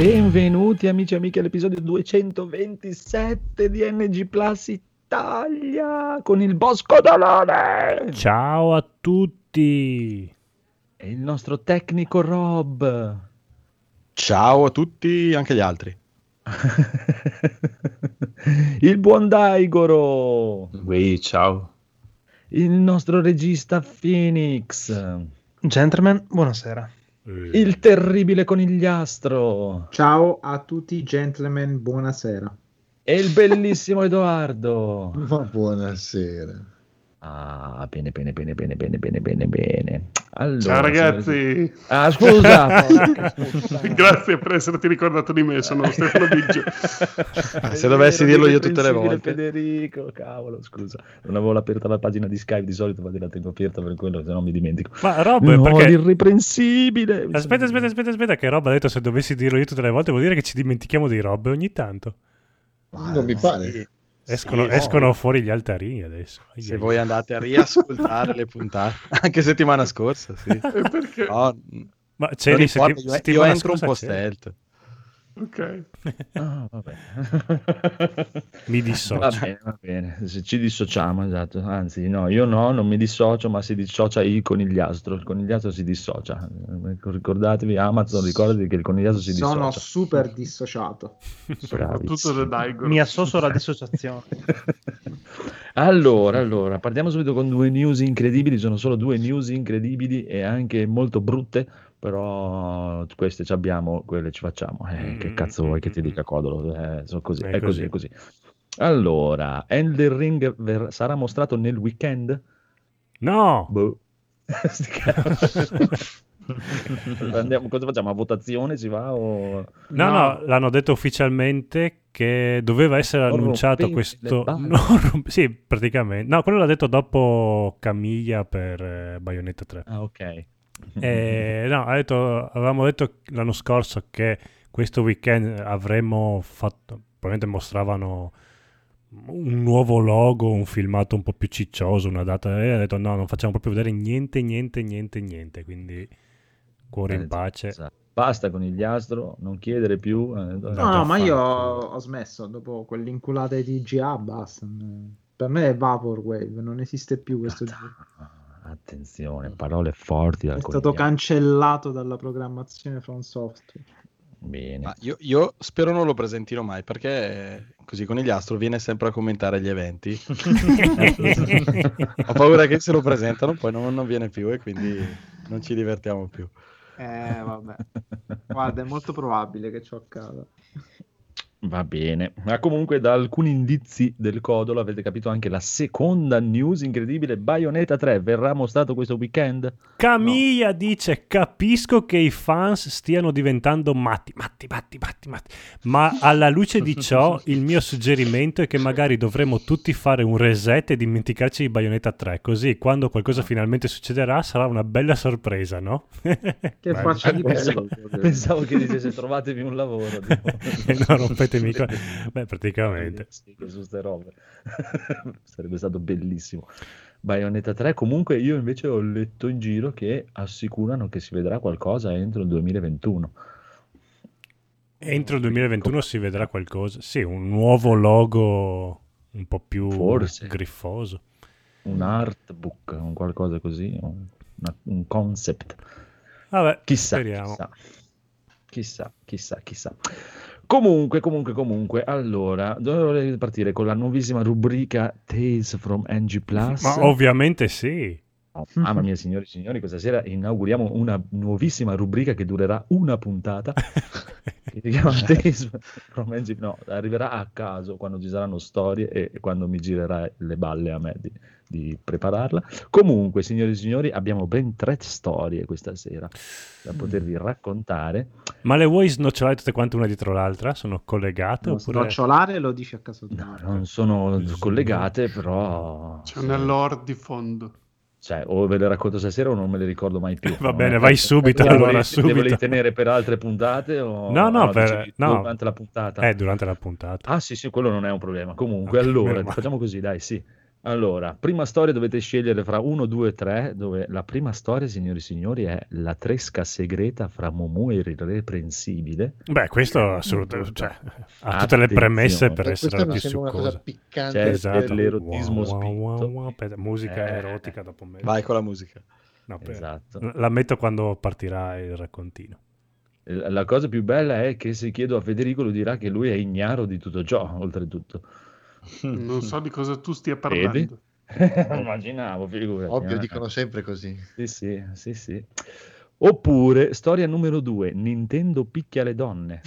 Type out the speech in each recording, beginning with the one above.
Benvenuti amici e amiche all'episodio 227 di NG Plus Italia con il Bosco Dolore. Ciao a tutti. E il nostro tecnico Rob. Ciao a tutti, anche gli altri. Il buon Daigoro. Ciao. Il nostro regista Phoenix. Gentlemen, buonasera. Il terribile conigliastro. Ciao a tutti gentlemen, buonasera. E il bellissimo Edoardo. Ma buonasera. Ah, bene. Allora, ciao ragazzi. Ah, scusa. Grazie per esserti ricordato di me, sono Stefano Biggio. Se dovessi dirlo io tutte le volte. Federico, cavolo, scusa. Non avevo aperta la pagina di Skype, di solito la tengo aperta per quello, se no mi dimentico. Ma Rob, no, perché... l'irreprensibile. Aspetta, che Rob ha detto se dovessi dirlo io tutte le volte vuol dire che ci dimentichiamo di Rob ogni tanto. Non mi pare. Sì. Escono fuori gli altarini adesso. Se voi andate a riascoltare le puntate, anche settimana scorsa, sì. Perché? No, ma c'eri io entro un po' stealth. Ok. Ah, vabbè. Mi dissocio. Va bene, se ci dissociamo, esatto. Anzi, no, io no, non mi dissocio, ma si dissocia il conigliastro. Il conigliastro si dissocia. Ricordatevi, Amazon, ricordati che il conigliastro si dissocia. Sono super dissociato. Soprattutto da Daigoro. Mi associo alla dissociazione. Allora, partiamo subito con due news incredibili. Sono solo due news incredibili e anche molto brutte. Però queste ci abbiamo, quelle ci facciamo. Che cazzo vuoi che ti dica, Codolo? Sono così, è così. Allora, Elden Ring sarà mostrato nel weekend? No! Boh. Andiamo, cosa facciamo? A votazione si va? O... No, l'hanno detto ufficialmente che doveva essere annunciato questo... sì, praticamente. No, quello l'ha detto dopo Camiglia per Bayonetta 3. Ah, ok. No, avevamo detto l'anno scorso che questo weekend avremmo fatto, probabilmente mostravano un nuovo logo, un filmato un po' più ciccioso, una data, e ha detto no, non facciamo proprio vedere niente, quindi cuore in pace. Basta con il astro, non chiedere più. No, ma io ho smesso dopo quell'inculata di TGA, basta. Per me è Vaporwave, non esiste più questo gioco. Attenzione, parole forti. È stato cancellato dalla programmazione From Software. Bene. Ma io spero non lo presentino mai, perché così Conigliastro viene sempre a commentare gli eventi. Ho paura che se lo presentano poi non viene più e quindi non ci divertiamo più. Vabbè. Guarda, è molto probabile che ciò accada. Va bene, ma comunque da alcuni indizi del Codolo avete capito anche la seconda news incredibile. Bayonetta 3 verrà mostrato questo weekend? Camilla dice: capisco che i fans stiano diventando matti, ma alla luce di ciò il mio suggerimento è che magari dovremmo tutti fare un reset e dimenticarci di Bayonetta 3, così quando qualcosa finalmente succederà sarà una bella sorpresa, no? Che faccia di bello. Pensavo che dicesse trovatevi un lavoro. No, rompete mica. Beh, praticamente. Sì, che su ste robe. Sarebbe stato bellissimo. Bayonetta 3, comunque io invece ho letto in giro che assicurano che si vedrà qualcosa entro il 2021. Entro il 2021 si vedrà qualcosa. Sì, un nuovo logo un po' più griffoso. Un artbook, un qualcosa così, un concept. Vabbè, chissà, speriamo. Chissà. Comunque, allora, dovrei partire con la nuovissima rubrica Tales from NG Plus. Ma ovviamente sì. Oh, mamma mia, signori e signori, questa sera inauguriamo una nuovissima rubrica che durerà una puntata. Che si chiama Tales from NG. No, arriverà a caso quando ci saranno storie e quando mi girerai le balle a me di prepararla. Comunque, signori e signori, abbiamo ben 3 storie questa sera da potervi raccontare. Ma le vuoi snocciolare tutte quante una dietro l'altra? Sono collegate? No, oppure... Snocciolare lo dici a caso tuo. No, non sono collegate, però... C'è una lore di fondo. Cioè, o ve le racconto stasera o non me le ricordo mai più. Va bene, vai subito. Allora, subito. Le volete tenere per altre puntate? O... No, durante la puntata. Durante la puntata. Ah, sì, quello non è un problema. Comunque, allora, facciamo così, dai, sì. Allora, prima storia dovete scegliere fra 1, 2, 3, dove la prima storia, signori e signori, è la tresca segreta fra Mumu e l'irreprensibile. Beh, questo assolutamente, cioè, ha tutte le premesse per essere Questa la mi più sembra una cosa succosa. piccante. C'è Esatto. dell'erotismo Wow, wow, wow, spinto. wow. Aspetta, musica erotica dopo me. Vai con la musica. No, Esatto. la metto quando partirà il raccontino. La cosa più bella è che se chiedo a Federico lui dirà che lui è ignaro di tutto ciò, oltretutto. Non so di cosa tu stia Vedi? parlando. Immaginavo, figurati. Ovvio, dicono sempre così. Sì. Oppure, storia numero 2, Nintendo picchia le donne.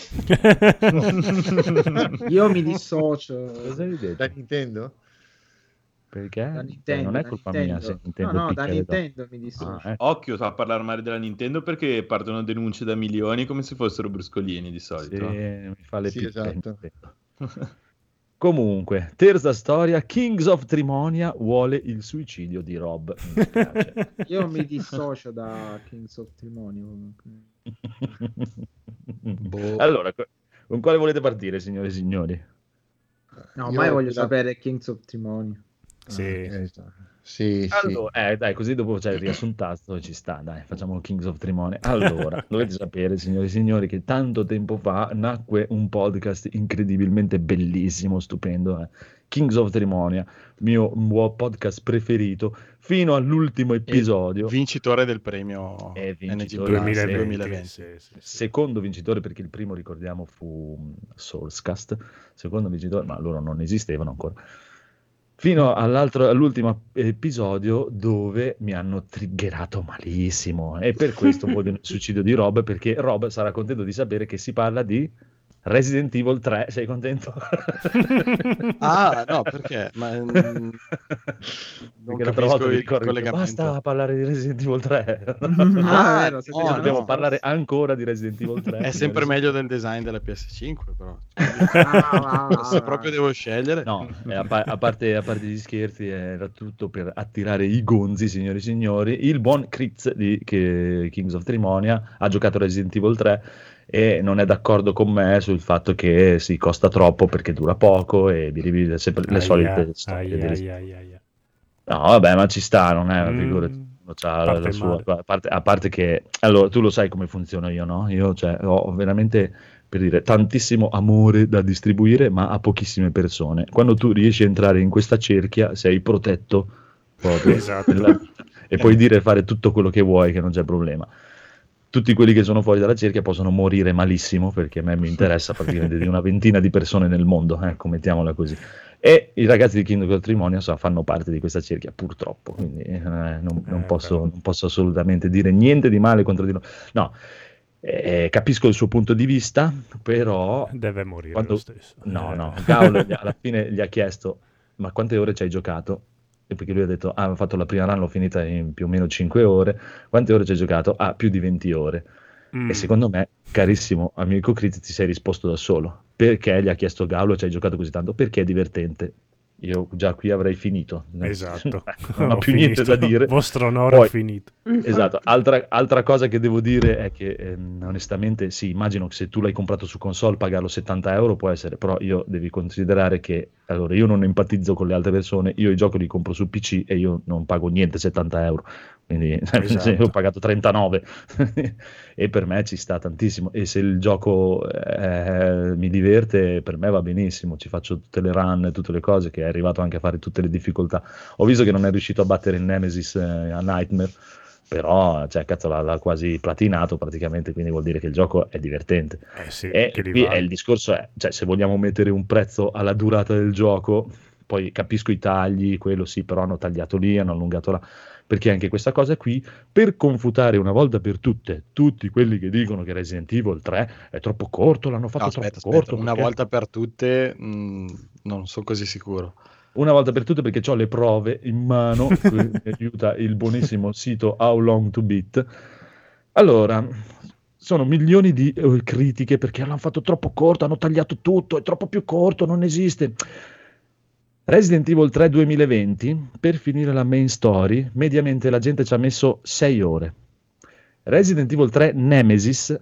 Io mi dissocio. Cosa hai detto? Da Nintendo? Perché? Da Cioè, Nintendo, non è da colpa Nintendo. mia se Nintendo No, da picchia le donne. Nintendo mi dissocio. Ecco. Occhio a parlare male della Nintendo perché partono denunce da milioni come se fossero bruscolini di Sì, solito. mi fa le Sì, picche. esatto. Comunque, terza storia, Kings of Trimonia vuole il suicidio di Rob. Mi dispiace. Io mi dissocio da Kings of Trimonia. Comunque. Allora, con quale volete partire, signore e signori? No, Io ormai voglio la- sapere Kings of Trimonia. Sì. Sì. Allora, dai, così dopo c'è il riassuntato e ci sta, dai, facciamo Kings of Trimonia. Allora, dovete sapere, signori e signori, che tanto tempo fa nacque un podcast incredibilmente bellissimo, stupendo, Kings of Trimonia, mio podcast preferito, fino all'ultimo episodio. Vincitore del premio vincitore, NG 2020. 2020. Sì. Secondo vincitore, perché il primo, ricordiamo, fu Sourcecast, secondo vincitore, ma loro non esistevano ancora. Fino all'ultimo episodio dove mi hanno triggerato malissimo e per questo vogliono il suicidio di Rob, perché Rob sarà contento di sapere che si parla di Resident Evil 3. Sei contento? Ah, no, perché? Ma non Perché l'altra volta capisco mi il ricordo che collegamento. basta parlare di Resident Evil 3. Ah, è vero, no, Dobbiamo no. parlare ancora di Resident Evil 3. È sempre meglio del design della PS5, però. Se proprio devo scegliere. No, a parte gli scherzi, era tutto per attirare i gonzi, signori e signori. Il buon Kritz di Kings of Trimonia ha giocato Resident Evil 3 e non è d'accordo con me sul fatto che si costa troppo perché dura poco e vi rivede sempre le solite storie. No, vabbè, ma ci sta, non è una figura. C'ha la sua, a parte che allora tu lo sai come funziona io, no? Io ho veramente, per dire, tantissimo amore da distribuire, ma a pochissime persone. Quando tu riesci a entrare in questa cerchia sei protetto proprio. Esatto. E puoi dire e fare tutto quello che vuoi, che non c'è problema. Tutti quelli che sono fuori dalla cerchia possono morire malissimo, perché a me mi interessa praticamente di una ventina di persone nel mondo, ecco, mettiamola così. E i ragazzi di Kingdom of Trimonia fanno parte di questa cerchia, purtroppo, quindi non posso assolutamente dire niente di male contro di loro. No, capisco il suo punto di vista, però... Deve morire lo stesso. No, Gaul alla fine gli ha chiesto, ma quante ore ci hai giocato? E perché lui ha detto, ho fatto la prima run, l'ho finita in più o meno 5 ore. Quante ore ci hai giocato? Più di 20 ore. E secondo me, carissimo amico Crit, ti sei risposto da solo. Perché gli ha chiesto Gaulo, ci hai giocato così tanto? Perché è divertente. Io già qui avrei finito. Esatto. Non ho più niente da dire. Vostro onore Poi, è finito. Esatto. Altra cosa che devo dire è che onestamente sì, immagino che se tu l'hai comprato su console pagarlo 70 euro può essere, però devi considerare che allora io non empatizzo con le altre persone, io i giochi li compro su PC e io non pago niente 70 euro, quindi Esatto. ho pagato 39 e per me ci sta tantissimo, e se il gioco mi diverte, per me va benissimo, ci faccio tutte le run, tutte le cose, che è arrivato anche a fare tutte le difficoltà. Ho visto che non è riuscito a battere il Nemesis a Nightmare, però cazzo, l'ha quasi platinato praticamente, quindi vuol dire che il gioco è divertente. Sì, E che qui il discorso è, se vogliamo mettere un prezzo alla durata del gioco, poi capisco i tagli, quello sì, però hanno tagliato lì, hanno allungato là, perché anche questa cosa qui, per confutare una volta per tutte tutti quelli che dicono che Resident Evil 3 è troppo corto, l'hanno fatto troppo corto. Una volta per tutte non sono così sicuro. Una volta per tutte, perché ho le prove in mano, mi aiuta il buonissimo sito How Long to Beat. Allora, sono milioni di critiche perché l'hanno fatto troppo corto, hanno tagliato tutto, è troppo più corto, non esiste. Resident Evil 3 2020, per finire la main story, mediamente la gente ci ha messo 6 ore. Resident Evil 3 Nemesis,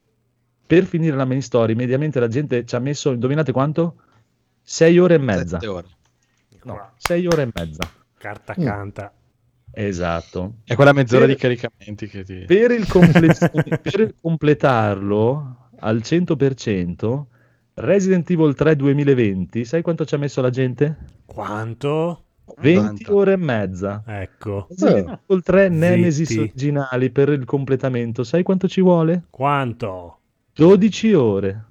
per finire la main story, mediamente la gente ci ha messo, indovinate quanto? 6 ore e mezza. 7 ore. No, 6 ore e mezza. Carta canta. Esatto. È quella mezz'ora Per- di caricamenti che ti... Per per completarlo al 100%, Resident Evil 3 2020, sai quanto ci ha messo la gente? Quanto? 20 90. ore e mezza. Ecco. Resident Evil 3 Nemesis Zitti. originali per il completamento, sai quanto ci vuole? Quanto? 12 ore.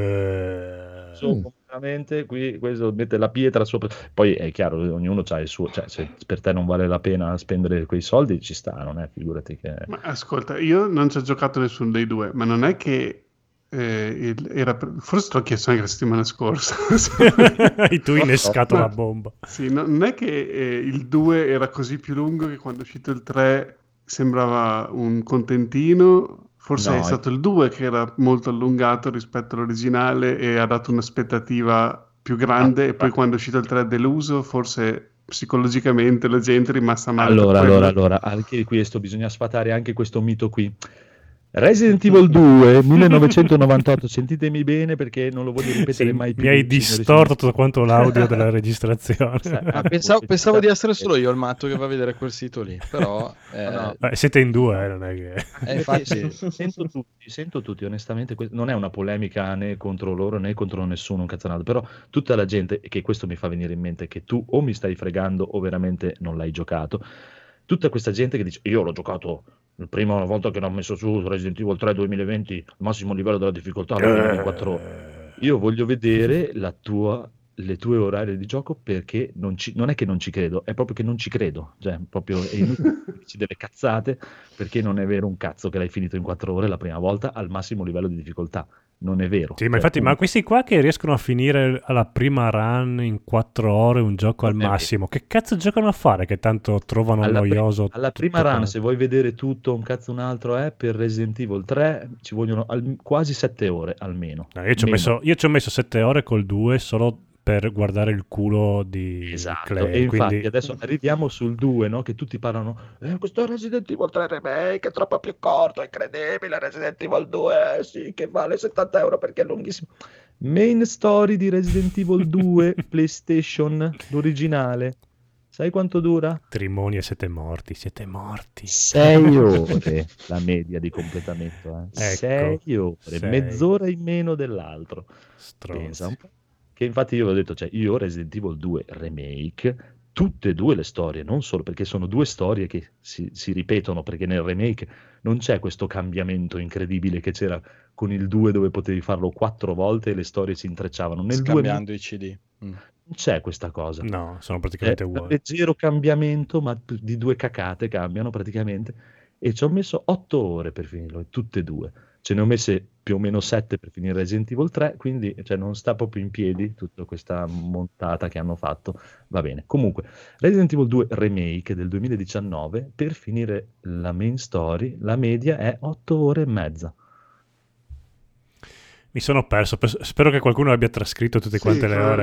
Eh, Veramente qui questo mette la pietra sopra. Poi è chiaro, ognuno ha il suo, cioè se per te non vale la pena spendere quei soldi, ci sta, non è? Figurati che... Ma ascolta, io non ci ho giocato nessuno dei due, ma non è che forse te l'ho chiesto anche la settimana scorsa. Hai tu innescato Ma- la bomba. Sì, non è che il 2 era così più lungo che quando è uscito il 3 sembrava un contentino. Forse No, è stato il 2 che era molto allungato rispetto all'originale e ha dato un'aspettativa più grande, e poi quando è uscito il 3 deluso, forse psicologicamente la gente è rimasta male per quello. Allora, anche questo bisogna sfatare anche questo mito qui. Resident Evil 2 1998, sentitemi bene perché non lo voglio ripetere Sì, mai più. mi hai signori, distorto tutto quanto l'audio della registrazione. Ah, pensavo di essere solo io il matto che va a vedere quel sito lì, però... No. Siete in due, non è che... infatti... Sento tutti, onestamente, non è una polemica né contro loro né contro nessuno, un cazzanato, però tutta la gente, che questo mi fa venire in mente, che tu o mi stai fregando o veramente non l'hai giocato, tutta questa gente che dice io l'ho giocato la prima volta che l'ho messo su Resident Evil 3 2020, il massimo livello della difficoltà, in 4 ore. Io voglio vedere le tue orarie di gioco perché non è che non ci credo, è proprio che non ci credo, cioè proprio è inutile che dici delle cazzate perché non è vero un cazzo che l'hai finito in 4 ore la prima volta al massimo livello di difficoltà, non è vero. Sì, ma infatti, ma questi qua che riescono a finire alla prima run in 4 ore un gioco al massimo, che cazzo giocano a fare che tanto trovano noioso? Alla prima run, se vuoi vedere tutto un cazzo un altro per Resident Evil 3 ci vogliono quasi 7 ore almeno. No, io ci ho messo 7 ore col 2 solo per guardare il culo di Esatto, Clay, e infatti quindi... adesso arriviamo sul 2, no? Che tutti parlano questo Resident Evil 3 Remake è troppo più corto, è incredibile, Resident Evil 2 sì, che vale 70 euro perché è lunghissimo. Main story di Resident Evil 2 PlayStation, l'originale, sai quanto dura? Trimoni e siete morti. 6 ore la media di completamento, Ecco, 6 ore, 6. mezz'ora in meno dell'altro. Pensa un po'. Che infatti io ho detto, cioè io Resident Evil 2 Remake, tutte e due le storie, non solo perché sono due storie che si ripetono, perché nel remake non c'è questo cambiamento incredibile che c'era con il 2 dove potevi farlo 4 volte e le storie si intrecciavano. Nel 2 Scambiando i CD. non c'è questa cosa. No, sono praticamente È un uguali. leggero cambiamento, ma di due cacate cambiano praticamente. E ci ho messo 8 ore per finirlo, tutte e due. Ce ne ho messe più o meno 7 per finire Resident Evil 3, quindi cioè, non sta proprio in piedi tutta questa montata che hanno fatto. Va bene. Comunque, Resident Evil 2 Remake del 2019, per finire la main story, la media è 8 ore e mezza. Mi sono perso, spero che qualcuno abbia trascritto tutte quante le ore.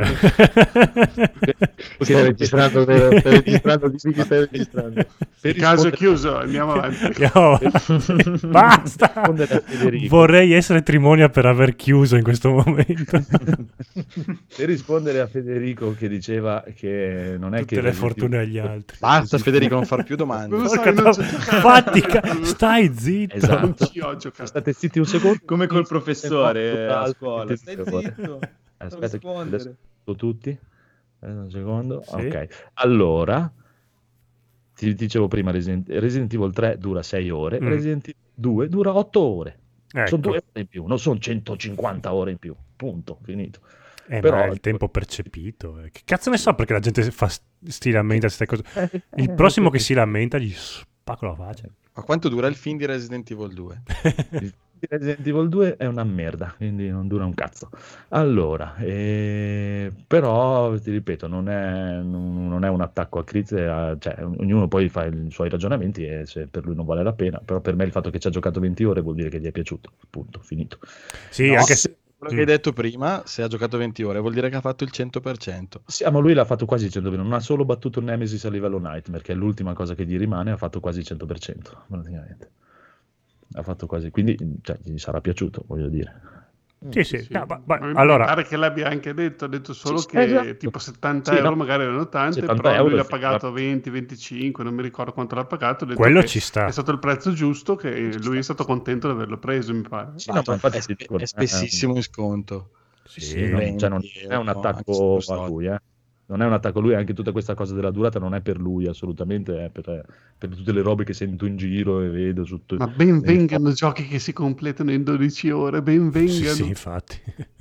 Stai registrando, stai registrando, dici che stai registrando. Il caso è chiuso, andiamo avanti. Basta! rispondere a Federico. Vorrei essere Trimonia per aver chiuso in questo momento. Per rispondere a Federico che diceva che non è Tutte che le fortune agli altri. Basta Federico, non far più domande. Non lo so, Porca io non ci ho Fatti, giocato. stai zitto. Esatto. Non ci ho giocato. State zitti un secondo. Come col professore a scuola. Stai Stai zitto. Aspetta, rispondere. adesso tutti. Un secondo. Sì. Ok. Allora, ti dicevo prima, Resident Evil 3 dura 6 ore, Resident Evil 2 dura 8 ore. Ecco. Sono 2 ore in più, non sono 150 ore in più. Punto, finito. Però Però è il tempo percepito. Che cazzo ne so perché la gente si lamenta di queste cose. Il prossimo che si lamenta gli spacco la faccia. Ma quanto dura il film di Resident Evil 2? Resident Evil 2 è una merda, quindi non dura un cazzo. Allora, però ti ripeto, non è un attacco a Chris, cioè, ognuno poi fa i suoi ragionamenti e se per lui non vale la pena, però per me il fatto che ci ha giocato 20 ore vuol dire che gli è piaciuto, punto, finito. Sì, No, anche se... Quello che hai detto prima, se ha giocato 20 ore, vuol dire che ha fatto il 100%. Sì, ma lui l'ha fatto quasi il 100%, non ha solo battuto il Nemesis a livello Nightmare, che è l'ultima cosa che gli rimane, ha fatto quasi il 100%, praticamente. Ha fatto quasi, quindi cioè, gli sarà piaciuto, voglio dire. Sì. No, Mi allora, pare che l'abbia anche detto, ha detto solo Sì, che esatto. tipo 70 Sì, euro no, magari erano tante, 70 però lui euro l'ha sì, pagato 20, 25, non mi ricordo quanto l'ha pagato, ha detto quello che ci sta. è stato il prezzo giusto, che ci lui è sta. stato contento di averlo preso, mi pare. Sì, no, ma infatti ti dico, È spessissimo in sconto. sì, cioè non 20 è un euro, anche se attacco più a soldi. lui, eh. Non è un attacco a lui, anche tutta questa cosa della durata non è per lui assolutamente, è per tutte le robe che sento in giro e vedo Ma ben nei vengano giochi che si completano in 12 ore, ben vengano. Sì, infatti.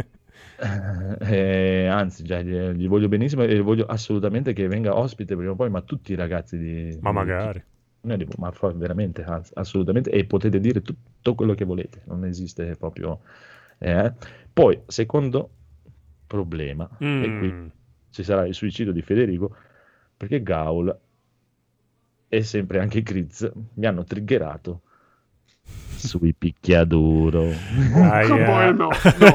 anzi, già, gli voglio benissimo e voglio assolutamente che venga ospite prima o poi, ma tutti i ragazzi Ma magari. ma veramente, assolutamente, e potete dire tutto quello che volete, non esiste proprio. Poi, secondo problema, e qui Mm. ci sarà il suicidio di Federico, perché Gaul e sempre anche Kriz mi hanno triggerato sui picchiaduro. Aia. no.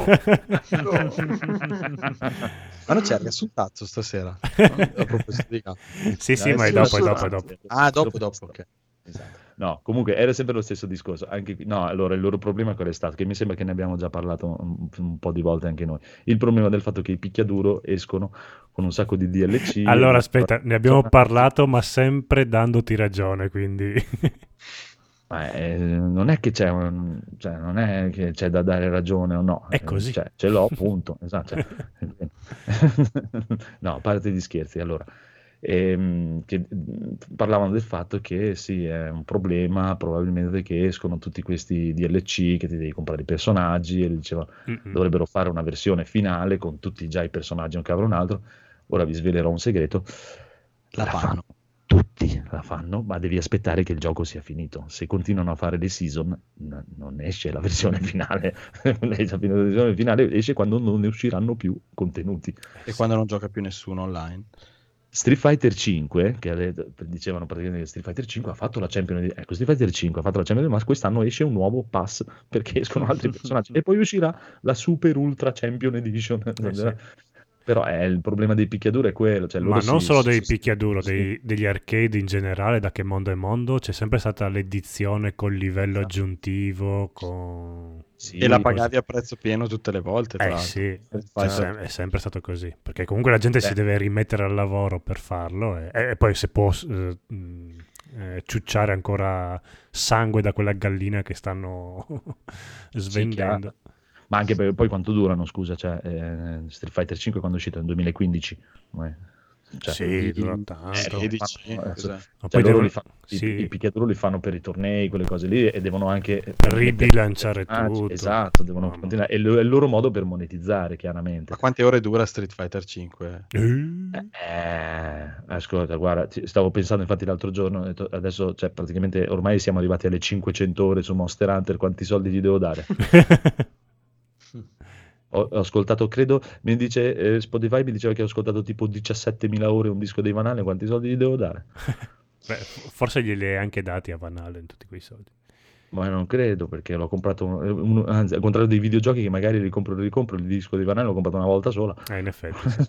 Ma non c'è il risultato stasera? A proposito di Gaul. Sì, ma è Adesso- dopo, è dopo. Ah, dopo, ok. Esatto. No, comunque era sempre lo stesso discorso. Anche no, allora il loro problema qual è stato? Che mi sembra che ne abbiamo già parlato un po' di volte anche noi. Il problema del fatto che i picchiaduro escono con un sacco di DLC. Allora, aspetta, ne abbiamo parlato, ma sempre dandoti ragione, quindi... Ma, non è che c'è cioè, non è che c'è da dare ragione o no. È così. Cioè, ce l'ho, punto. Esatto. No, a parte gli scherzi, allora. Parlavano del fatto che sì, è un problema probabilmente che escono tutti questi DLC che ti devi comprare i personaggi e diceva dovrebbero fare una versione finale con tutti già i personaggi, un cavolo un altro. Ora vi svelerò un segreto. La fanno. Tutti la fanno, ma devi aspettare che il gioco sia finito. Se continuano a fare le season, non esce la versione finale. La versione finale esce quando non ne usciranno più contenuti. E quando non gioca più nessuno online. Street Fighter 5, che dicevano praticamente che Street Fighter 5 ha fatto la Champion Edition, ecco, Street Fighter 5 ha fatto la Champion Edition, ma quest'anno esce un nuovo pass perché escono altri personaggi e poi uscirà la Super Ultra Champion Edition. Sì. Però il problema dei picchiaduro è quello, cioè Ma loro non solo dei picchiaduro, degli arcade in generale, da che mondo è mondo, c'è sempre stata l'edizione col livello aggiuntivo, con... Sì, E la pagavi a prezzo pieno tutte le volte, tra l'altro. Sì, è sempre stato così, perché comunque la gente si deve rimettere al lavoro per farlo e poi se può ciucciare ancora sangue da quella gallina che stanno svendendo. Ma anche poi quanto durano, scusa, cioè, Street Fighter 5 quando è uscito nel 2015? Cioè, sì, dura tanto. 16, loro i picchiaduro li fanno per i tornei, quelle cose lì, e devono anche ribilanciare tutto. Esatto, devono continuare. È il loro modo per monetizzare, chiaramente. Ma quante ore dura Street Fighter 5? Ascolta, guarda, stavo pensando infatti l'altro giorno, ho detto, adesso cioè, praticamente ormai siamo arrivati alle 500 ore su Monster Hunter, quanti soldi gli devo dare? Ho ascoltato, credo, mi dice Spotify mi diceva che ho ascoltato tipo 17.000 ore un disco dei Van Halen, quanti soldi gli devo dare? Beh, forse glieli hai anche dati a Van Halen tutti quei soldi. Ma non credo, perché l'ho comprato, anzi, al contrario dei videogiochi che magari ricompro, il disco di Van Halen l'ho comprato una volta sola. In effetti. Sì.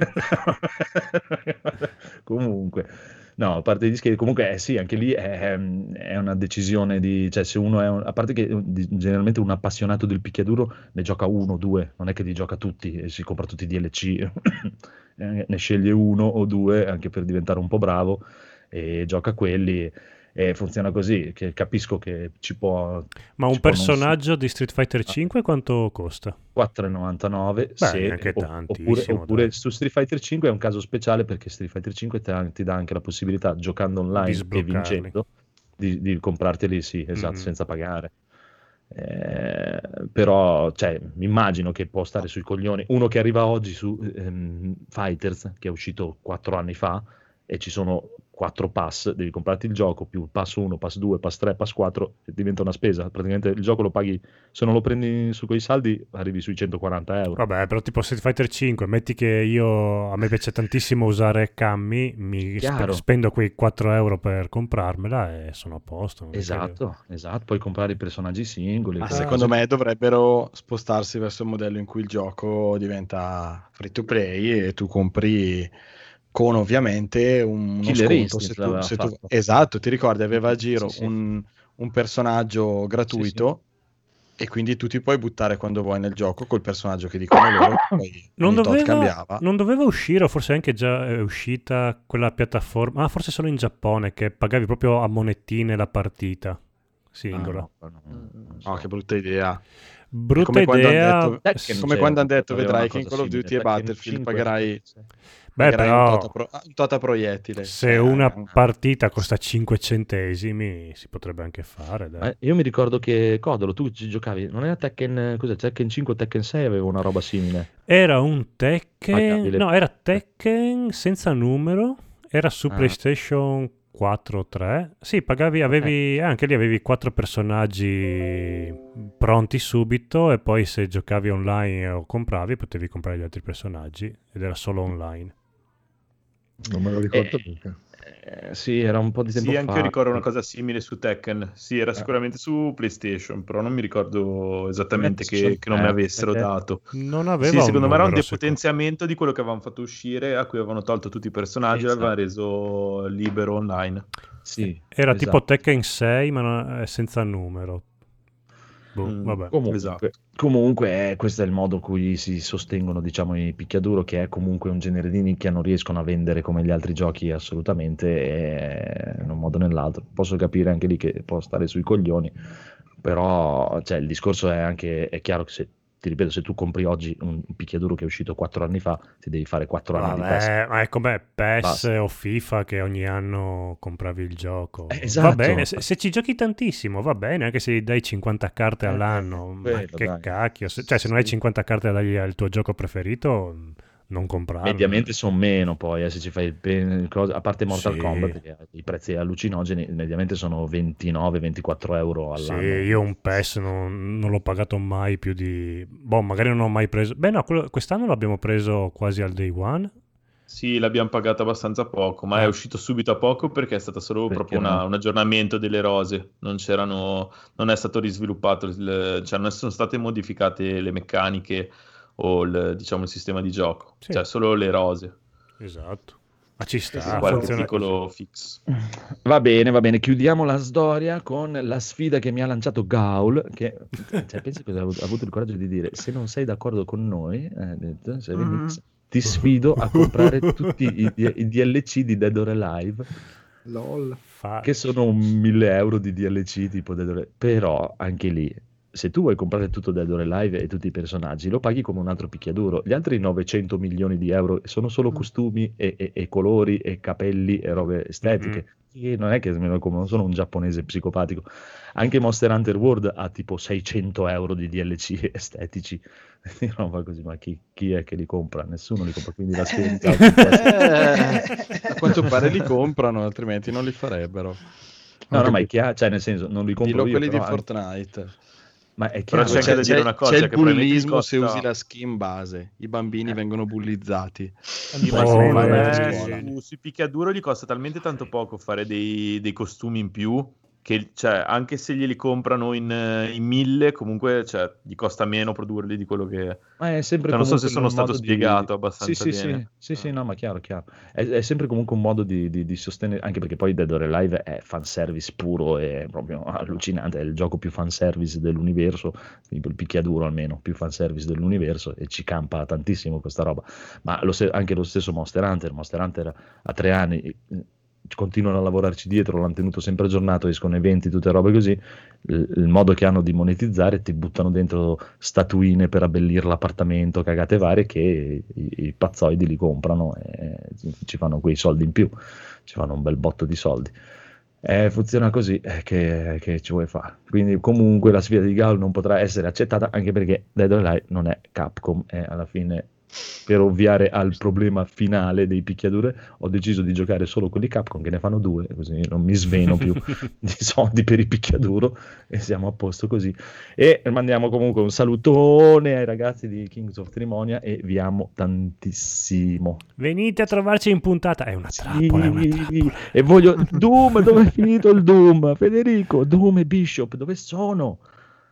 Comunque, no, a parte gli scherzi, comunque sì, anche lì è una decisione di, cioè se uno è, a parte che generalmente un appassionato del picchiaduro ne gioca uno, due, non è che li gioca tutti e si compra tutti i DLC, ne sceglie uno o due anche per diventare un po' bravo e gioca quelli. E funziona così, che capisco che ci può... Ma un personaggio di Street Fighter 5 quanto costa? 4,99 neanche tantissimo, oppure su Street Fighter 5 è un caso speciale perché Street Fighter 5 ti dà anche la possibilità, giocando online e vincendo, di comprarteli, sì, esatto, senza pagare. Però cioè, mi immagino che può stare sui coglioni uno che arriva oggi su Fighters, che è uscito 4 anni fa e ci sono 4 pass, devi comprarti il gioco più pass 1, pass 2, pass 3, pass 4 e diventa una spesa. Praticamente il gioco lo paghi, se non lo prendi su quei saldi arrivi sui 140 euro. Vabbè, però tipo Street Fighter 5, metti che a me piace tantissimo usare Cammi, mi spendo quei 4 euro per comprarmela e sono a posto. Esatto, puoi comprare i personaggi singoli. Secondo me dovrebbero spostarsi verso il modello in cui il gioco diventa free to play e tu compri con ovviamente uno sconto se tu esatto, ti ricordi aveva a giro un personaggio gratuito E quindi tu ti puoi buttare quando vuoi nel gioco col personaggio che dicono loro, poi Non ogni tot doveva, cambiava. non doveva uscire, o forse anche già è uscita quella piattaforma, forse solo in Giappone, che pagavi proprio a monettine la partita singola. No, che brutta idea. Brutta Come quando idea. hanno detto, come quando hanno detto vedrai che in Call of Duty e Battlefield pagherai però un tot a proiettile. se una partita costa 5 centesimi si potrebbe anche fare, dai. Io mi ricordo che Codolo, tu ci giocavi, non era Tekken, cos'è? Tekken 5 o Tekken 6 aveva una roba simile. Era un Tekken, Pagabile. no, era Tekken senza numero, era su PlayStation 4 o 3. Sì, pagavi, avevi anche lì avevi 4 personaggi pronti subito, e poi se giocavi online o compravi potevi comprare gli altri personaggi, ed era solo online. Non me lo ricordo mica. Sì, era un po' di tempo Sì, fa. anche io ricordo una cosa simile su Tekken. Sì, era sicuramente su PlayStation, però non mi ricordo esattamente che nome avessero dato. Non aveva Sì, un secondo me era un numero, depotenziamento di quello che avevano fatto uscire, a cui avevano tolto tutti i personaggi e l'avevano reso libero online. Sì, Era esatto. tipo Tekken 6, ma senza numero. Vabbè. Comunque questo è il modo in cui si sostengono, diciamo, i picchiaduro, che è comunque un genere di nicchia, non riescono a vendere come gli altri giochi assolutamente, in un modo o nell'altro. Posso capire anche lì che può stare sui coglioni, però cioè, il discorso è anche, è chiaro che ti ripeto, se tu compri oggi un picchiaduro che è uscito 4 anni fa, ti devi fare 4 anni di PES. Ma è come PES Basta. o FIFA, che ogni anno compravi il gioco. Esatto. Va bene, se ci giochi tantissimo va bene, anche se gli dai 50 carte all'anno, ma quello, che dai. cacchio, se non hai 50 carte da dargli al tuo gioco preferito, non comprarlo. Mediamente sono meno, poi se ci fai a parte Mortal Sì. Kombat, che i prezzi allucinogeni, mediamente sono 29-24 euro Sì, all'anno. io un PES non l'ho pagato mai più di... magari non ho mai preso... Beh no, quest'anno l'abbiamo preso quasi al day one. Sì, l'abbiamo pagato abbastanza poco, ma è uscito subito a poco perché è stato solo proprio un aggiornamento delle rose, non è stato risviluppato, cioè non sono state modificate le meccaniche o il sistema di gioco, Sì. cioè solo le rose. Esatto. Ma ci sta, Qualche funziona piccolo fix. Va bene, chiudiamo la storia con la sfida che mi ha lanciato Gaul, che pensi cosa ha avuto il coraggio di dire: se non sei d'accordo con noi, ti sfido a comprare tutti i DLC di Dead or Alive, LOL. che sono 1.000 euro di DLC tipo Dead or Alive. Però anche lì, se tu vuoi comprare tutto Dead or Alive e tutti i personaggi, lo paghi come un altro picchiaduro. Gli altri 900 milioni di euro sono solo costumi e colori e capelli e robe estetiche. E non è che non sono un giapponese psicopatico. Anche Monster Hunter World ha tipo 600 euro di DLC estetici. Roba così, ma chi è che li compra? Nessuno li compra, quindi la sfida. A quanto pare li comprano, altrimenti non li farebbero. No, ma è chiaro, cioè nel senso, non li compro io, quelli di però Fortnite. Ma è Però chiaro, c'è anche da dire una cosa, c'è il che probabilmente bullismo costa- se usi la skin base. I bambini vengono bullizzati. Sì, ma Oh, secondo veramente. me sui picchiaduro gli costa talmente tanto poco fare dei costumi in più che, cioè, anche se glieli comprano in 1000, comunque, cioè, gli costa meno produrli di quello che... ma è sempre non so comunque se sono un stato modo di- spiegato abbastanza bene. Sì, no, ma chiaro. È sempre comunque un modo di sostenere, anche perché poi Dead or Alive è fanservice puro e proprio allucinante, è il gioco più fanservice dell'universo, il picchiaduro almeno, più fanservice dell'universo, e ci campa tantissimo questa roba. Ma anche lo stesso Monster Hunter ha 3 anni, continuano a lavorarci dietro, l'hanno tenuto sempre aggiornato, escono eventi, tutte robe così. Il modo che hanno di monetizzare, ti buttano dentro statuine per abbellire l'appartamento, cagate varie, che i pazzoidi li comprano e ci fanno quei soldi in più, ci fanno un bel botto di soldi. Funziona così, che ci vuoi fare? Quindi comunque la sfida di Gaul non potrà essere accettata, anche perché Dead or Alive non è Capcom, e alla fine, per ovviare al problema finale dei picchiadure, ho deciso di giocare solo quelli Capcom, che ne fanno 2, così non mi sveno più di soldi per i picchiaduro e siamo a posto così. E mandiamo comunque un salutone ai ragazzi di Kings of Trimonia e vi amo tantissimo. Venite a trovarci in puntata. È una trappola, è una trappola. E voglio Doom, dove è finito il Doom? Federico, Doom e Bishop dove sono?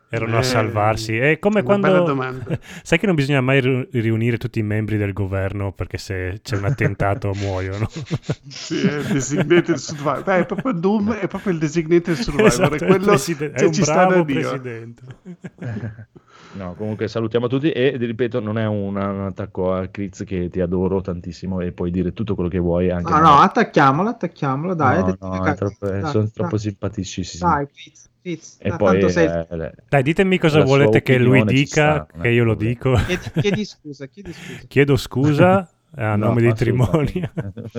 erano a salvarsi. È come una quando... bella domanda. Sai che non bisogna mai riunire tutti i membri del governo perché se c'è un attentato muoiono. Sì, è Designated Survivor. Beh, è proprio Doom, è proprio il Designated Survivor. Esatto, è quello è un ci sta da bravo Dio. presidente. No, comunque salutiamo tutti e ripeto, non è un attacco a Chris, che ti adoro tantissimo e puoi dire tutto quello che vuoi. Anche No, attacchiamolo, dai. Sono troppo simpaticissimi. Dai, Fitz, E poi dai, ditemi cosa la volete sua che lui opinione ci dica, sta, che io lo dico. Chiedi scusa. Chiedo scusa a No, nome di Trimonia.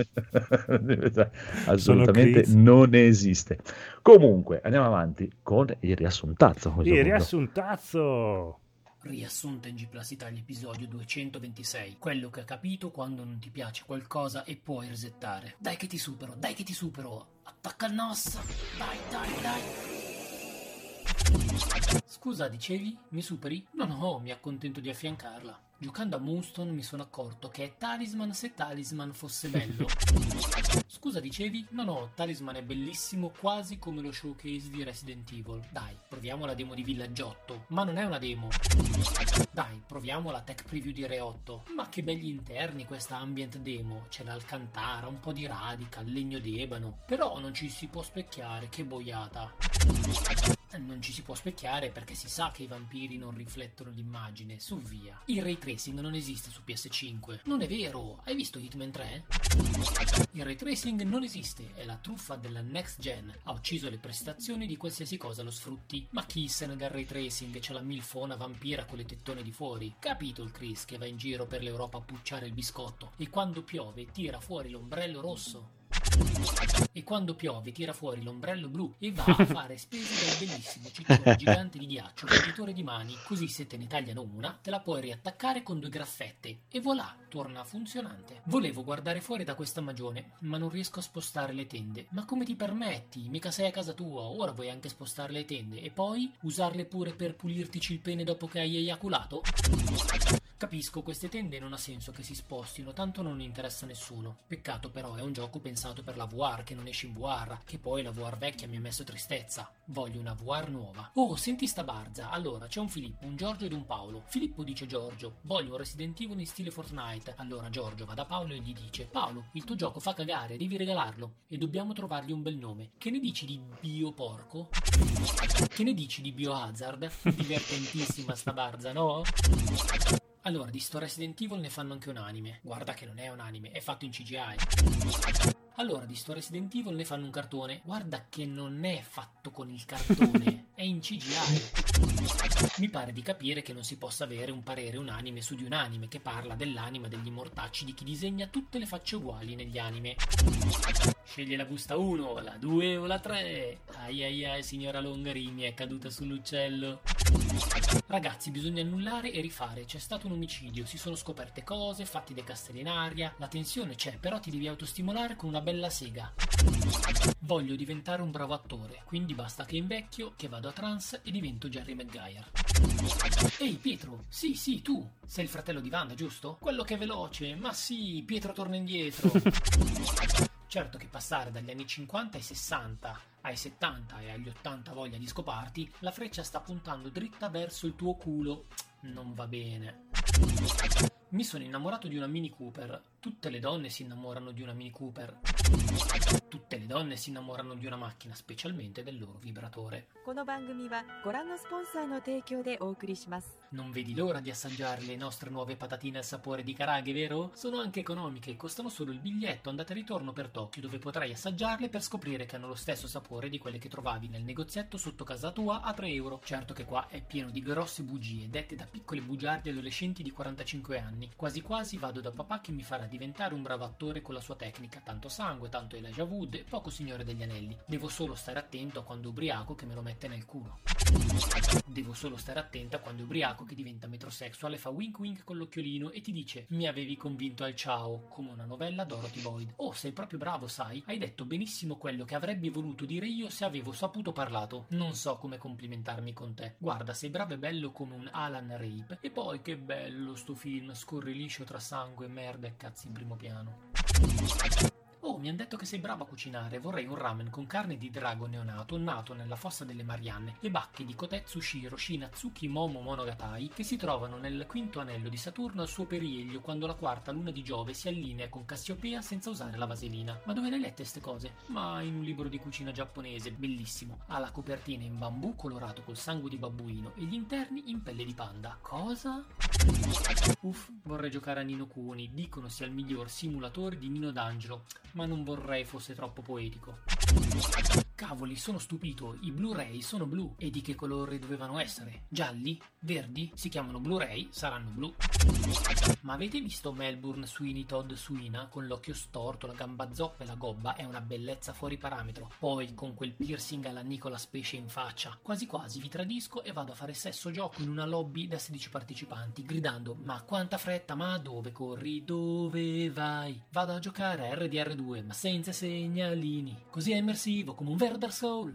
Assolutamente Chris. non esiste. Comunque andiamo avanti con il riassuntazzo a questo Il punto. riassuntazzo. Riassunto in G Plus Italia episodio 226. Quello che ha capito quando non ti piace qualcosa e puoi resettare. Dai che ti supero. Attacca il NOS. Dai. Scusa, dicevi? Mi superi? No, mi accontento di affiancarla. Giocando a Moonstone mi sono accorto che è Talisman se Talisman fosse bello. Scusa, dicevi? No, Talisman è bellissimo, quasi come lo showcase di Resident Evil. Dai, proviamo la demo di Villaggiotto. Ma non è una demo. Dai, proviamo la tech preview di Re 8. Ma che belli interni questa ambient demo. C'è l'Alcantara, un po' di Radical, legno d'ebano. Però non ci si può specchiare, che boiata. Non ci si può specchiare perché si sa che i vampiri non riflettono l'immagine, su via. Il ray tracing non esiste su PS5. Non è vero, hai visto Hitman 3? Il ray tracing non esiste, è la truffa della next gen. Ha ucciso le prestazioni di qualsiasi cosa lo sfrutti. Ma chi se ne dà il ray tracing? C'è la milfona vampira con le tettone di fuori. Capito il Chris che va in giro per l'Europa a pucciare il biscotto e quando piove tira fuori l'ombrello rosso. E quando piove tira fuori l'ombrello blu e va a fare spese dal bellissimo ciccione gigante di ghiaccio venditore di mani, così se te ne tagliano una te la puoi riattaccare con 2 graffette e voilà, torna funzionante. Volevo guardare fuori da questa magione ma non riesco a spostare le tende. Ma come ti permetti? Mica sei a casa tua, ora vuoi anche spostare le tende e poi usarle pure per pulirtici il pene dopo che hai eiaculato? Capisco, queste tende non ha senso che si spostino, tanto non interessa a nessuno. Peccato però, è un gioco pensato per la VR, che non esce in VR, che poi la VR vecchia mi ha messo tristezza. Voglio una VR nuova. Oh, senti sta barza. Allora, c'è un Filippo, un Giorgio ed un Paolo. Filippo dice Giorgio, voglio un Resident Evil in stile Fortnite. Allora Giorgio va da Paolo e gli dice, Paolo, il tuo gioco fa cagare, devi regalarlo. E dobbiamo trovargli un bel nome. Che ne dici di Bioporco? Che ne dici di Biohazard? Divertentissima sta barza, no? Allora, di sto Resident Evil ne fanno anche un anime. Guarda che non è un anime, è fatto in CGI. Allora, di sto Resident Evil ne fanno un cartone. Guarda che non è fatto con il cartone, è in CGI. Mi pare di capire che non si possa avere un parere unanime su di un anime che parla dell'anima degli mortacci di chi disegna tutte le facce uguali negli anime. Sceglie la busta 1, la 2 o la 3. Ai, signora Longari, mi è caduta sull'uccello. Ragazzi, bisogna annullare e rifare. C'è stato un omicidio, si sono scoperte cose, fatti dei castelli in aria. La tensione c'è, però ti devi autostimolare con una bella sega. Voglio diventare un bravo attore, quindi basta che invecchio, che vado a trans e divento Jerry Maguire. Ehi Pietro, sì, tu sei il fratello di Wanda, giusto? Quello che è veloce, ma sì, Pietro torna indietro. Certo che passare dagli anni 50 ai 60 ai 70 e agli 80 voglia di scoparti, la freccia sta puntando dritta verso il tuo culo. Non va bene. Mi sono innamorato di una Mini Cooper. Tutte le donne si innamorano di una Mini Cooper. Tutte le donne si innamorano di una macchina, specialmente del loro vibratore. Non vedi l'ora di assaggiare le nostre nuove patatine al sapore di Karage, vero? Sono anche economiche, costano solo il biglietto andata e ritorno per Tokyo, dove potrai assaggiarle per scoprire che hanno lo stesso sapore di quelle che trovavi nel negozietto sotto casa tua a 3 euro. Certo che qua è pieno di grosse bugie, dette da piccole bugiardi adolescenti di 45 anni. Quasi quasi vado da papà che mi farà diventare un bravo attore con la sua tecnica, tanto sangue, tanto Elijah Wood e poco Signore degli Anelli. Devo solo stare attento a quando ubriaco che me lo mette nel culo. Devo solo stare attento a quando ubriaco che diventa metrosexual e fa wink wink con l'occhiolino e ti dice mi avevi convinto al ciao, come una novella Dorothy Boyd. Oh, sei proprio bravo, sai? Hai detto benissimo quello che avrei voluto dire io se avevo saputo parlato. Non so come complimentarmi con te. Guarda, sei bravo e bello come un Alan Rape. E poi che bello sto film, scorre liscio tra sangue, merda e cazzi in primo piano. Oh, mi hanno detto che sei bravo a cucinare. Vorrei un ramen con carne di drago neonato nato nella fossa delle Marianne, le bacche di Kotetsu Shiro Shinatsuki Momo Monogatari che si trovano nel quinto anello di Saturno al suo perielio quando la quarta luna di Giove si allinea con Cassiopea senza usare la vaselina. Ma dove le hai lette ste cose? Ma in un libro di cucina giapponese, bellissimo. Ha la copertina in bambù colorato col sangue di babbuino e gli interni in pelle di panda. Cosa? Uff, vorrei giocare a Nino Kuni. Dicono sia il miglior simulatore di Nino D'Angelo, ma non vorrei fosse troppo poetico. Cavoli, sono stupito, i Blu-ray sono blu. E di che colore dovevano essere? Gialli? Verdi? Si chiamano Blu-ray, saranno blu. Ma avete visto Melbourne Sweeney Todd Suina con l'occhio storto, la gamba zoppa e la gobba? È una bellezza fuori parametro. Poi con quel piercing alla Nicolas Pesce in faccia. Quasi quasi vi tradisco e vado a fare sesso gioco in una lobby da 16 partecipanti, gridando: ma quanta fretta, ma dove corri, dove vai? Vado a giocare a RDR2 ma senza segnalini, così è immersivo come un Dark Soul.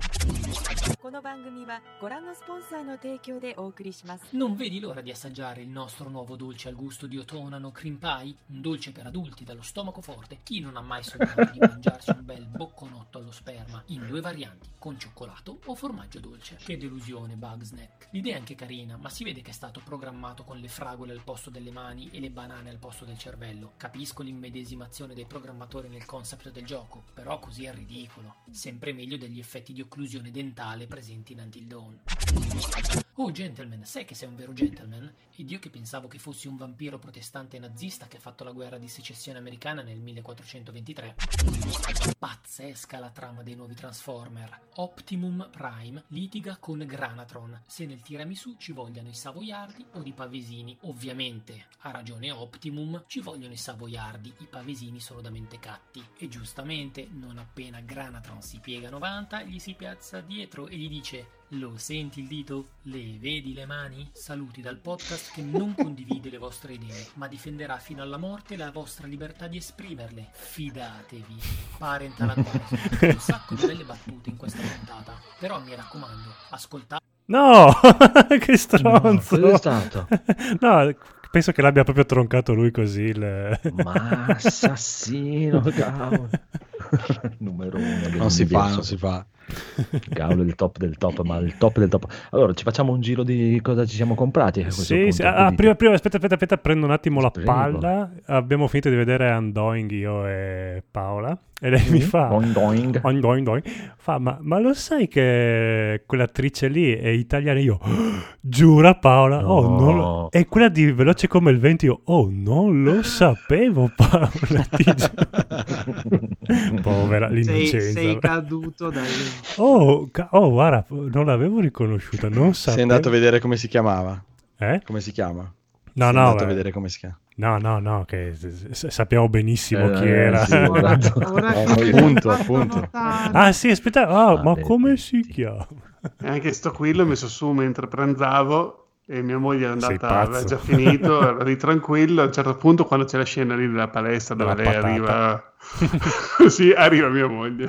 Non vedi l'ora di assaggiare il nostro nuovo dolce al gusto di Otonano Cream Pie? Un dolce per adulti dallo stomaco forte. Chi non ha mai sognato di mangiarsi un bel bocconotto allo sperma in 2 varianti, con cioccolato o formaggio dolce? Che delusione, Bugsnack. L'idea è anche carina, ma si vede che è stato programmato con le fragole al posto delle mani e le banane al posto del cervello. Capisco l'immedesimazione dei programmatori nel concept del gioco, però così è ridicolo. Sempre meglio degli effetti di occlusione dentale presenti in Until Dawn. Oh gentleman, sai che sei un vero gentleman? Ed io che pensavo che fossi un vampiro protestante nazista che ha fatto la guerra di secessione americana nel 1423. Pazzesca la trama dei nuovi Transformer. Optimum Prime litiga con Granatron se nel tiramisù ci vogliano i savoiardi o i pavesini. Ovviamente, ha ragione Optimum, ci vogliono i savoiardi, i pavesini sono da mentecatti. E giustamente, non appena Granatron si piega a 90, gli si piazza dietro e gli dice: lo senti il dito? Le vedi le mani? Saluti dal podcast che non condivide le vostre idee, ma difenderà fino alla morte la vostra libertà di esprimerle. Fidatevi. Parental advisory. Un sacco di belle battute in questa puntata, però mi raccomando, ascoltate. No, che stronzo. No, cos'è stato? No, penso che l'abbia proprio troncato lui così. Ma assassino, cavolo. Numero 1. Non si fa. Cavolo, il top del top, ma il top del top. Allora, ci facciamo un giro di cosa ci siamo comprati a questo punto. Prima, aspetta, prendo un attimo la palla. Abbiamo finito di vedere Undoing io e Paola. E lei mi fa: Oing. Fa, ma lo sai che quell'attrice lì è italiana? Io, giura Paola? No. Oh, no. È quella di Veloce come il vento. Io, oh, non lo sapevo, Paola. Povera l'innocenza. Sei caduto dai. Oh, guarda, non l'avevo riconosciuta. Non sapevo. Sei andato a vedere come si chiamava? Eh? Come si chiama? No, sei andato a vedere come si chiama? No, che sappiamo benissimo chi era. Sì, appunto. Ah sì, aspetta, ma come si chiama? Anche sto qui l'ho messo su mentre pranzavo e mia moglie è andata, aveva già finito, era lì tranquillo. A un certo punto, quando c'è la scena lì della palestra dove lei arriva, sì, arriva mia moglie.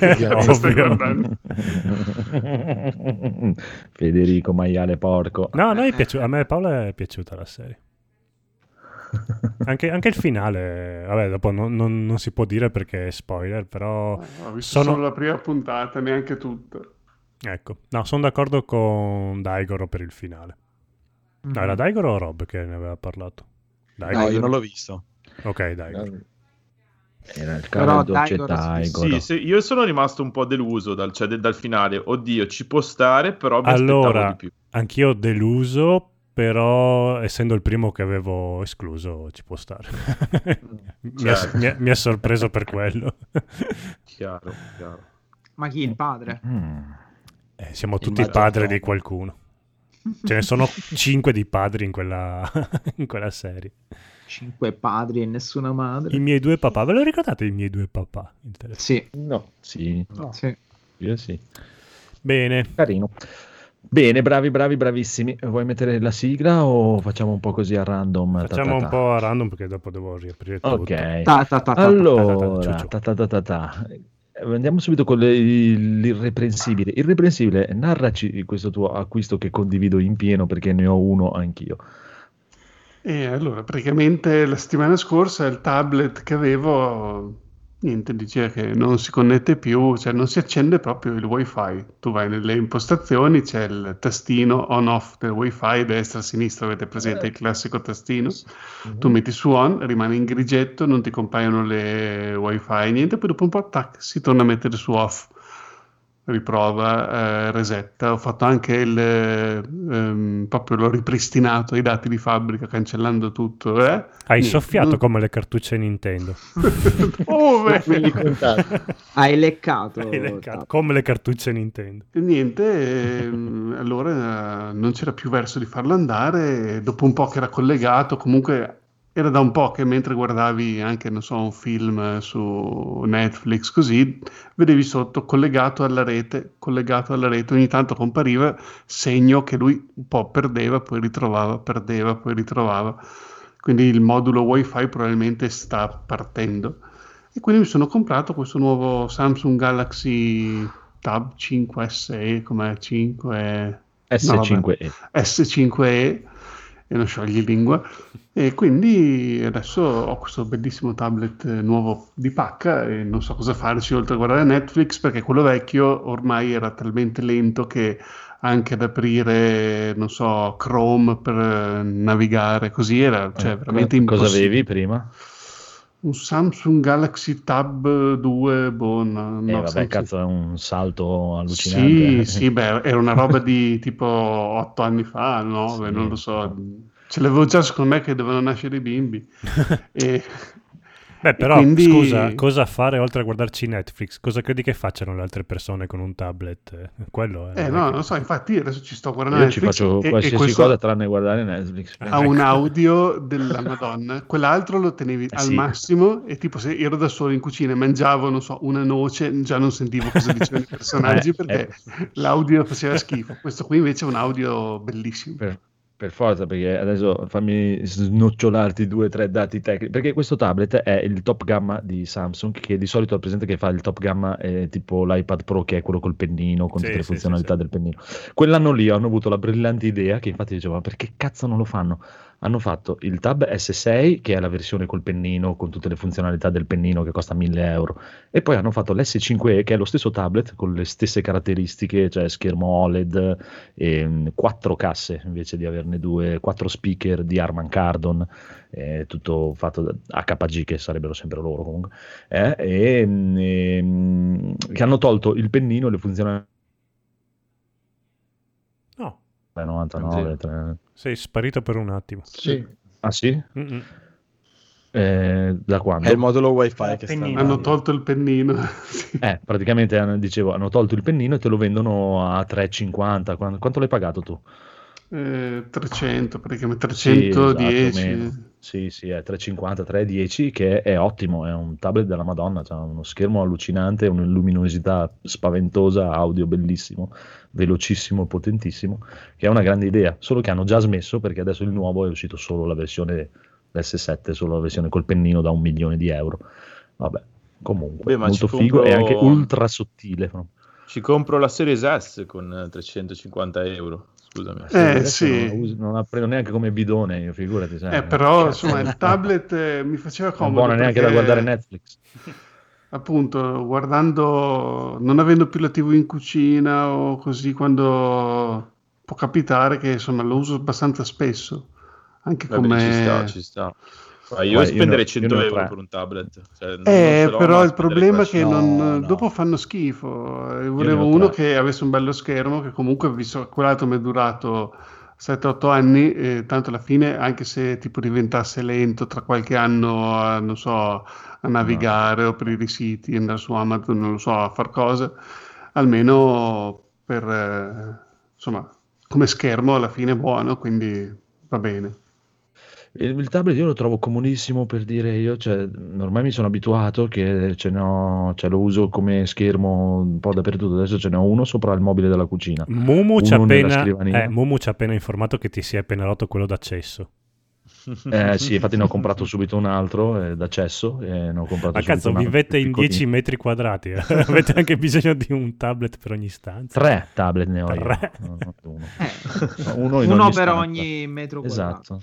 Federico Maiale porco. No, a me Paola è piaciuta la serie. Anche il finale, vabbè, dopo non si può dire perché è spoiler, però ho visto solo la prima puntata, neanche tutta. Ecco, no, sono d'accordo con Daigoro per il finale. No, era Daigoro o Rob che ne aveva parlato? Daigoro. No, io non l'ho visto. Ok, Daigoro. Era il caro dolce Daigoro. Sì, io sono rimasto un po' deluso dal finale. Oddio, ci può stare, però mi aspettavo di più. Anch'io deluso, però essendo il primo che avevo escluso ci può stare. Mi ha sorpreso per quello. Chiaro. Ma chi? Il padre? Siamo tutti padri di qualcuno. Ce ne sono 5 di padri in quella serie. 5 padri e nessuna madre. I miei 2 papà. Ve lo ricordate i miei 2 papà? Sì. No. Sì. Io sì. Bene. Carino. Bene, bravissimi. Vuoi mettere la sigla o facciamo un po' così a random? Facciamo un po' a random perché dopo devo riaprire tutto. Ok. Allora, andiamo subito con l'irreprensibile. Irreprensibile, narraci questo tuo acquisto che condivido in pieno perché ne ho uno anch'io. E allora, praticamente la settimana scorsa il tablet che avevo Niente, dice che non si connette più, cioè non si accende proprio il wifi. Tu vai nelle impostazioni, c'è il tastino on-off del wifi, destra, sinistra, avete presente il classico tastino. Tu metti su on, rimane in grigetto, non ti compaiono le wifi, niente, poi dopo un po' tac, si torna a mettere su off. Riprova, resetta. Ho fatto anche proprio l'ho ripristinato i dati di fabbrica cancellando tutto. Hai soffiato come le cartucce Nintendo. Hai leccato come le cartucce Nintendo. E niente, allora non c'era più verso di farlo andare. Dopo un po' che era collegato, comunque era da un po' che mentre guardavi anche, non so, un film su Netflix, così, vedevi sotto collegato alla rete, ogni tanto compariva segno che lui un po' perdeva, poi ritrovava. Quindi il modulo wifi probabilmente sta partendo. E quindi mi sono comprato questo nuovo Samsung Galaxy Tab 5 SE, com'è? 5 S5e. S5e, e non sciogli lingua. E quindi adesso ho questo bellissimo tablet nuovo di pacca e non so cosa farci oltre a guardare Netflix, perché quello vecchio ormai era talmente lento che anche ad aprire, non so, Chrome per navigare così era, cioè, veramente impossibile. Cosa avevi prima? Un Samsung Galaxy Tab 2, vabbè, cazzo, è un salto allucinante. Sì, beh, era una roba di tipo 8 anni fa, 9, non lo so. Ce l'avevo già secondo me che dovevano nascere i bimbi. Beh, però, quindi... scusa, cosa fare oltre a guardarci Netflix? Cosa credi che facciano le altre persone con un tablet? Quello è no, non so, infatti adesso ci sto guardando Io Netflix. Ci faccio qualsiasi cosa tranne guardare Netflix. Ha un audio della Madonna. Quell'altro lo tenevi al massimo e tipo se ero da solo in cucina e mangiavo, non so, una noce, già non sentivo cosa dicevano i personaggi perché l'audio faceva schifo. Questo qui invece è un audio bellissimo. Per forza, perché adesso fammi snocciolarti 2 o 3 dati tecnici, perché questo tablet è il top gamma di Samsung, che di solito è presente che fa il top gamma tipo l'iPad Pro, che è quello col pennino, con tutte le funzionalità del pennino. Quell'anno lì hanno avuto la brillante idea, che infatti dicevo, ma perché cazzo non lo fanno? Hanno fatto il Tab S6, che è la versione col pennino, con tutte le funzionalità del pennino, che costa 1.000 euro, e poi hanno fatto l'S5e, che è lo stesso tablet, con le stesse caratteristiche, cioè schermo OLED, 4 casse invece di averne 2, 4 speaker di Harman Kardon, tutto fatto da HPG, che sarebbero sempre loro comunque, che hanno tolto il pennino e le funzionalità. No. 99. Sei sparito per un attimo. Sì. Ah sì? Da quando? È il modulo wifi che hanno tolto il pennino. Praticamente hanno tolto il pennino e te lo vendono a 3,50. Quanto l'hai pagato tu? 300, praticamente 310. Sì, è 350, 310, che è ottimo, è un tablet della Madonna, c'ha uno schermo allucinante, una luminosità spaventosa, audio bellissimo, velocissimo, potentissimo, che è una grande idea, solo che hanno già smesso perché adesso il nuovo è uscito solo la versione S7, solo la versione col pennino da 1 milione di euro. Vabbè, comunque, molto figo e anche ultra sottile. Ci compro la Series S con 350 euro. Scusami. Non la prendo neanche come bidone, io figurati. Però insomma il tablet mi faceva comodo. Non buona neanche da guardare Netflix. Appunto, guardando, non avendo più la TV in cucina o così, quando può capitare che insomma lo uso abbastanza spesso. Anche come... Ci sta. Io spenderei 100 euro per un tablet. Cioè, però il problema è che dopo fanno schifo. Volevo uno che avesse un bello schermo, che comunque, visto quell'altro mi è durato 7-8 anni, tanto alla fine, anche se tipo diventasse lento tra qualche anno a, non so, a navigare o aprire i siti, andare su Amazon, non lo so, a far cose, almeno per insomma, come schermo alla fine è buono, quindi va bene. Il tablet io lo trovo comodissimo, per dire, io ormai mi sono abituato che lo uso come schermo un po' dappertutto, adesso ce ne ho uno sopra il mobile della cucina. Mumu ci ha appena informato che ti si è appena rotto quello d'accesso. Sì, infatti ne ho comprato subito un altro d'accesso e ne ho comprato cazzo, vivete in 10 metri quadrati, avete anche bisogno di un tablet per ogni stanza. 3 tablet ne ho io. Uno per ogni metro quadrato. Esatto.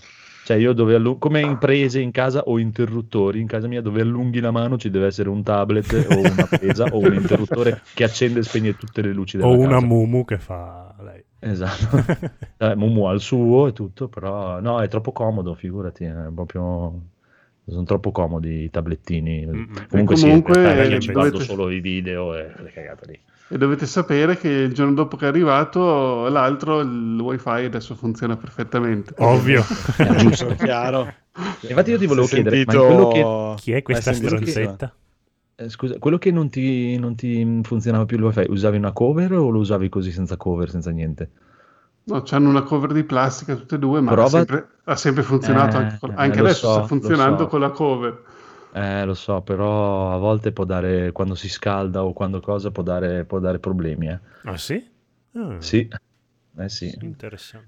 Cioè io come imprese in casa o interruttori, in casa mia dove allunghi la mano ci deve essere un tablet o una presa o un interruttore che accende e spegne tutte le luci della casa. O casa. una Mumu che fa lei. Esatto. Mumu ha il suo e tutto, però no, è troppo comodo, figurati, è proprio... Sono troppo comodi i tablettini. Comunque sì, guardo solo i video e le cagate lì. E dovete sapere che il giorno dopo che è arrivato l'altro, il wifi adesso funziona perfettamente. Ovvio. È giusto, chiaro. Infatti io ti volevo chiedere, ma quello che... chi è questa stronzetta? Scusa, quello che non ti funzionava più il wifi, usavi una cover o lo usavi così senza cover, senza niente? No, c'hanno una cover di plastica tutte e due, ma ha sempre funzionato, anche adesso sta funzionando con la cover. Lo so, però a volte può dare, quando si scalda o quando cosa, può dare problemi. Ah sì? Sì. Sì. Interessante.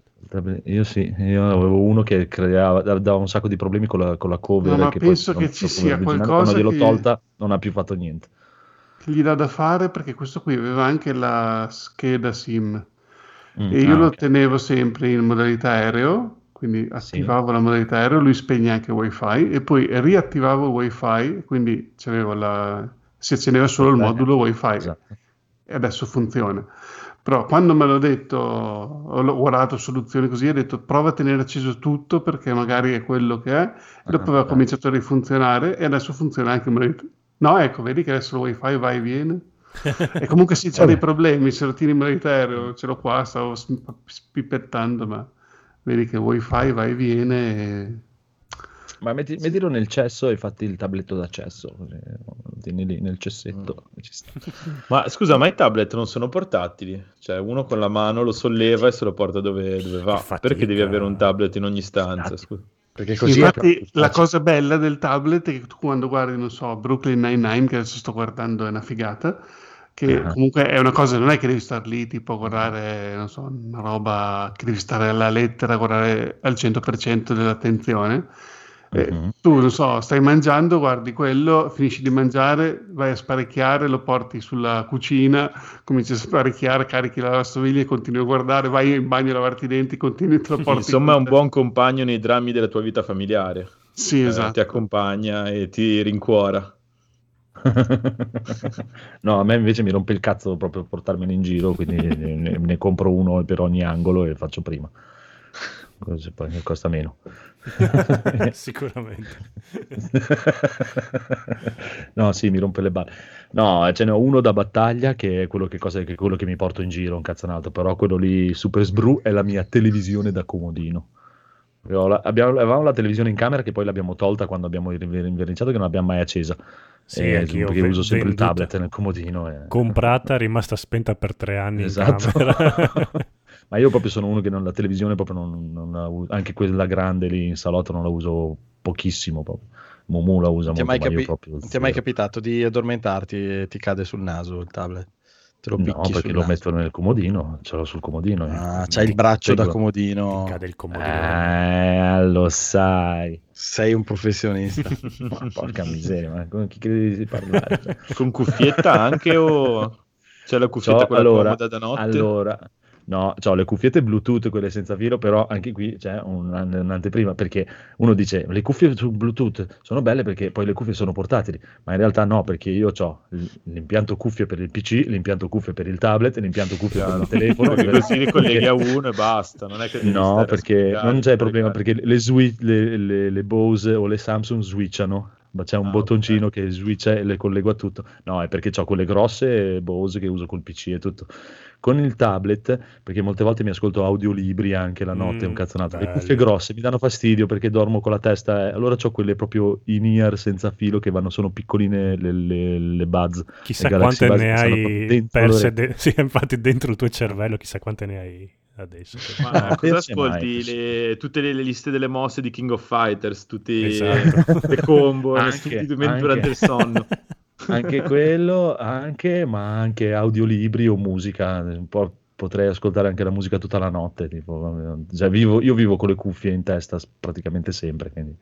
Io avevo uno che dava un sacco di problemi con la cover. No, ma penso che ci sia qualcosa quando gliel'ho tolta non ha più fatto niente. Che gli dà da fare, perché questo qui aveva anche la scheda SIM. E io lo tenevo sempre in modalità aereo, quindi attivavo la modalità aereo, lui spegne anche wifi e poi riattivavo il wifi, quindi si accendeva solo il modulo wifi. Esatto. E adesso funziona. Però quando me l'ho detto, ho guardato soluzioni così, ho detto prova a tenere acceso tutto perché magari è quello che è, e dopo aveva cominciato a rifunzionare e adesso funziona anche in modalità. No, ecco, vedi che adesso il wifi va e viene. E comunque sì, c'ha dei problemi, se lo tiri in modalità aereo, ce l'ho qua, stavo spippettando, ma vedi che wifi va e viene e... Ma mettilo nel cesso e fatti il tabletto d'accesso, tieni lì nel cessetto. Ci sta. Ma scusa, ma i tablet non sono portatili? Cioè uno con la mano lo solleva e se lo porta dove va. Perché devi avere un tablet in ogni stanza? Scusa. Perché così infatti la cosa bella del tablet è che tu quando guardi, non so, Brooklyn Nine-Nine, che adesso sto guardando, è una figata, che comunque è una cosa, non è che devi star lì tipo a guardare, non so, una roba che devi stare alla lettera, guardare al 100% dell'attenzione. Tu, non so, stai mangiando, guardi quello, finisci di mangiare, vai a sparecchiare, lo porti sulla cucina, cominci a sparecchiare, carichi la lavastoviglie e continui a guardare, vai in bagno a lavarti i denti, continui, te lo porti. Insomma è un buon compagno nei drammi della tua vita familiare. Sì, esatto. Ti accompagna e ti rincuora. No, a me invece mi rompe il cazzo proprio portarmelo in giro, quindi ne compro uno per ogni angolo e faccio prima. Così poi costa meno. Sicuramente. No, sì, mi rompe le balle. No, ce n'è uno da battaglia che è quello che mi porto in giro, un cazzanato, però quello lì super sbru è la mia televisione da comodino. Avevamo la televisione in camera che poi l'abbiamo tolta quando abbiamo inverniciato, che non l'abbiamo mai accesa. Sì, perché uso sempre il tablet nel comodino. Comprata, rimasta spenta per 3 anni. Esatto. In camera. Ma io proprio sono uno che la televisione proprio non la uso, anche quella grande lì in salotto non la uso pochissimo proprio. Mumu la usa molto, ma io proprio non ti è mai capitato di addormentarti e ti cade sul naso il tablet? Te lo no, perché lo metto nel comodino, ce l'ho sul comodino. C'hai il braccio da comodino. Ti cade il comodino. Lo sai. Sei un professionista. Ma porca miseria, ma con chi credi di parlare? Con cuffietta anche o c'è la cuffietta quella comoda da notte? Allora, no, c'ho le cuffiette Bluetooth, quelle senza filo, però anche qui c'è un'anteprima, perché uno dice le cuffie su Bluetooth sono belle perché poi le cuffie sono portatili, ma in realtà no, perché io ho l'impianto cuffie per il PC, l'impianto cuffie per il tablet, l'impianto cuffie per il telefono. Così li colleghi a uno e basta, non è che no, perché non c'è problema, perché le Bose o le Samsung switchano. Ma c'è un bottoncino che switcha e le collego a tutto. No, è perché ho quelle grosse Bose che uso col PC e tutto. Con il tablet, perché molte volte mi ascolto audiolibri anche la notte, un cazzonato. Le cuffie grosse mi danno fastidio perché dormo con la testa. Allora ho quelle proprio in-ear senza filo che sono piccoline le Buds. Chissà quante ne hai perse. Sì, infatti dentro il tuo cervello, chissà quante ne hai adesso. Ma cosa ascolti? Tutte le liste delle mosse di King of Fighters, tutte le combo durante il sonno. Anche quello, ma anche audiolibri o musica. Un po' potrei ascoltare anche la musica tutta la notte. Tipo, io vivo con le cuffie in testa praticamente sempre, quindi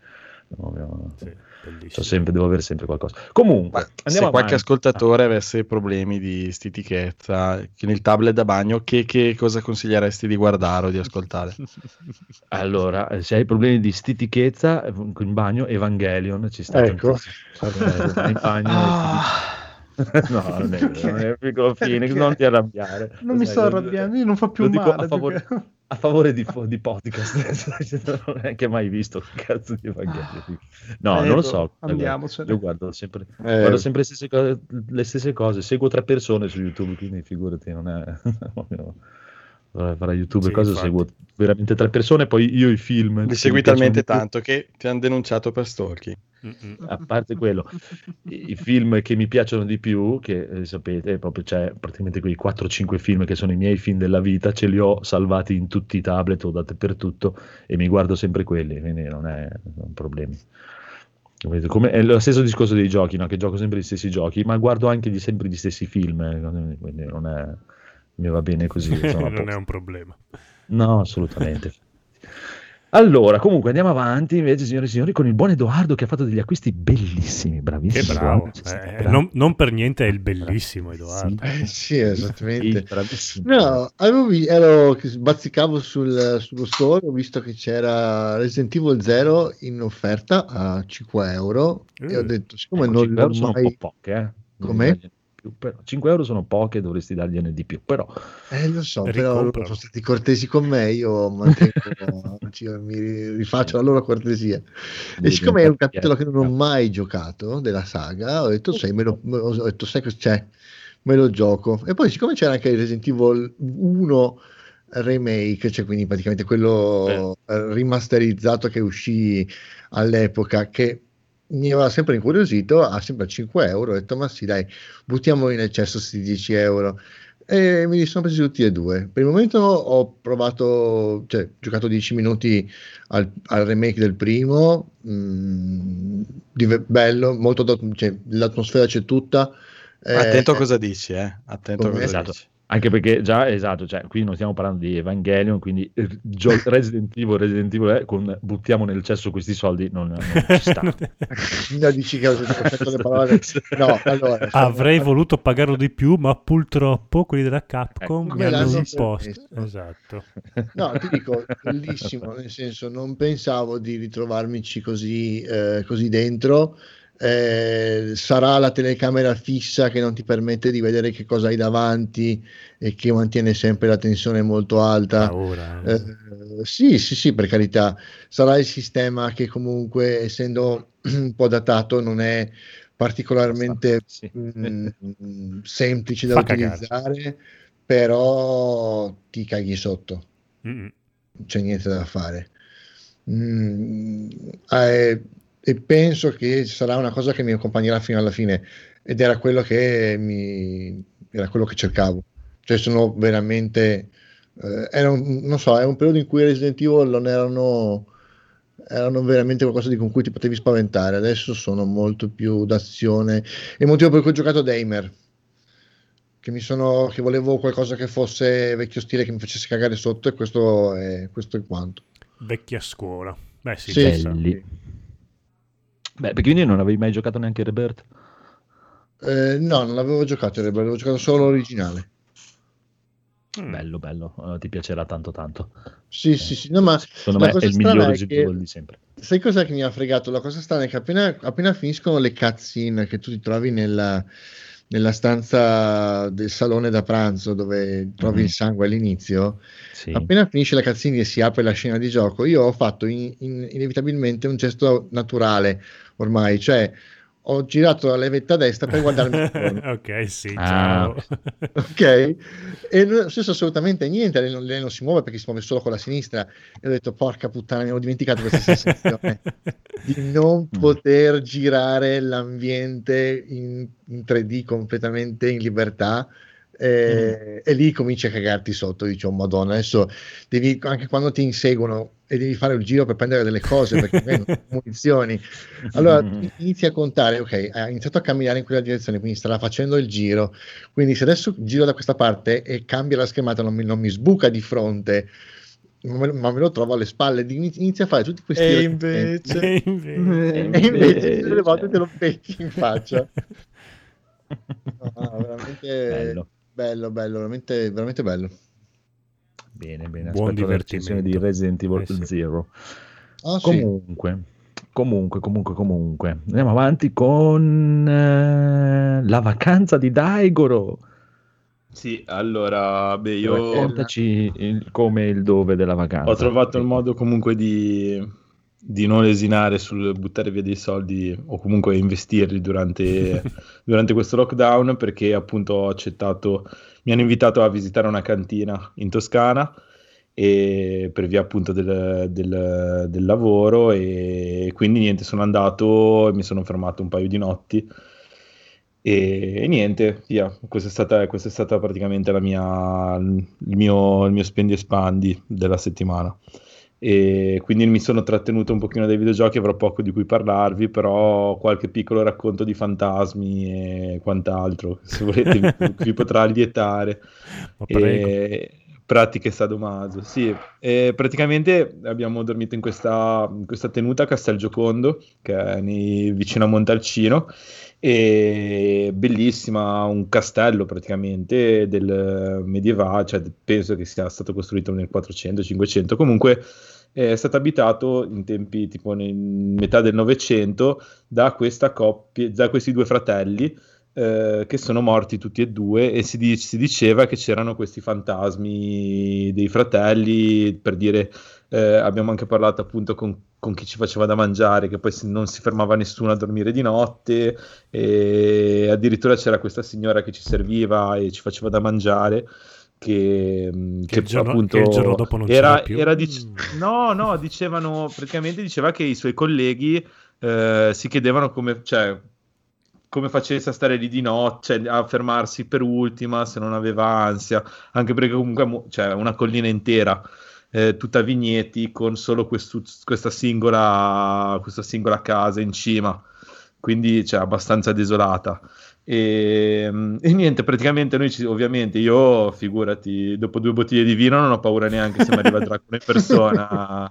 Devo avere sempre qualcosa. Comunque, se qualche ascoltatore avesse problemi di stitichezza con il tablet da bagno, che cosa consiglieresti di guardare o di ascoltare? Allora, se hai problemi di stitichezza in bagno, Evangelion ci sta tantissimo. In bagno no, non è piccolo Phoenix, non ti arrabbiare. Non mi sto arrabbiando, io non fa più male. A favore di podcast. Non è che mai visto che cazzo di Evangelion. No, non lo so. Andiamocene. Io guardo sempre le stesse cose. Seguo 3 persone su YouTube, quindi figurati, non è... Fare YouTube e cose, seguo veramente 3 persone, poi io i film li segui talmente tanto che ti hanno denunciato per stalking. A parte quello, i film che mi piacciono di più, che sapete, proprio c'è praticamente quei 4-5 film che sono i miei film della vita, ce li ho salvati in tutti i tablet o dappertutto e mi guardo sempre quelli, quindi non è un problema. È lo stesso discorso dei giochi, no? Che gioco sempre gli stessi giochi, ma guardo anche sempre gli stessi film, quindi non è, mi va bene così. Non è un problema. No, assolutamente. Allora, comunque andiamo avanti invece, signore e signori, con il buon Edoardo che ha fatto degli acquisti bellissimi, bravissimo. Che bravo, non per niente è il bellissimo Edoardo. Sì, esattamente. Bravissimo. No, bazzicavo sullo store, ho visto che c'era Resident Evil 0 in offerta a 5 euro e ho detto, siccome non 5 euro sono mai... un po' poche, Come? Però 5 euro sono poche, dovresti dargliene di più, però lo so, però loro sono stati cortesi con me, io mantengo mi rifaccio la loro cortesia e siccome è un capitolo che non ho mai giocato della saga, ho detto sai che c'è, me lo gioco. E poi siccome c'era anche il Resident Evil 1 remake, cioè quindi praticamente quello rimasterizzato che uscì all'epoca, che mi aveva sempre incuriosito, sempre a 5 euro, ho detto ma sì dai, buttiamo in eccesso questi 10 euro e me li sono presi tutti e due. Per il momento ho provato, cioè giocato 10 minuti al remake del primo, bello, molto, cioè, l'atmosfera c'è tutta. Attento a cosa dici, attento a cosa dici. Anche perché già, esatto, cioè qui non stiamo parlando di Evangelion, quindi Resident Evil con buttiamo nel cesso questi soldi non ci sta. No, dici che ho fatto le parole. No, allora, avrei voluto pagarlo di più, ma purtroppo quelli della Capcom mi hanno imposto. Esatto. No, ti dico, bellissimo, nel senso non pensavo di ritrovarmici così dentro. Sarà la telecamera fissa che non ti permette di vedere che cosa hai davanti e che mantiene sempre la tensione molto alta. Sì, per carità. Sarà il sistema che comunque, essendo un po' datato, non è particolarmente semplice da utilizzare, però ti caghi sotto. Non c'è niente da fare. E penso che sarà una cosa che mi accompagnerà fino alla fine, ed era quello che cercavo. Cioè sono veramente non so, è un periodo in cui Resident Evil non erano veramente qualcosa con cui ti potevi spaventare. Adesso sono molto più d'azione, e il motivo per cui ho giocato Damer, che volevo qualcosa che fosse vecchio stile, che mi facesse cagare sotto, e questo è quanto. Vecchia scuola. Beh sì. Beh, perché quindi non avevi mai giocato neanche Rebirth? No, non l'avevo giocato Rebirth, avevo giocato solo l'originale. Bello, ti piacerà tanto. Sì, no, ma secondo me è il miglior Resident Evil di sempre. Sai cosa che mi ha fregato? La cosa strana è che appena finiscono le cutscene che tu ti trovi nella stanza del salone da pranzo dove trovi il sangue all'inizio, appena finisce la cutscene e si apre la scena di gioco, io ho fatto inevitabilmente un gesto naturale ormai, cioè ho girato la levetta a destra per guardarmi intorno. Ok, sì, ciao. Ok, e non è successo assolutamente niente, lei non si muove perché si muove solo con la sinistra, e ho detto porca puttana, mi ero dimenticato questa sensazione di non poter girare l'ambiente in 3D completamente in libertà. E lì cominci a cagarti sotto, diciamo, madonna, adesso devi, anche quando ti inseguono e devi fare il giro per prendere delle cose perché non munizioni, allora inizi a contare, ok, ha iniziato a camminare in quella direzione, quindi starà facendo il giro, quindi se adesso giro da questa parte e cambia la schermata, non mi sbuca di fronte ma me lo trovo alle spalle, inizia a fare tutti questi E invece tutte le volte te lo becchi in faccia. No, veramente bello, veramente, veramente bello. Bene, buon aspetto la recensione di Resident Evil Zero. Comunque andiamo avanti con la vacanza di Daigoro. Sì, allora, io raccontaci come e il dove della vacanza. Ho trovato il modo comunque di non lesinare sul buttare via dei soldi o comunque investirli durante questo lockdown, perché appunto ho accettato, mi hanno invitato a visitare una cantina in Toscana e per via appunto del lavoro, e quindi niente, sono andato e mi sono fermato un paio di notti e niente, via. Questa è stata praticamente il mio spendi e spandi della settimana, e quindi mi sono trattenuto un pochino dai videogiochi. Avrò poco di cui parlarvi, però qualche piccolo racconto di fantasmi e quant'altro, se volete vi potrà lietare. Pratiche sadomaso, sì. E praticamente abbiamo dormito in questa tenuta a Castelgiocondo, che è vicino a Montalcino, e bellissima, un castello praticamente del medievale, cioè penso che sia stato costruito nel 400-500, comunque è stato abitato in tempi tipo in metà del Novecento da questa coppia, da questi due fratelli, che sono morti tutti e due, e si diceva che c'erano questi fantasmi dei fratelli, per dire, abbiamo anche parlato appunto con chi ci faceva da mangiare, che poi non si fermava nessuno a dormire di notte, e addirittura c'era questa signora che ci serviva e ci faceva da mangiare, che il giorno dopo non c'era più. No, diceva che i suoi colleghi si chiedevano come facesse a stare lì di notte, cioè a fermarsi per ultima, se non aveva ansia, anche perché comunque una collina intera, tutta vigneti, con solo questa singola casa in cima, quindi abbastanza desolata. E niente, praticamente noi ovviamente, io figurati, dopo 2 bottiglie di vino non ho paura neanche se mi arriva il Dracula in persona.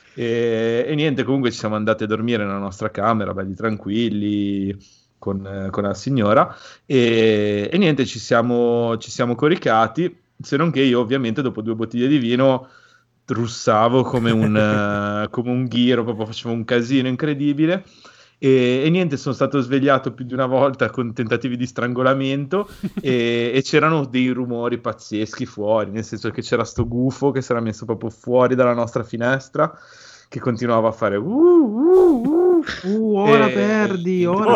E niente, comunque ci siamo andati a dormire nella nostra camera, belli tranquilli, con la signora, e niente, ci siamo coricati, se non che io ovviamente dopo 2 bottiglie di vino russavo come un ghiro, proprio facevo un casino incredibile, e niente, sono stato svegliato più di una volta con tentativi di strangolamento e c'erano dei rumori pazzeschi fuori, nel senso che c'era sto gufo che si era messo proprio fuori dalla nostra finestra, che continuava a fare ora perdi. Una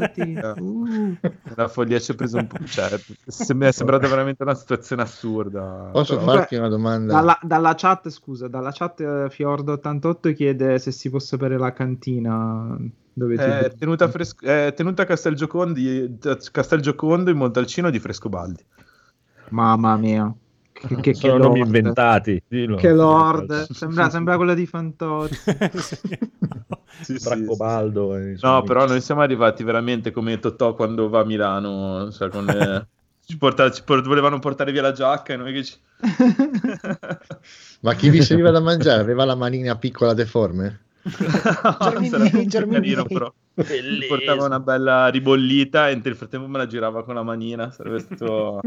follia ci ha preso un po', mi è sembrata veramente una situazione assurda. Posso farti una domanda? Dalla chat Fiordo88 chiede se si può sapere la cantina dove tenuta a Castelgiocondo in Montalcino di Frescobaldi. Mamma mia. Che sono nomi inventati, dillo. Che lord, sembra quella di Fantozzi. Braccobaldo. No, però noi siamo arrivati veramente come Totò quando va a Milano, volevano portare via la giacca e noi che Ma chi vi serviva da mangiare aveva la manina piccola deforme? Carino, però portava una bella ribollita e nel frattempo me la girava con la manina, sarebbe stato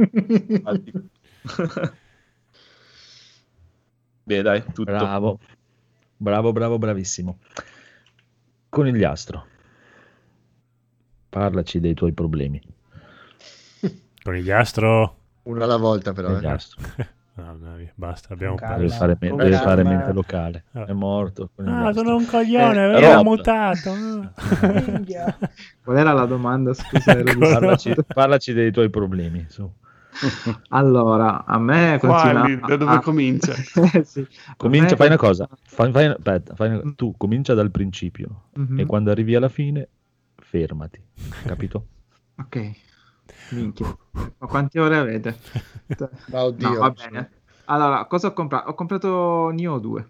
Beh, dai, tutto. Bravissimo. Conigliastro, parlaci dei tuoi problemi. Conigliastro, una alla volta però. Conigliastro. No, basta, abbiamo deve fare mente locale. È morto. Sono un coglione, era mutato. Qual era la domanda? Scusa, parlaci dei tuoi problemi, su. Allora, a me da dove comincia? Sì. Comincia, fai una cosa, tu comincia dal principio e quando arrivi alla fine fermati, capito? Ok. Minchia. Ma quante ore avete? Oddio. No, va bene. Allora, cosa ho comprato? Ho comprato Nioh 2.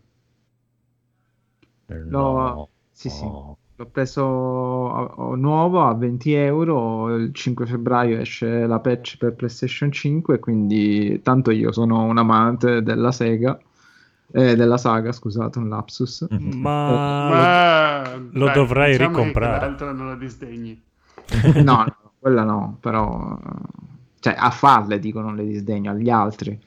Sì. L'ho preso nuovo a 20 euro. Il 5 febbraio esce la patch per PlayStation 5, quindi tanto io sono un amante della Sega. della saga, scusate, un lapsus. Ma lo dai, dovrai diciamo ricomprare. Che l'altro non lo disdegni. No, quella no, però cioè a farle dico, non le disdegno agli altri.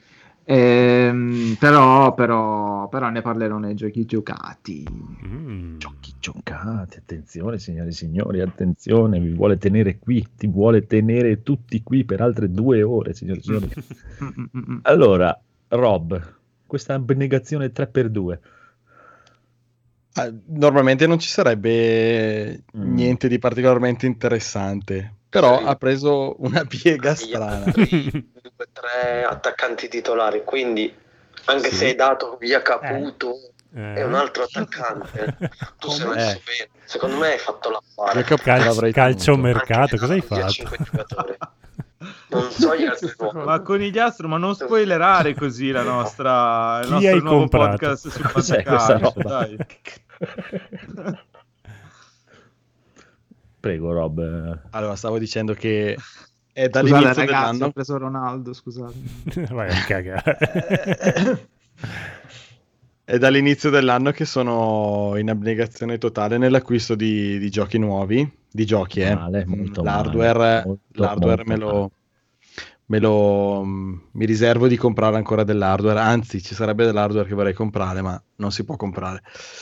Però ne parlerò nei giochi giocati. Giochi giocati, attenzione signori e signori, attenzione, vi vuole tenere qui, ti vuole tenere tutti qui per altre 2 ore, signori e signori. Allora, Rob, questa abnegazione 3x2. Normalmente non ci sarebbe niente di particolarmente interessante, però ha preso una piega strana. 2-3 attaccanti titolari, quindi anche se hai dato via Caputo è un altro attaccante, tu sei messo bene. Secondo me hai fatto l'affare. Calciomercato, cosa hai fatto? 5 giocatori. Non so gli altri nuovi. Ma Conigliastro, ma non spoilerare così il nostro hai nuovo comprato? podcast sul fantacalcio, dai. Prego Rob. Allora, stavo dicendo che è Scusate, dall'inizio ragazzi, dell'anno. ho preso Ronaldo, scusate. Vai a cagare. È dall'inizio dell'anno che sono in abnegazione totale nell'acquisto di giochi nuovi, di giochi, Male, molto l'hardware, male, l'hardware mi riservo di comprare ancora dell'hardware, anzi ci sarebbe dell'hardware che vorrei comprare, ma non si può comprare.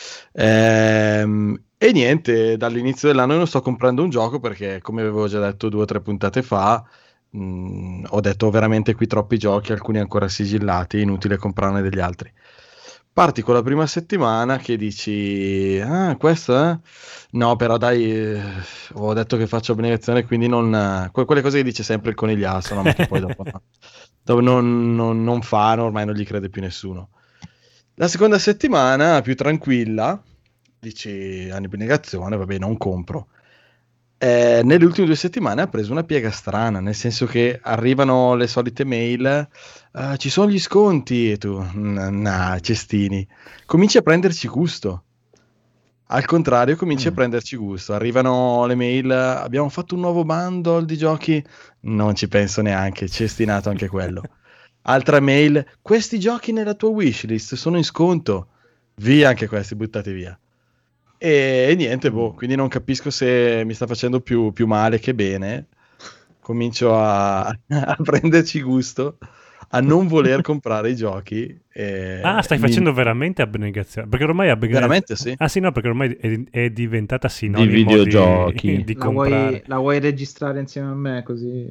E niente, dall'inizio dell'anno non sto comprando un gioco perché, come avevo già detto 2 o 3 puntate fa, ho detto veramente qui troppi giochi, alcuni ancora sigillati, inutile comprarne degli altri. Parti con la prima settimana che dici questo no, però dai, ho detto che faccio abnegazione, quindi non quelle cose che dice sempre il conigliastro, no? Ma che poi dopo non fanno, ormai non gli crede più nessuno. La seconda settimana più tranquilla dici abnegazione, vabbè, non compro. Nelle ultime 2 settimane ha preso una piega strana, nel senso che arrivano le solite mail, ci sono gli sconti, e tu, cestini, cominci a prenderci gusto. Al contrario, cominci a prenderci gusto. Arrivano le mail, abbiamo fatto un nuovo bundle di giochi, non ci penso neanche, cestinato anche quello. Altra mail, questi giochi nella tua wishlist sono in sconto, via anche questi, buttati via. E niente, quindi non capisco se mi sta facendo più male che bene. Comincio a prenderci gusto, a non voler comprare i giochi. Stai facendo veramente abnegazione? Perché ormai veramente sì. Ah sì, no, perché ormai è diventata sinonimo di videogiochi. di comprare. La vuoi registrare insieme a me così?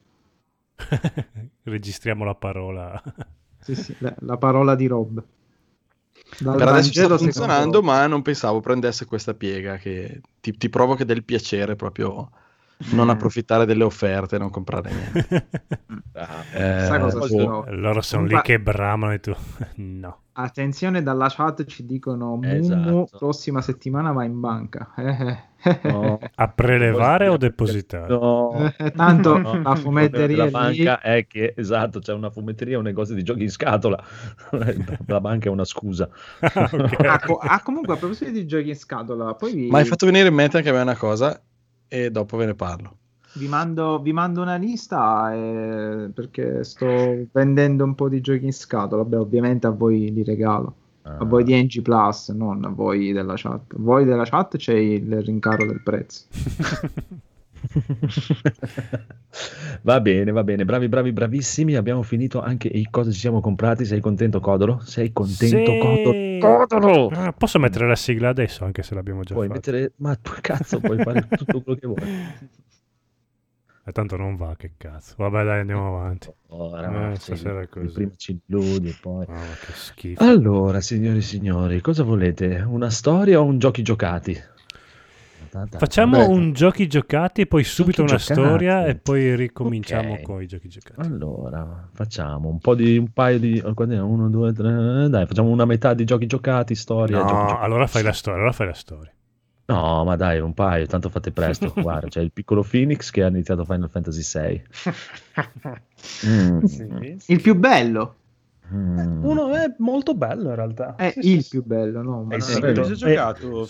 Registriamo la parola. Sì, la parola di Rob. Per adesso sta funzionando, ma non pensavo prendesse questa piega che ti provoca del piacere proprio non approfittare delle offerte, non comprare niente. Loro sono lì che bramano e tu no. Attenzione, dalla chat ci dicono Mumu prossima settimana va in banca. No. A prelevare o depositare? No. Tanto la fumetteria la banca è che esatto, c'è una fumetteria, un negozio di giochi in scatola. La banca è una scusa. Comunque a proposito di giochi in scatola, poi ma hai fatto venire in mente anche a me una cosa e dopo ve ne parlo. Vi mando una lista perché sto vendendo un po' di giochi in scatola. Beh, ovviamente a voi li regalo. A voi di NG Plus, non a voi della chat. A voi della chat c'è il rincaro del prezzo. Va bene, bravissimi. Abbiamo finito anche i cosa ci siamo comprati. Sei contento, Codolo? Sei contento, Codolo? Posso mettere la sigla adesso, anche se l'abbiamo già fatta? Ma tu cazzo, puoi fare tutto quello che vuoi. E tanto non va, che cazzo. Vabbè, dai, andiamo avanti. Stasera è così. Prima ci illudi e poi... che schifo. Allora, signori e signori, cosa volete? Una storia o un giochi giocati? Facciamo un giochi giocati e poi subito una storia e poi ricominciamo con i giochi giocati. Allora, facciamo un paio di... 1, 2, 3... Dai, facciamo una metà di giochi giocati, storia. No, giochi allora fai la storia. No, ma dai, un paio, tanto fate presto. Guarda, c'è il piccolo Phoenix che ha iniziato Final Fantasy VI. Sì. Il più bello. Uno è molto bello in realtà. È più bello, no? Hai giocato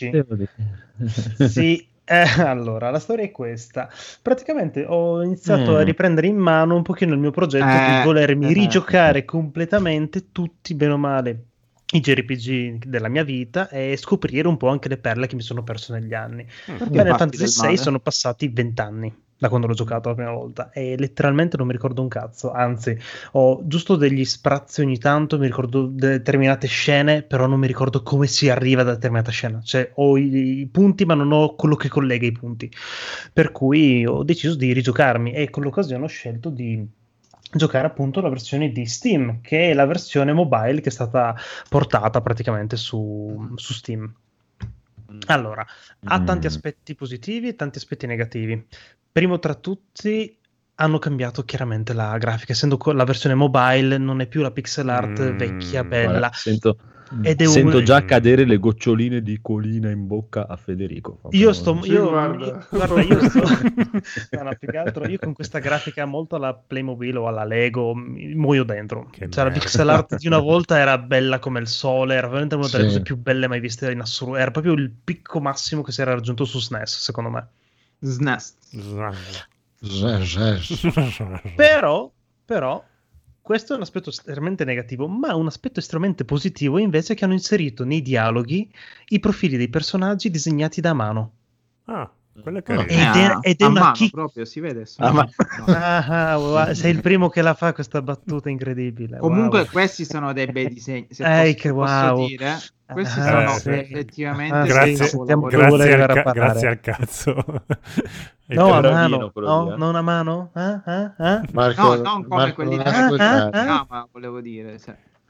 Sì, allora la storia è questa. Praticamente ho iniziato a riprendere in mano un pochino il mio progetto di volermi rigiocare completamente tutti, bene o male, i JRPG della mia vita e scoprire un po' anche le perle che mi sono perso negli anni. Final Fantasy VI sono passati 20 anni da quando l'ho giocato la prima volta e letteralmente non mi ricordo un cazzo, anzi ho giusto degli sprazzi ogni tanto, mi ricordo determinate scene, però non mi ricordo come si arriva da determinata scena, cioè ho i punti ma non ho quello che collega i punti, per cui ho deciso di rigiocarmi e con l'occasione ho scelto di giocare appunto la versione di Steam, che è la versione mobile che è stata portata praticamente su Steam. Allora, ha tanti aspetti positivi e tanti aspetti negativi. Primo tra tutti, hanno cambiato chiaramente la grafica, essendo la versione mobile non è più la pixel art vecchia, bella. Guarda, sento già cadere le goccioline di colina in bocca a Federico. Guarda, più che altro io con questa grafica molto alla Playmobil o alla Lego muoio dentro. Cioè, la pixel art di una volta era bella come il sole, era veramente una delle cose più belle mai viste in assoluto, era proprio il picco massimo che si era raggiunto su SNES, secondo me. Però questo è un aspetto estremamente negativo, ma un aspetto estremamente positivo invece che hanno inserito nei dialoghi i profili dei personaggi disegnati da mano. Quello che ed è una mano proprio, si vede. Sei il primo che la fa questa battuta incredibile. Comunque questi sono dei bei disegni, se posso dire. Questi sono effettivamente grazie al cazzo. No, a mano, non a mano. Marco, no, non come quelli di volevo dire.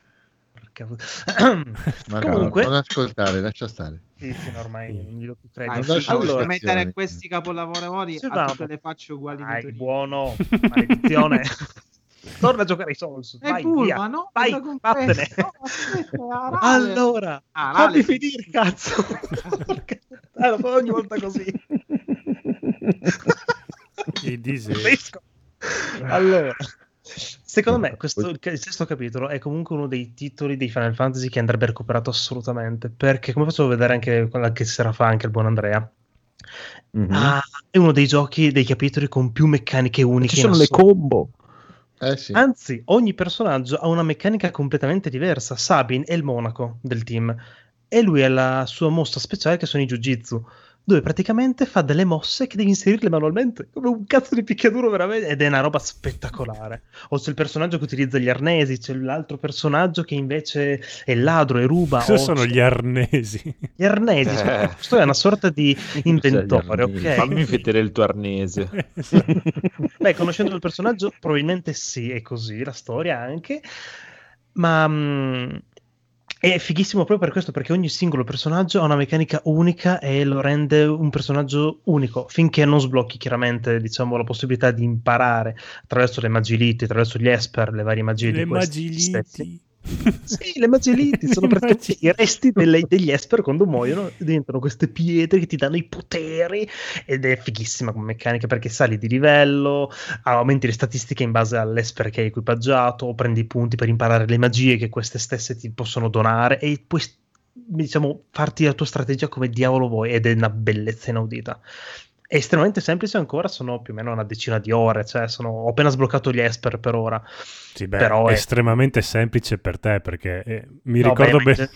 Comunque, non ascoltare, lascia stare. Sì, ormai non glielo più credo. Allora, mettere questi capolavori a tutte le facce uguali. Buono, maledizione. Torna a giocare ai Souls. Vai, via. No, vai, vattene. Allora, fammi finire, cazzo. Ogni volta così. Allora, secondo me il sesto capitolo è comunque uno dei titoli dei Final Fantasy che andrebbe recuperato assolutamente, perché come facevo vedere anche sera fa anche il buon Andrea, è uno dei giochi, dei capitoli con più meccaniche uniche. Ci sono le combo. Sì. Anzi, ogni personaggio ha una meccanica completamente diversa. Sabin è il monaco del team e lui ha la sua mossa speciale che sono i Jiu-Jitsu, dove praticamente fa delle mosse che devi inserirle manualmente, come un cazzo di picchiaduro veramente, ed è una roba spettacolare. O c'è il personaggio che utilizza gli arnesi, c'è l'altro personaggio che invece è ladro e ruba. Cosa sono gli arnesi? Gli arnesi, questo è una sorta di inventore, ok? Fammi vedere il tuo arnese. Beh, conoscendo il personaggio probabilmente sì, è così, la storia anche, ma è fighissimo proprio per questo, perché ogni singolo personaggio ha una meccanica unica e lo rende un personaggio unico, finché non sblocchi chiaramente, diciamo, la possibilità di imparare attraverso le magiliti, attraverso gli esper, le varie magie di questi stessi. Sì, le magiliti sono praticamente i resti degli esper quando muoiono, diventano queste pietre che ti danno i poteri, ed è fighissima come meccanica, perché sali di livello, aumenti le statistiche in base all'esper che hai equipaggiato, o prendi punti per imparare le magie che queste stesse ti possono donare e puoi, diciamo, farti la tua strategia come diavolo vuoi, ed è una bellezza inaudita. È estremamente semplice ancora, sono più o meno una decina di ore, cioè ho appena sbloccato gli esper per ora. Sì, beh, però è estremamente semplice per te, perché mi ricordo bene.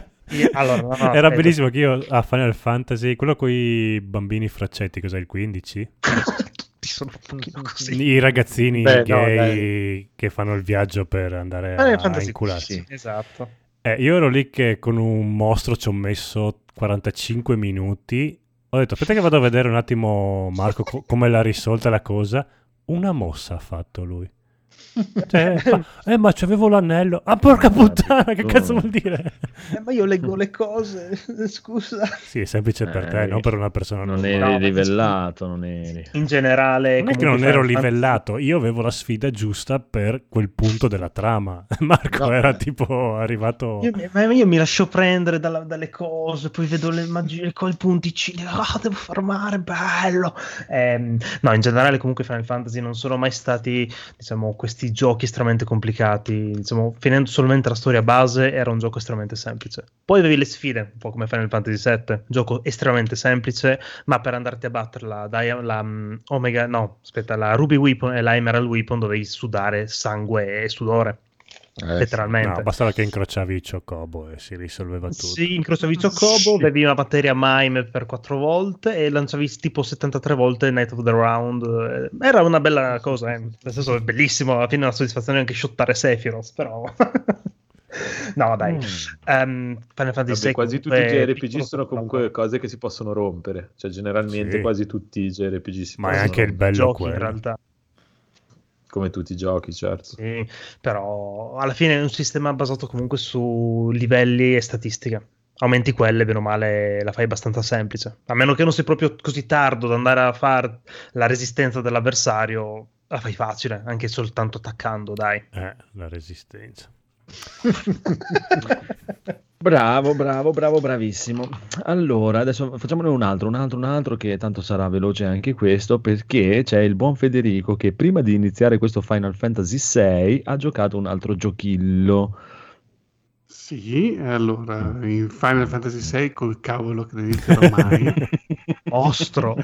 Allora, era bellissimo che io a Final Fantasy, quello con i bambini fraccetti, cos'è, il 15? Sono un pochino così. I ragazzini gay che fanno il viaggio per andare a incularsi. Sì, esatto. Io ero lì che con un mostro ci ho messo 45 minuti. Ho detto, aspetta che vado a vedere un attimo Marco come l'ha risolta la cosa. Una mossa ha fatto lui. Cioè, ma c'avevo l'anello. Ah, porca puttana, che cazzo vuol dire? Ma io leggo le cose, scusa. Sì, è semplice per te, non per una persona non normale. eri livellato, non eri. In generale, non è che non ero livellato, io avevo la sfida giusta per quel punto della trama. Marco era tipo arrivato. Io mi lascio prendere dalle cose, poi vedo le magie, i punticini, devo farmare, bello. No, in generale, comunque, Final Fantasy non sono mai stati, diciamo, questi giochi estremamente complicati, diciamo, finendo solamente la storia base era un gioco estremamente semplice. Poi avevi le sfide, un po' come Final Fantasy VII, gioco estremamente semplice, ma per andarti a battere la Ruby Weapon e la Emerald Weapon dovevi sudare sangue e sudore. letteralmente. No, bastava che incrociavi i Chocobo e si risolveva tutto. Sì, incrociavi i Chocobo, avevi una batteria Mime per 4 volte e lanciavi tipo 73 volte Night of the Round. Era una bella cosa, nel senso è bellissimo, alla fine è una soddisfazione anche shottare Sephiroth, però... No, dai. Final Fantasy VI, quasi tutti i JRPG sono comunque cose che si possono rompere, cioè generalmente quasi tutti i JRPG si ma possono è anche il bello giochi quello. in realtà. Come tutti i giochi, certo. Sì, però alla fine è un sistema basato comunque su livelli e statistiche. Aumenti quelle, bene o male, la fai abbastanza semplice. A meno che non sei proprio così tardo da andare a fare la resistenza dell'avversario, la fai facile, anche soltanto attaccando, dai. La resistenza. Bravissimo. Allora, adesso facciamone un altro che tanto sarà veloce anche questo, perché c'è il buon Federico che prima di iniziare questo Final Fantasy VI ha giocato un altro giochillo. Sì, allora, in Final Fantasy VI col cavolo che inizierò mai. Mostro.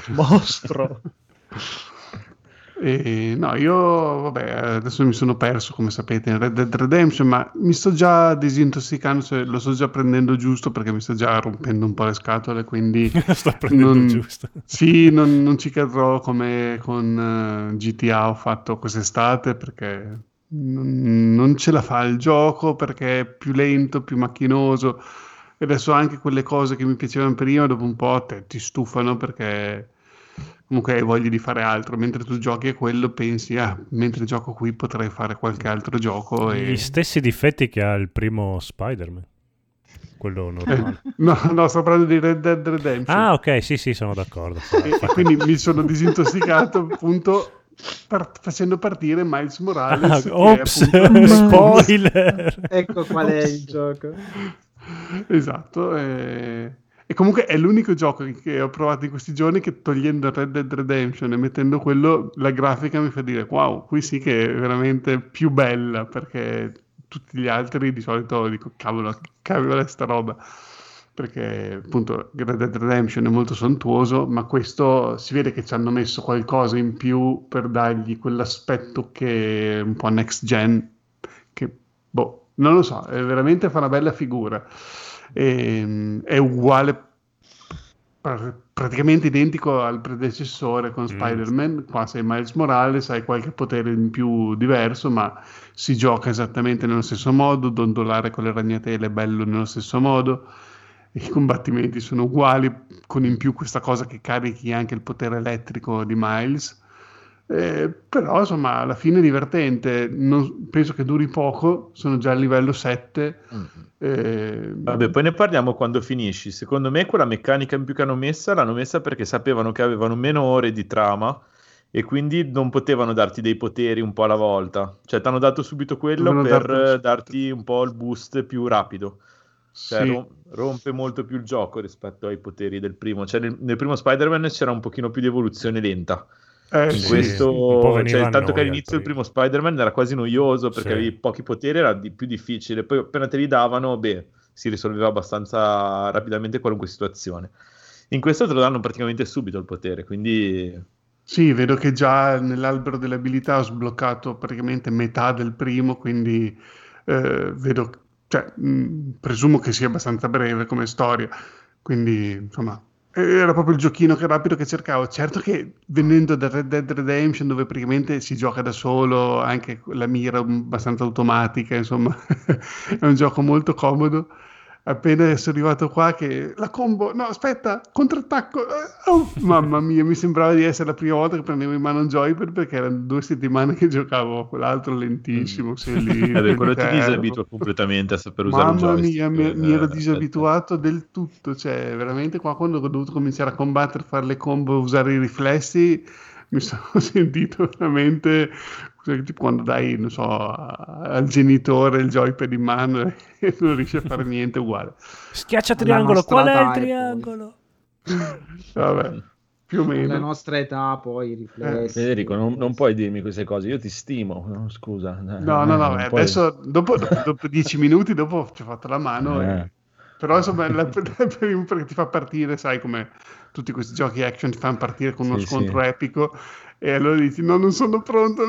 No, io vabbè, adesso mi sono perso, come sapete, in Red Dead Redemption, ma mi sto già disintossicando, cioè, lo sto già prendendo giusto perché mi sto già rompendo un po' le scatole, quindi sto prendendo giusto. Sì, non ci cadrò come con GTA ho fatto quest'estate, perché non ce la fa il gioco, perché è più lento, più macchinoso, e adesso anche quelle cose che mi piacevano prima dopo un po' ti stufano, perché comunque hai voglia di fare altro, mentre tu giochi a quello pensi, mentre gioco qui potrei fare qualche altro gioco. Gli stessi difetti che ha il primo Spider-Man, quello normale. No, sto parlando di Red Dead Redemption. Ah, ok, sì, sono d'accordo. E quindi mi sono disintossicato appunto facendo partire Miles Morales. Ops, spoiler! Ecco qual è il gioco. Esatto, e comunque è l'unico gioco che ho provato in questi giorni che, togliendo Red Dead Redemption e mettendo quello, la grafica mi fa dire wow, qui sì che è veramente più bella, perché tutti gli altri di solito dico cavolo sta roba, perché appunto Red Dead Redemption è molto sontuoso, ma questo si vede che ci hanno messo qualcosa in più per dargli quell'aspetto che è un po' next gen, che non lo so, veramente fa una bella figura. È uguale, praticamente identico al predecessore con Spider-Man. Qua sei Miles Morales, hai qualche potere in più diverso, ma si gioca esattamente nello stesso modo, dondolare con le ragnatele è bello nello stesso modo, i combattimenti sono uguali, con in più questa cosa che carichi anche il potere elettrico di Miles. Però insomma alla fine è divertente, penso che duri poco, sono già al livello 7. Vabbè, poi ne parliamo quando finisci. Secondo me quella meccanica in più che l'hanno messa perché sapevano che avevano meno ore di trama e quindi non potevano darti dei poteri un po' alla volta, cioè ti hanno dato subito quello per darti un po' il boost più rapido, cioè sì. Rompe molto più il gioco rispetto ai poteri del primo, cioè nel primo Spider-Man c'era un pochino più di evoluzione lenta. In questo, cioè, tanto che all'inizio il primo Spider-Man era quasi noioso perché avevi pochi poteri, era più difficile, poi appena te li davano, si risolveva abbastanza rapidamente qualunque situazione. In questo te lo danno praticamente subito il potere, quindi... Sì, vedo che già nell'albero delle abilità ho sbloccato praticamente metà del primo, quindi vedo, cioè, presumo che sia abbastanza breve come storia, quindi insomma... Era proprio il giochino rapido che cercavo. Certo che venendo da Red Dead Redemption, dove praticamente si gioca da solo, anche la mira abbastanza automatica, insomma, è un gioco molto comodo. Appena sono arrivato qua che la combo, no aspetta, contrattacco, mamma mia, mi sembrava di essere la prima volta che prendevo in mano un joypad, perché erano 2 settimane che giocavo quell'altro lentissimo, quello ti disabitua completamente a saper usare un joystick. Mamma mia, mi ero disabituato del tutto, cioè veramente qua quando ho dovuto cominciare a combattere, fare le combo, usare i riflessi, mi sono sentito veramente tipo quando dai, non so, al genitore il joypad in mano e non riesci a fare niente, uguale. Schiaccia triangolo, qual è il triangolo? Vabbè, più o meno. La nostra età, poi, riflessi. Federico, non puoi dirmi queste cose, io ti stimo, no, scusa. No, adesso dopo 10 minuti dopo ci ho fatto la mano e Però insomma perché ti fa partire, sai, come tutti questi giochi action ti fanno partire con uno scontro epico, e allora dici no, non sono pronto.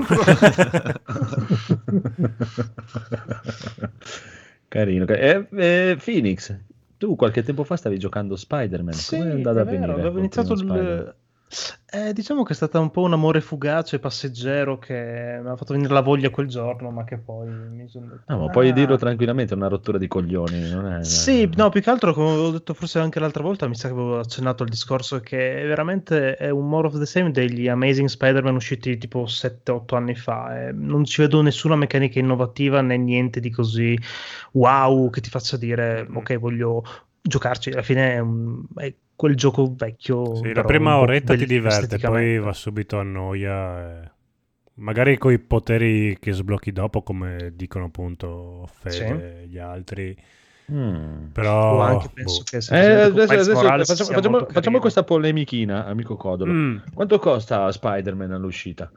Carino. Phoenix, tu qualche tempo fa stavi giocando Spider-Man. Come è andata a venire? Avevo iniziato diciamo che è stata un po' un amore fugace e passeggero che mi ha fatto venire la voglia quel giorno, ma che poi mi sono detto... No, ma puoi dirlo tranquillamente, è una rottura di coglioni, non è... Sì, no, più che altro, come avevo detto forse anche l'altra volta, mi sa che avevo accennato al discorso che veramente è un more of the same degli Amazing Spider-Man usciti tipo 7-8 anni fa, e non ci vedo nessuna meccanica innovativa né niente di così wow che ti faccia dire ok, voglio giocarci. Alla fine è quel gioco vecchio. Sì, la prima oretta ti diverte, poi va subito a noia. Magari coi poteri che sblocchi dopo, come dicono appunto Fede e gli altri. Però anche penso che facciamo questa polemichina, amico Codolo. Quanto costa Spider-Man all'uscita?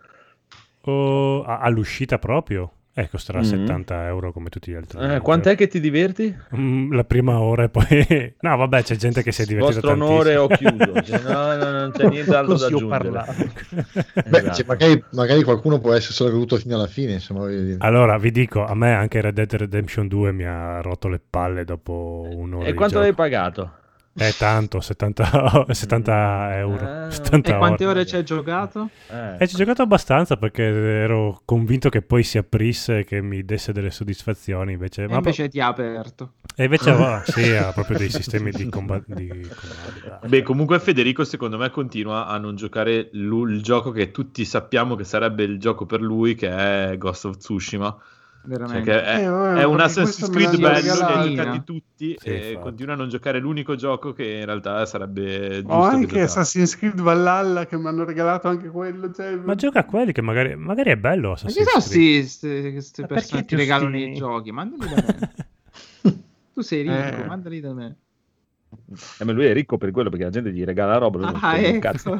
All'uscita proprio? Costerà 70 euro come tutti gli altri. Quant'è che ti diverti? La prima ora e poi... No, vabbè, c'è gente che si è divertita tantissimo. Vostro onore ho chiuso. No, non c'è niente altro da aggiungere. Beh, magari qualcuno può essere solo venuto fino alla fine, insomma. Allora, vi dico, a me anche Red Dead Redemption 2 mi ha rotto le palle dopo un'ora. E quanto l'hai pagato? Tanto, 70 euro. 70 e quante ore ci hai giocato? Ci ho giocato abbastanza perché ero convinto che poi si aprisse e che mi desse delle soddisfazioni. Invece ti ha aperto. E invece ha proprio dei sistemi di comando. Beh, comunque Federico secondo me continua a non giocare il gioco che tutti sappiamo che sarebbe il gioco per lui, che è Ghost of Tsushima. Veramente. Cioè è un Assassin's Creed bello che ha giocati tutti, e continua a non giocare l'unico gioco che in realtà sarebbe giusto. Ho anche Assassin's Creed Valhalla che mi hanno regalato anche quello, cioè... Ma gioca a quelli che magari è bello Assassin's Creed. Queste persone ti regalano i giochi, mandali da me. Tu sei ricco, mandali da me. Ma lui è ricco per quello, perché la gente gli regala roba. Cazzo.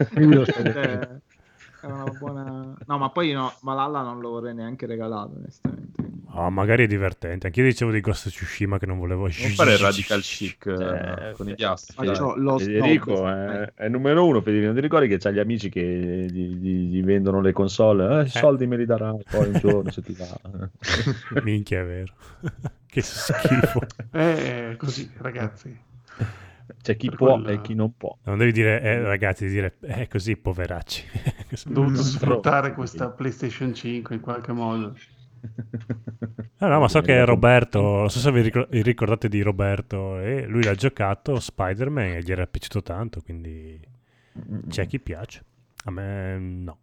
È una buona... No, ma poi Valhalla non lo vorrei neanche regalato, onestamente. Magari è divertente. Anche io dicevo di Ghost of Tsushima che non volevo fare Radical Chic con i ghiacci. Federico è numero uno. Federico, non ti ricordi che c'ha gli amici che gli vendono le console? Soldi me li darà poi un giorno se ti va. Minchia, è vero. Che schifo. Così, ragazzi. C'è chi può e chi non può. Non devi dire ragazzi, devi dire così, poveracci. Ho dovuto sfruttare questa PlayStation 5 in qualche modo. No, ma so che Roberto, non so se vi ricordate di Roberto, e lui l'ha giocato Spider-Man e gli era piaciuto tanto, quindi c'è chi piace. A me no.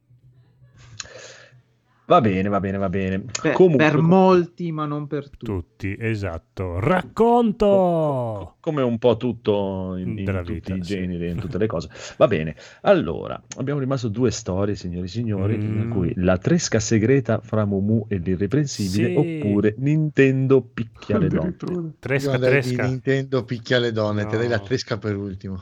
Va bene. Comunque, per molti, ma non per tutti. Esatto. Racconto! Come un po' tutto in tutti vita, i generi, in tutte le cose. Va bene. Allora, abbiamo rimasto 2 storie, signori e signori, in cui la tresca segreta fra Mumu e l'irreprensibile, oppure Nintendo picchia le donne. Tresca. Nintendo picchia le donne, te dai la tresca per ultimo.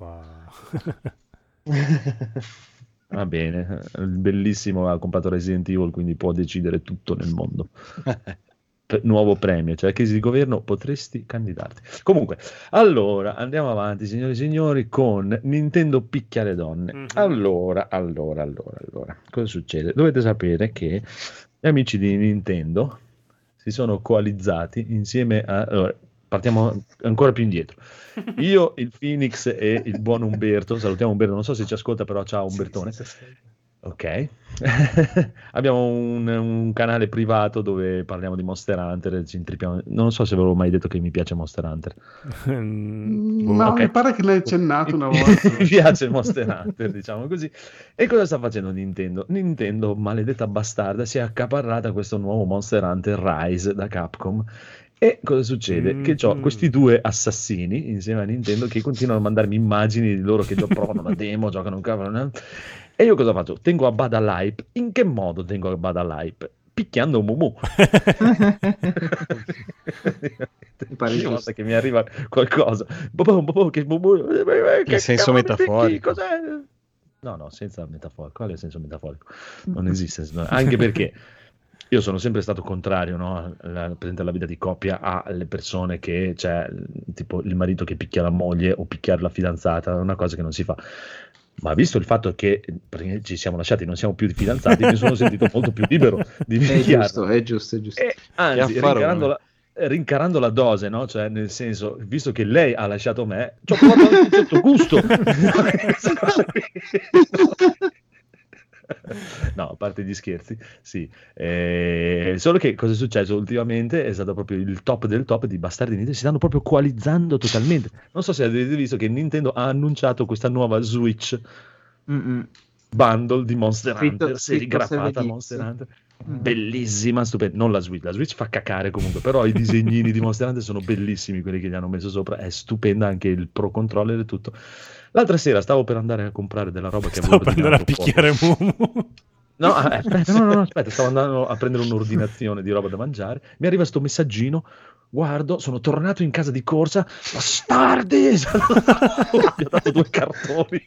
Va bene, bellissimo, ha comprato Resident Evil, quindi può decidere tutto nel mondo. Nuovo premio, cioè crisi di governo, potresti candidarti. Comunque, allora, andiamo avanti, signori e signori, con Nintendo picchia le donne. Allora, cosa succede? Dovete sapere che gli amici di Nintendo si sono coalizzati insieme a... Allora, partiamo ancora più indietro. Io, il Phoenix e il buon Umberto, salutiamo Umberto, non so se ci ascolta, però ciao Umbertone. Ok. Abbiamo un canale privato dove parliamo di Monster Hunter, ci intripiamo. Non so se ve l'ho mai detto che mi piace Monster Hunter. No, mi pare che l'hai accennato una volta. Mi piace Monster Hunter, diciamo così. E cosa sta facendo Nintendo? Nintendo, maledetta bastarda, si è accaparrata questo nuovo Monster Hunter Rise da Capcom. E cosa succede? Che ho questi 2 assassini insieme a Nintendo che continuano a mandarmi immagini di loro che già provano la demo, giocano un cavolo. E io cosa faccio? Tengo a bada l'hype. In che modo tengo a bada l'hype? Picchiando un Mumu. Ogni volta che mi arriva qualcosa, che senso metaforico. Cos'è? No, senza metaforico. Qual è il senso metaforico? Non esiste. Anche perché Io sono sempre stato contrario, no, presente alla vita di coppia, alle persone che, cioè, tipo il marito che picchia la moglie o picchiare la fidanzata, è una cosa che non si fa. Ma visto il fatto che ci siamo lasciati, non siamo più fidanzati, mi sono sentito molto più libero di picchiarla. È giusto. E, anzi, rincarando la dose, no? Cioè, nel senso, visto che lei ha lasciato me, ci ho provato anche un certo gusto. No, a parte gli scherzi, sì. Solo che cosa è successo ultimamente è stato proprio il top del top di bastardi Nintendo, si stanno proprio coalizzando totalmente. Non so se avete visto che Nintendo ha annunciato questa nuova Switch bundle di Monster Hunter, serigrafata Monster Hunter. Bellissima, stupenda. Non la Switch fa cacare comunque, però i disegnini di Monster Hunter sono bellissimi, quelli che gli hanno messo sopra. È stupenda anche il Pro Controller e tutto. L'altra sera stavo per andare a comprare della roba che stavo per andare a picchiare Mumu. No, aspetta, stavo andando a prendere un'ordinazione di roba da mangiare. Mi arriva sto messaggino. Guardo, sono tornato in casa di corsa. Bastardi! Mi ha dato 2 cartoni.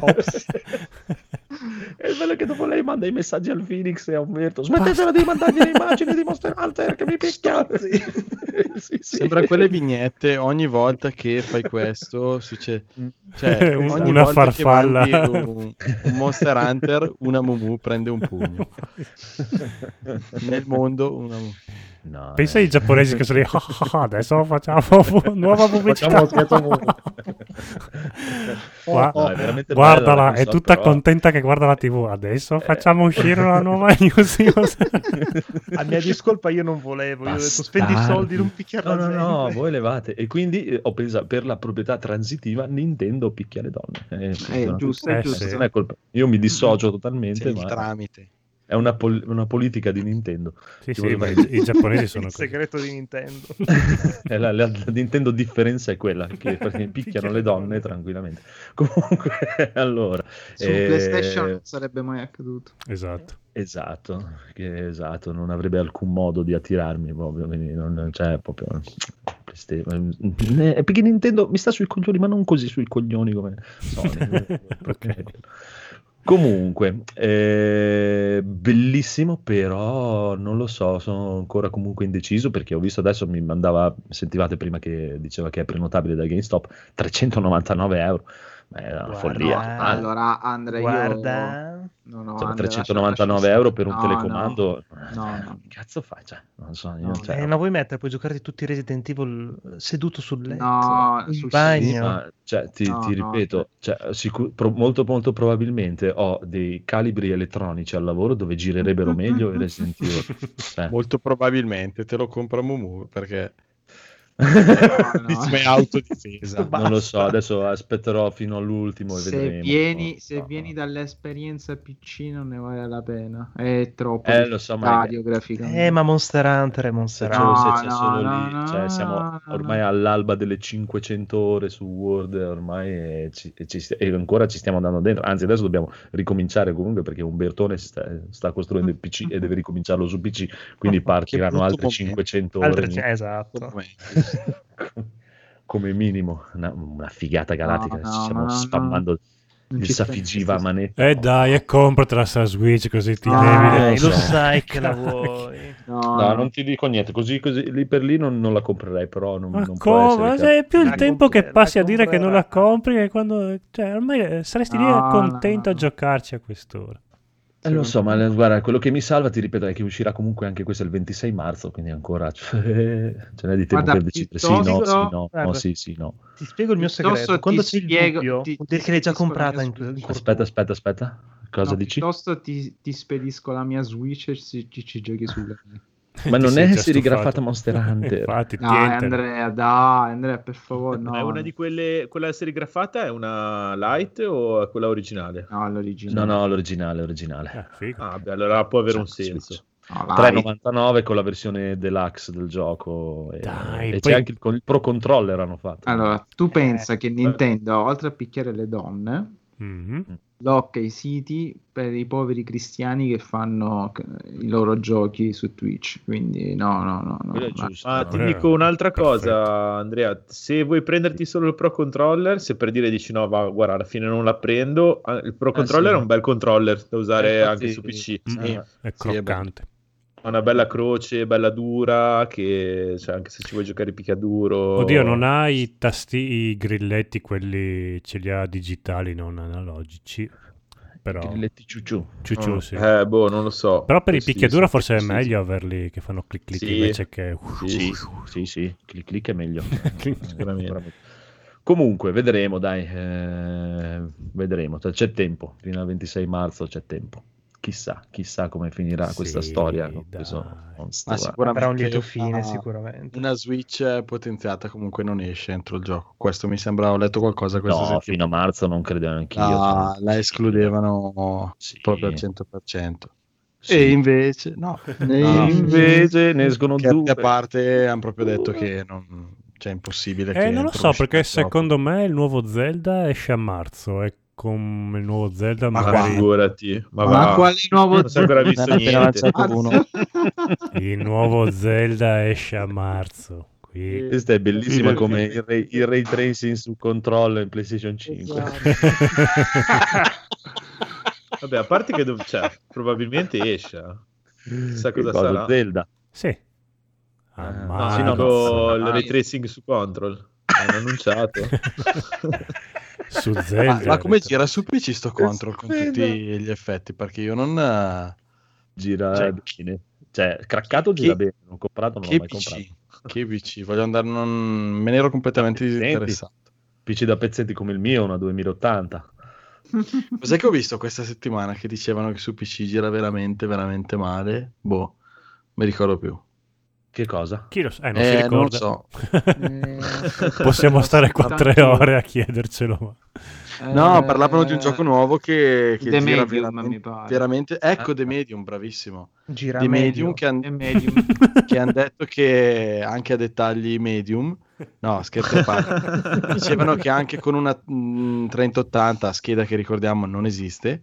È bello che dopo lei manda i messaggi al Phoenix e a Umberto. Smettetela di mandargli le immagini di Monster Hunter che mi picchiate. Sì. Sembra quelle vignette ogni volta che fai questo succede, cioè, ogni una volta farfalla che un Monster Hunter, una Mumu prende un pugno. Nel mondo una Mumu. No, pensa ai giapponesi che sono lì, adesso facciamo nuova pubblicità. Guardala, è tutta contenta che guarda la TV. Adesso facciamo uscire una nuova news. A mia discolpa io non volevo, io ho detto spendi i soldi, non picchiare la gente. No, voi levate. E quindi ho pensato, per la proprietà transitiva Nintendo picchia le donne. È giusto. Non è colpa. Io mi dissocio totalmente. Il tramite. È una politica di Nintendo. Sì, ma i giapponesi sono il segreto di Nintendo. La Nintendo differenza è quella che picchiano le donne tranquillamente. Comunque, allora su PlayStation non sarebbe mai accaduto. Esatto, non avrebbe alcun modo di attirarmi proprio, quindi non c'è proprio perché Nintendo mi sta sui coglioni, ma non così sui coglioni come Sony. Okay. Comunque, bellissimo, però non lo so, sono ancora comunque indeciso perché ho visto adesso, sentivate prima che diceva che è prenotabile da GameStop, 399 euro. È una follia. Allora, Andrea, guarda, Andrea, 399 euro per un telecomando. No. Che cazzo fai? Cioè, non so. Ma vuoi mettere, puoi giocarti tutti i Resident Evil seduto sul letto, sul bagno. Ti ripeto, molto molto probabilmente ho dei calibri elettronici al lavoro dove girerebbero meglio i Resident Evil. Molto probabilmente te lo compra Mumu perché autodifesa. Non lo so, adesso aspetterò fino all'ultimo e vedremo. Se vieni dall'esperienza PC non ne vale la pena, è troppo lo so, radiograficamente. Ma Monster Hunter è Monster Hunter. Cioè, siamo ormai all'alba delle 500 ore su Word ormai e ancora ci stiamo andando dentro, anzi adesso dobbiamo ricominciare comunque perché Umbertone sta costruendo il PC e deve ricominciarlo su PC, quindi partiranno altre 500 ore. Esatto. Come minimo una figata galattica. Ci stiamo spammando il Safigiva a manetta. Dai, e compratela sta Switch così ti levi. Lo sai che la vuoi. No, non ti dico niente. Così lì per lì non la comprerei, però non può essere. È più il tempo che passi a dire che non la compri e quando, cioè, ormai saresti lì contento a giocarci a quest'ora. Lo so, ma guarda, quello che mi salva, ti ripeto, è che uscirà comunque anche questo il 26 marzo, quindi ancora ce n'è di tempo per decidere. Sì, no. Ti spiego il mio segreto. Quando c'è il dubbio, vuol dire che l'hai già comprata in Aspetta. Cosa dici? Piuttosto ti spedisco la mia Switch e ci giochi sulle Ma non è serigrafata Monster Hunter. Infatti, Andrea, per favore. No, è una di quelle. Quella serigrafata è una light o è quella originale? No, l'originale. No, l'originale. Allora può avere un senso. 3,99 con la versione deluxe del gioco. E c'è anche il Pro Controller hanno fatto. Allora, tu pensa che Nintendo, oltre a picchiare le donne, blocca i siti per i poveri cristiani che fanno i loro giochi su Twitch, quindi no. Ti dico un'altra cosa, Andrea, se vuoi prenderti solo il Pro Controller, se per dire dici no, guarda, alla fine non la prendo, il Pro Controller è un bel controller da usare anche su PC. È croccante. una bella croce, bella dura, che cioè, anche se ci vuoi giocare picchiaduro... Oddio, non ha i i grilletti, quelli ce li ha digitali, non analogici. Però... grilletti ciuciù. Sì. Boh, non lo so. Però per il picchiaduro forse è meglio averli che fanno clic clic invece che... Sì, clic clic è meglio. Sicuramente. Comunque, vedremo, dai. Vedremo. C'è tempo. Fino al 26 marzo c'è tempo. Chissà come finirà questa storia. Ma sicuramente avrà un lieto fine, sicuramente. Una Switch potenziata comunque non esce entro il gioco. Questo mi sembra, ho letto qualcosa questa settimana. Fino a marzo non credo neanch'io. La escludevano proprio al 100%. E invece invece ne escono due. A parte hanno proprio detto che non... Cioè, è impossibile che non lo so, perché secondo me il nuovo Zelda esce a marzo e con il nuovo Zelda magari... figurati. Ma quale nuovo Zelda? Non si è ancora visto niente. Il nuovo Zelda esce a marzo. Questa è bellissima come il ray tracing su controllo in PlayStation 5. Vabbè, a parte che probabilmente esce. Chissà cosa sarà. Zelda. Sì. Il ray tracing su Control hanno annunciato. Su Zelda. Ma come gira su PC sto Control con tutti gli effetti? Perché io non gira bene. Cioè, craccato gira bene, non comprato, non l'ho mai comprato. Che PC? Voglio andare, me ne ero completamente disinteressato. PC da pezzetti come il mio, una 2080. Cos'è che ho visto questa settimana che dicevano che su PC gira veramente, veramente male? Boh, mi ricordo più. Che cosa? Chi lo sa? Non si ricorda. Non so. Possiamo stare qua 3 ore a chiedercelo. No, parlavano di un gioco nuovo che The gira Medium, mi pare. veramente. Ecco, The Medium, bravissimo. Gira The meglio. Medium che hanno detto che anche a dettagli medium. No, scherzo a parte. Dicevano che anche con una 3080 scheda che ricordiamo non esiste.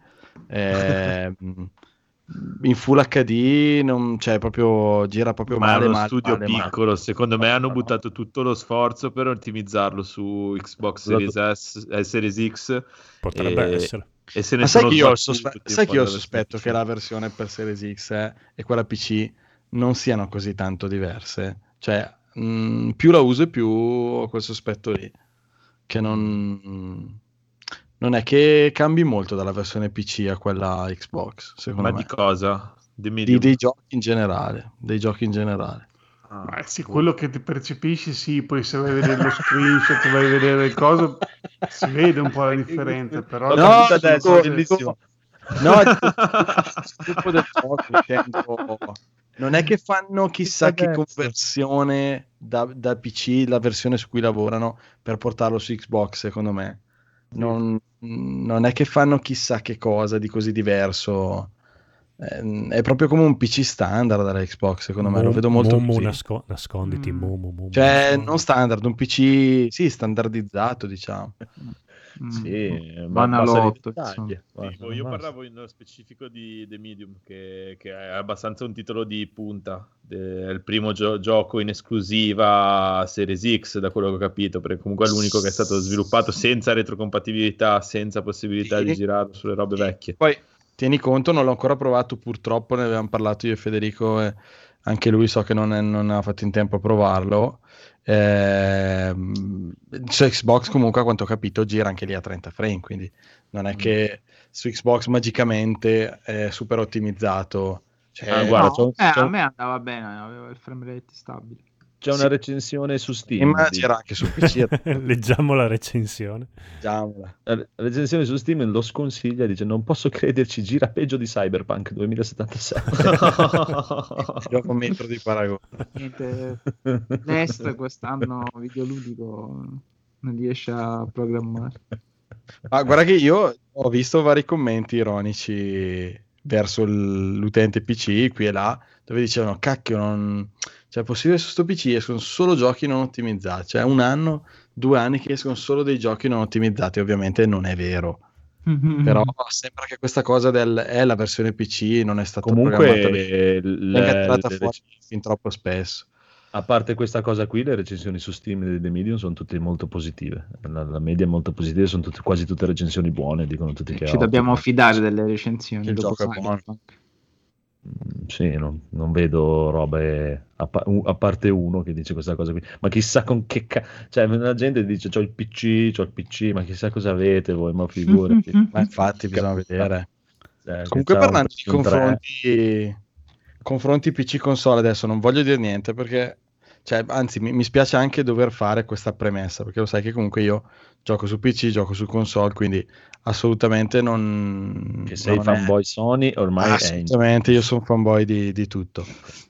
In Full HD proprio gira proprio male. Ma è uno studio piccolo, secondo me hanno buttato tutto lo sforzo per ottimizzarlo su Xbox Series S e Series X. Potrebbe essere. E se ne Ma sai che io ho sospetto che la versione per Series X e quella PC non siano così tanto diverse. Cioè, più la uso e più ho quel sospetto lì. Che non è che cambi molto dalla versione PC a quella Xbox, secondo me. Ma di cosa? Dei giochi in generale. Ma sì, quello che ti percepisci, sì, poi se vai a vedere lo screenshot, vai a vedere il coso, si vede un po' la differenza, però... No, adesso è bellissimo. No, il gruppo del gioco, non è che fanno chissà che conversione da PC, la versione su cui lavorano, per portarlo su Xbox, secondo me. Non è che fanno chissà che cosa di così diverso, è proprio come un PC standard della Xbox, secondo me. Lo vedo molto così. Nasconditi, cioè non standard, un PC standardizzato, diciamo. Sì, banalotto. Io parlavo nello specifico di The Medium, che è abbastanza un titolo di punta. È il primo gioco in esclusiva Series X, da quello che ho capito, perché comunque è l'unico che è stato sviluppato senza retrocompatibilità, senza possibilità di girarlo sulle robe vecchie. Poi tieni conto, non l'ho ancora provato, purtroppo, ne avevamo parlato io e Federico, e anche lui so che non ha fatto in tempo a provarlo. Su Xbox comunque, a quanto ho capito, gira anche lì a 30 frame, quindi non è che su Xbox magicamente è super ottimizzato. Cioè, guarda, a me andava bene, aveva il frame rate stabile. C'è una recensione su Steam. C'era anche su PC. Leggiamo la recensione. La recensione su Steam lo sconsiglia, dice: non posso crederci, gira peggio di Cyberpunk 2077. Gioco metro di paragone. Nest quest'anno videoludico non riesce a programmare. Ma guarda che io ho visto vari commenti ironici verso l'utente PC qui e là, dove dicevano: cacchio, cioè è possibile su sto PC escono solo giochi non ottimizzati, cioè 1 anno, 2 anni che escono solo dei giochi non ottimizzati. Ovviamente non è vero, però sembra che questa cosa la versione PC non è stata programmata bene, è entrata fuori fin troppo spesso. A parte questa cosa qui, le recensioni su Steam di The Medium sono tutte molto positive, la media è molto positiva, sono quasi tutte recensioni buone, dicono tutti che ci dobbiamo fidare delle recensioni. Il gioco è buono. Sì, non vedo robe a parte uno che dice questa cosa qui, ma chissà con che cioè la gente dice c'ho il PC, ma chissà cosa avete voi, ma figurati. Ma infatti bisogna vedere. Comunque parlando di confronti PC console, adesso non voglio dire niente perché anzi mi spiace anche dover fare questa premessa, perché lo sai che comunque io gioco su PC, gioco su console, quindi assolutamente non... Che sei fanboy Sony ormai assolutamente, io sono fanboy di tutto.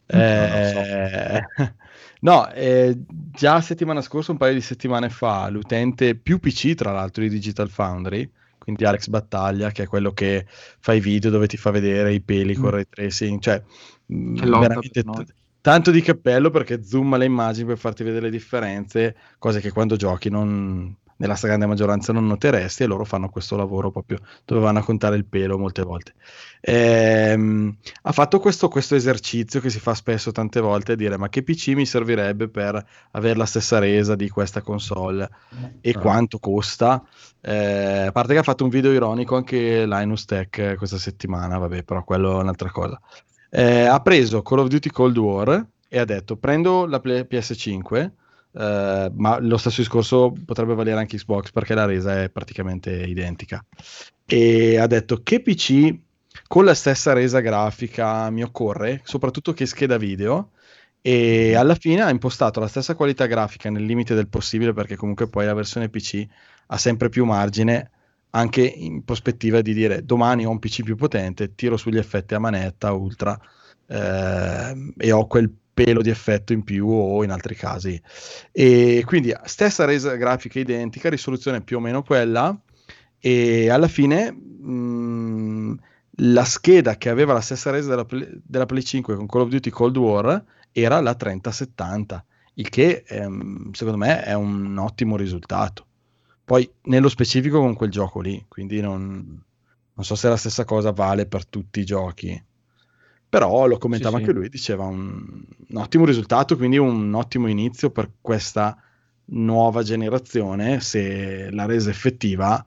Già settimana scorsa, un paio di settimane fa, l'utente più PC tra l'altro di Digital Foundry, quindi Alex Battaglia, che è quello che fa i video dove ti fa vedere i peli con ray tracing, cioè veramente tanto di cappello, perché zooma le immagini per farti vedere le differenze, cose che quando giochi nella stragrande maggioranza non noteresti, e loro fanno questo lavoro proprio dove vanno a contare il pelo molte volte. Ha fatto questo esercizio che si fa spesso tante volte, a dire ma che PC mi servirebbe per avere la stessa resa di questa console e quanto costa. A parte che ha fatto un video ironico anche Linus Tech questa settimana, vabbè, però quello è un'altra cosa. Ha preso Call of Duty Cold War e ha detto prendo la PS5, ma lo stesso discorso potrebbe valere anche Xbox perché la resa è praticamente identica, e ha detto che PC con la stessa resa grafica mi occorre, soprattutto che scheda video, e alla fine ha impostato la stessa qualità grafica nel limite del possibile, perché comunque poi la versione PC ha sempre più margine anche in prospettiva di dire domani ho un PC più potente, tiro sugli effetti a manetta ultra e ho quel pelo di effetto in più, o in altri casi, e quindi stessa resa grafica identica, risoluzione più o meno quella, e alla fine la scheda che aveva la stessa resa della Play 5 con Call of Duty Cold War era la 3070, il che secondo me è un ottimo risultato. Poi nello specifico con quel gioco lì, quindi non so se la stessa cosa vale per tutti i giochi, però lo commentava anche lui, diceva un ottimo risultato, quindi un ottimo inizio per questa nuova generazione, se la resa effettiva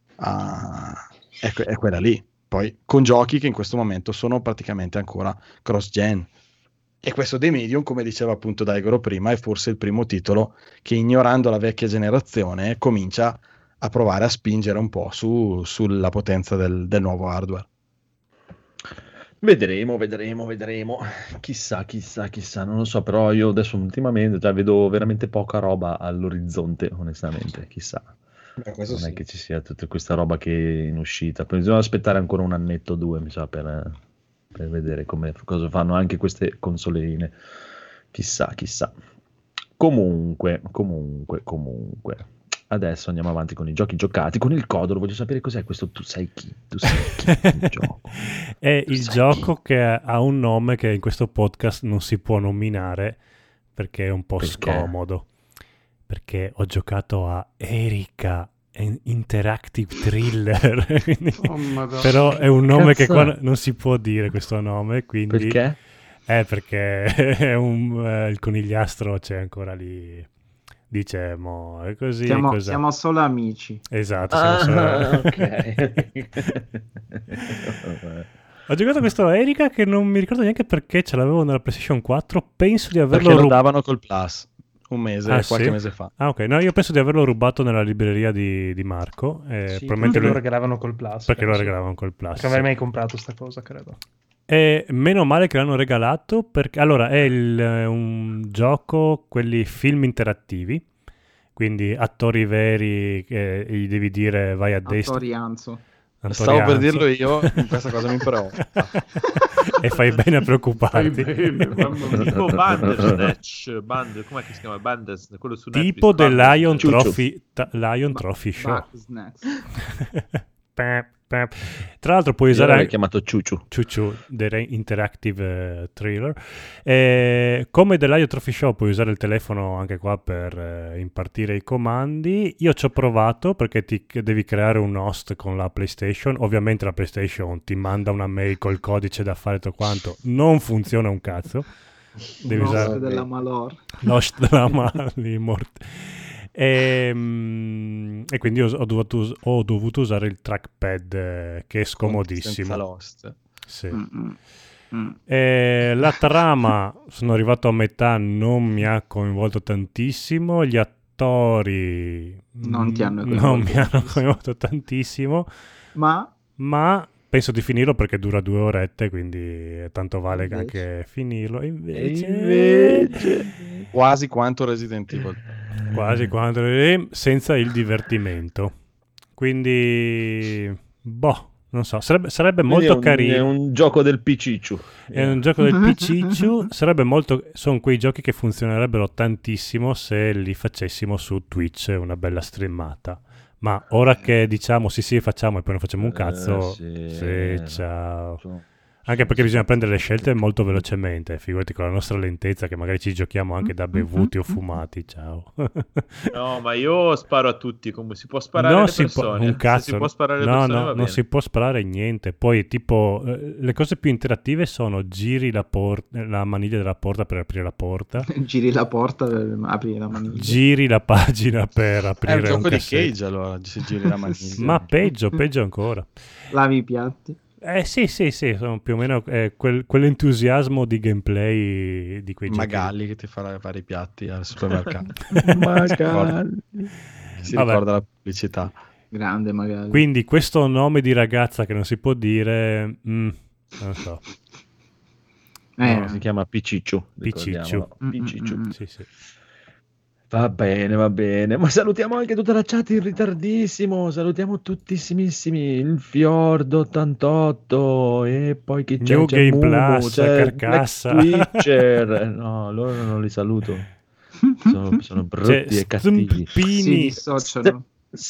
è quella lì, poi con giochi che in questo momento sono praticamente ancora cross-gen. E questo The Medium, come diceva appunto Daigoro prima, è forse il primo titolo che, ignorando la vecchia generazione, comincia a provare a spingere un po' sulla potenza del nuovo hardware. Vedremo. Chissà, non lo so, però io adesso ultimamente già vedo veramente poca roba all'orizzonte, onestamente, chissà. Non è che ci sia tutta questa roba che è in uscita. Poi bisogna aspettare ancora un annetto o due, mi sa, per vedere cosa fanno anche queste consoline. Chissà. Comunque. Adesso andiamo avanti con i giochi giocati, con il Codolo. Voglio sapere cos'è questo Tu sei chi il gioco. È il gioco che ha un nome che in questo podcast non si può nominare perché è un po' scomodo. Perché ho giocato a Erika, Interactive Thriller. Però è un nome che qua non si può dire, questo nome, quindi... Perché? Perché è il conigliastro c'è ancora lì, diciamo, è così. Siamo solo amici. Esatto, siamo solo... ok. Ho giocato questo Erika che non mi ricordo neanche perché ce l'avevo nella PlayStation 4, penso di averlo... Perché lo davano col Plus. Un mese, qualche mese fa. Ah, ok. No, io penso di averlo rubato nella libreria di Marco. Probabilmente lo regalavano col Plus. Perché lo regalavano col Plus. Perché non avrei mai comprato sta cosa, credo. E meno male che l'hanno regalato, perché allora è un gioco, quelli film interattivi, quindi attori veri, gli devi dire vai a destra. Anzo. Stavo per dirlo io, questa cosa mi preoccupa. E fai bene a preoccuparti. Tipo Bandersnatch, com'è che si chiama? Bandersnatch, quello su Netflix. Tipo The Lion Trophy Show. Tra l'altro puoi usare anche chiamato Ciuciu The Interactive Thriller, come The Lion Trophy Show puoi usare il telefono anche qua per impartire i comandi. Io ci ho provato perché devi creare un host con la PlayStation, ovviamente la PlayStation ti manda una mail col codice da fare tutto quanto, non funziona un cazzo, devi usare della Malor, l'host della Malor. E quindi ho dovuto usare il trackpad che è scomodissimo. Senza l'host. Sì. La trama, sono arrivato a metà, non mi ha coinvolto tantissimo. Gli attori non mi hanno coinvolto tantissimo. Ma penso di finirlo perché dura 2 orette, quindi tanto vale anche finirlo. Invece quasi quanto Resident Evil. Quasi quanto, senza il divertimento. Quindi non so, sarebbe molto carino. È un gioco del Picicciu. È un gioco del Picicciu. Sono quei giochi che funzionerebbero tantissimo se li facessimo su Twitch, una bella streamata. Ma ora che diciamo sì facciamo e poi non facciamo un cazzo, ciao. Anche perché bisogna prendere le scelte molto velocemente, figurati con la nostra lentezza che magari ci giochiamo anche da bevuti o fumati, ciao. No, ma io sparo a tutti, come si può sparare alle persone? Un cazzo. Se si può sparare alle persone, va bene. Non si può sparare niente. Poi tipo le cose più interattive sono giri la maniglia della porta per aprire la porta. Giri la porta per aprire la maniglia. Giri la pagina per aprire un gioco di cassetto. Cage allora, se giri la maniglia. Ma peggio ancora. Lavi i piatti. Sì, sono più o meno quell'entusiasmo di gameplay di quei Magalli giochi. Che ti farà fare i piatti al supermercato. Magalli. Si ricorda la pubblicità. Grande Magalli. Quindi questo nome di ragazza che non si può dire, non so. Si chiama Picicciu. Picicciu. Sì. Va bene, ma salutiamo anche tutta la chat in ritardissimo, salutiamo tuttissimissimi, il Fiordo 88 e poi chi c'è? New c'è Game Mumu, Plus, c'è Carcassa. Twitcher. No, loro non li saluto, sono brutti e cattivi. Si dissociano.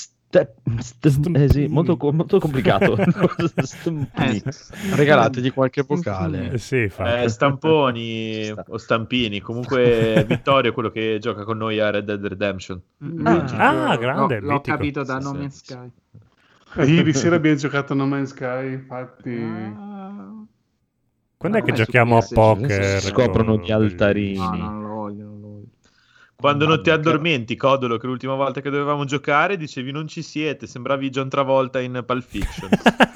Sì, molto complicato. Regalategli qualche vocale. Sì, stamponi o stampini. Comunque Vittorio è quello che gioca con noi a Red Dead Redemption. Grande. L'ho capito da No Man's Sky. Ieri sera abbiamo giocato a No Man's Sky, infatti. Quando è che giochiamo a poker? Scoprono gli altarini. No, non lo voglio. Quando non ti addormenti, Codolo, che l'ultima volta che dovevamo giocare dicevi non ci siete, sembravi John Travolta in Pulp Fiction.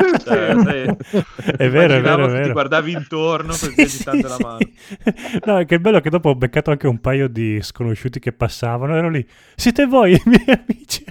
È vero. Ti guardavi intorno così agitando la mano. No, che bello che dopo ho beccato anche un paio di sconosciuti che passavano, ero lì, siete voi i miei amici?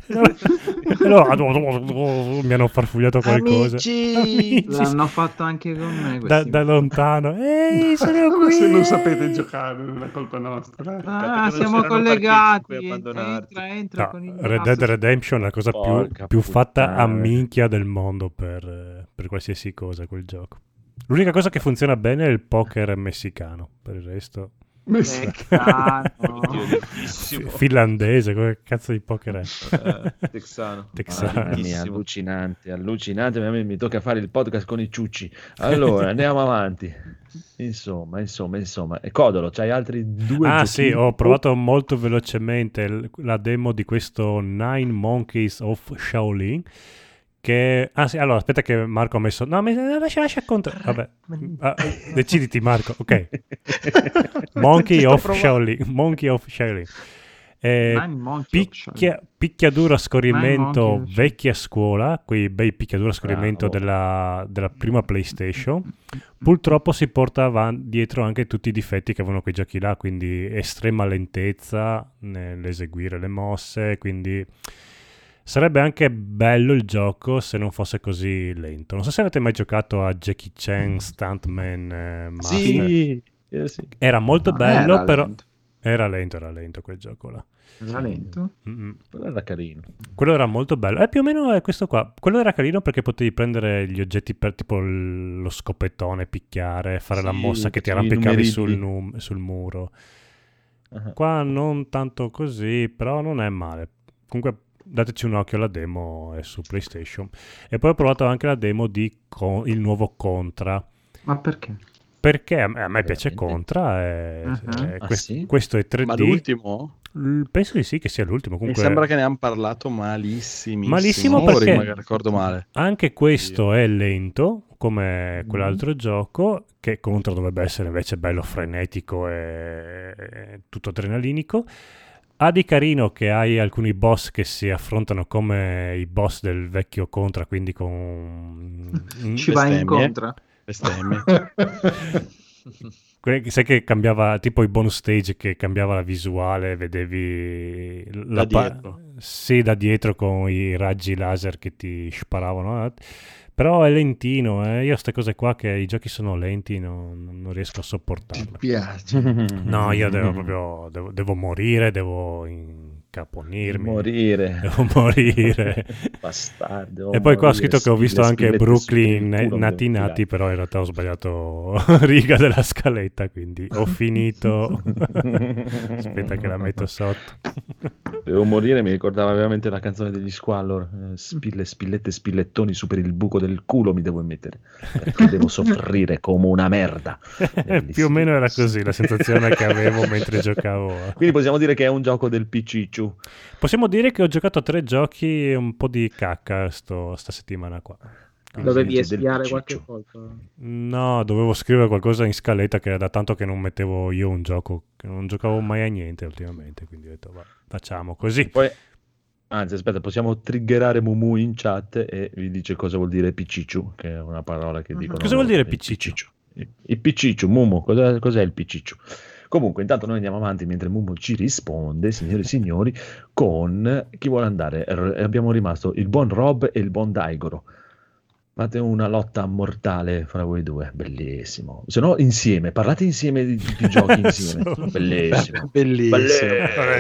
Mi hanno farfugliato qualcosa. Amici! L'hanno fatto anche con me da lontano. Ehi, sono qui! Se non sapete giocare non è colpa nostra. Siamo collegati. Entra con il Red Dead Redemption è la cosa più fatta a minchia del mondo per qualsiasi cosa quel gioco. L'unica cosa che funziona bene è il poker messicano, per il resto finlandese, come cazzo di poker è? Texano. Allucinante, mi tocca fare il podcast con i ciucci. Allora andiamo avanti. Insomma, e Codolo, c'hai altri 2 giochini? Sì, ho provato molto velocemente la demo di questo Nine Monkeys of Shaolin. Allora aspetta che Marco ha messo. No, lascia contro. Vabbè, deciditi Marco. Ok. Monkey of Shaolin. Picchiaduro a scorrimento vecchia scuola, quei bei picchiaduro a scorrimento della prima PlayStation. Purtroppo si porta dietro anche tutti i difetti che avevano quei giochi là, quindi estrema lentezza nell'eseguire le mosse, quindi sarebbe anche bello il gioco se non fosse così lento. Non so se avete mai giocato a Jackie Chan Stuntman Master. Sì. Era molto bello, però era lento quel gioco là. Era lento? Quello era carino. Quello era molto bello. Più o meno è questo qua. Quello era carino perché potevi prendere gli oggetti per tipo lo scopettone, picchiare, fare la mossa che ti arrampicavi sul muro. Qua non tanto così, però non è male. Comunque dateci un occhio alla demo, è su PlayStation. E poi ho provato anche la demo di il nuovo Contra. Ma perché? Perché a me piace Contra. Questo è 3D. Ma l'ultimo? Penso di sì che sia l'ultimo. Comunque mi sembra che ne hanno parlato malissimo perché magari ricordo male. Anche questo è lento come quell'altro gioco, che Contra dovrebbe essere invece bello frenetico e tutto adrenalinico. Ha di carino che hai alcuni boss che si affrontano come i boss del vecchio Contra, quindi con ci vai in contra. bestemmie. Sai che cambiava tipo i bonus stage, che cambiava la visuale, vedevi da dietro. Sì, da dietro con i raggi laser che ti sparavano. Però è lentino, io queste cose qua, che i giochi sono lenti, non riesco a sopportarle. Ti piace? No, io devo morire, devo incaponirmi. Devo morire. Bastardo. E poi qua ho scritto che ho visto anche Brooklyn nati, però in realtà ho sbagliato riga della scaletta, quindi ho finito. Aspetta che la metto sotto. Devo morire, mi ricordava veramente la canzone degli Squallor. Spillette, spillettoni su per il buco del culo mi devo mettere, perché devo soffrire come una merda. Più o meno era così la sensazione che avevo mentre giocavo. Quindi possiamo dire che è un gioco del PCicciu. Possiamo dire che ho giocato a 3 giochi e un po' di cacca sta settimana qua. Dovevi espiare qualche cosa? No, dovevo scrivere qualcosa in scaletta, che era da tanto che non mettevo io un gioco, che non giocavo mai a niente ultimamente, quindi ho detto facciamo così. Poi, anzi, aspetta, possiamo triggerare Mumu in chat e vi dice cosa vuol dire PCicciu, che è una parola che dicono. Cosa vuol dire PCicciu? Il PCicciu, Mumu, cos'è il PCicciu? Comunque, intanto noi andiamo avanti mentre Mumu ci risponde, signori e signori, con chi vuole andare. Abbiamo rimasto il buon Rob e il buon Daigoro. Fate una lotta mortale fra voi due, bellissimo. Se no, insieme, parlate insieme di giochi insieme. Bellissimo. Bellissimo.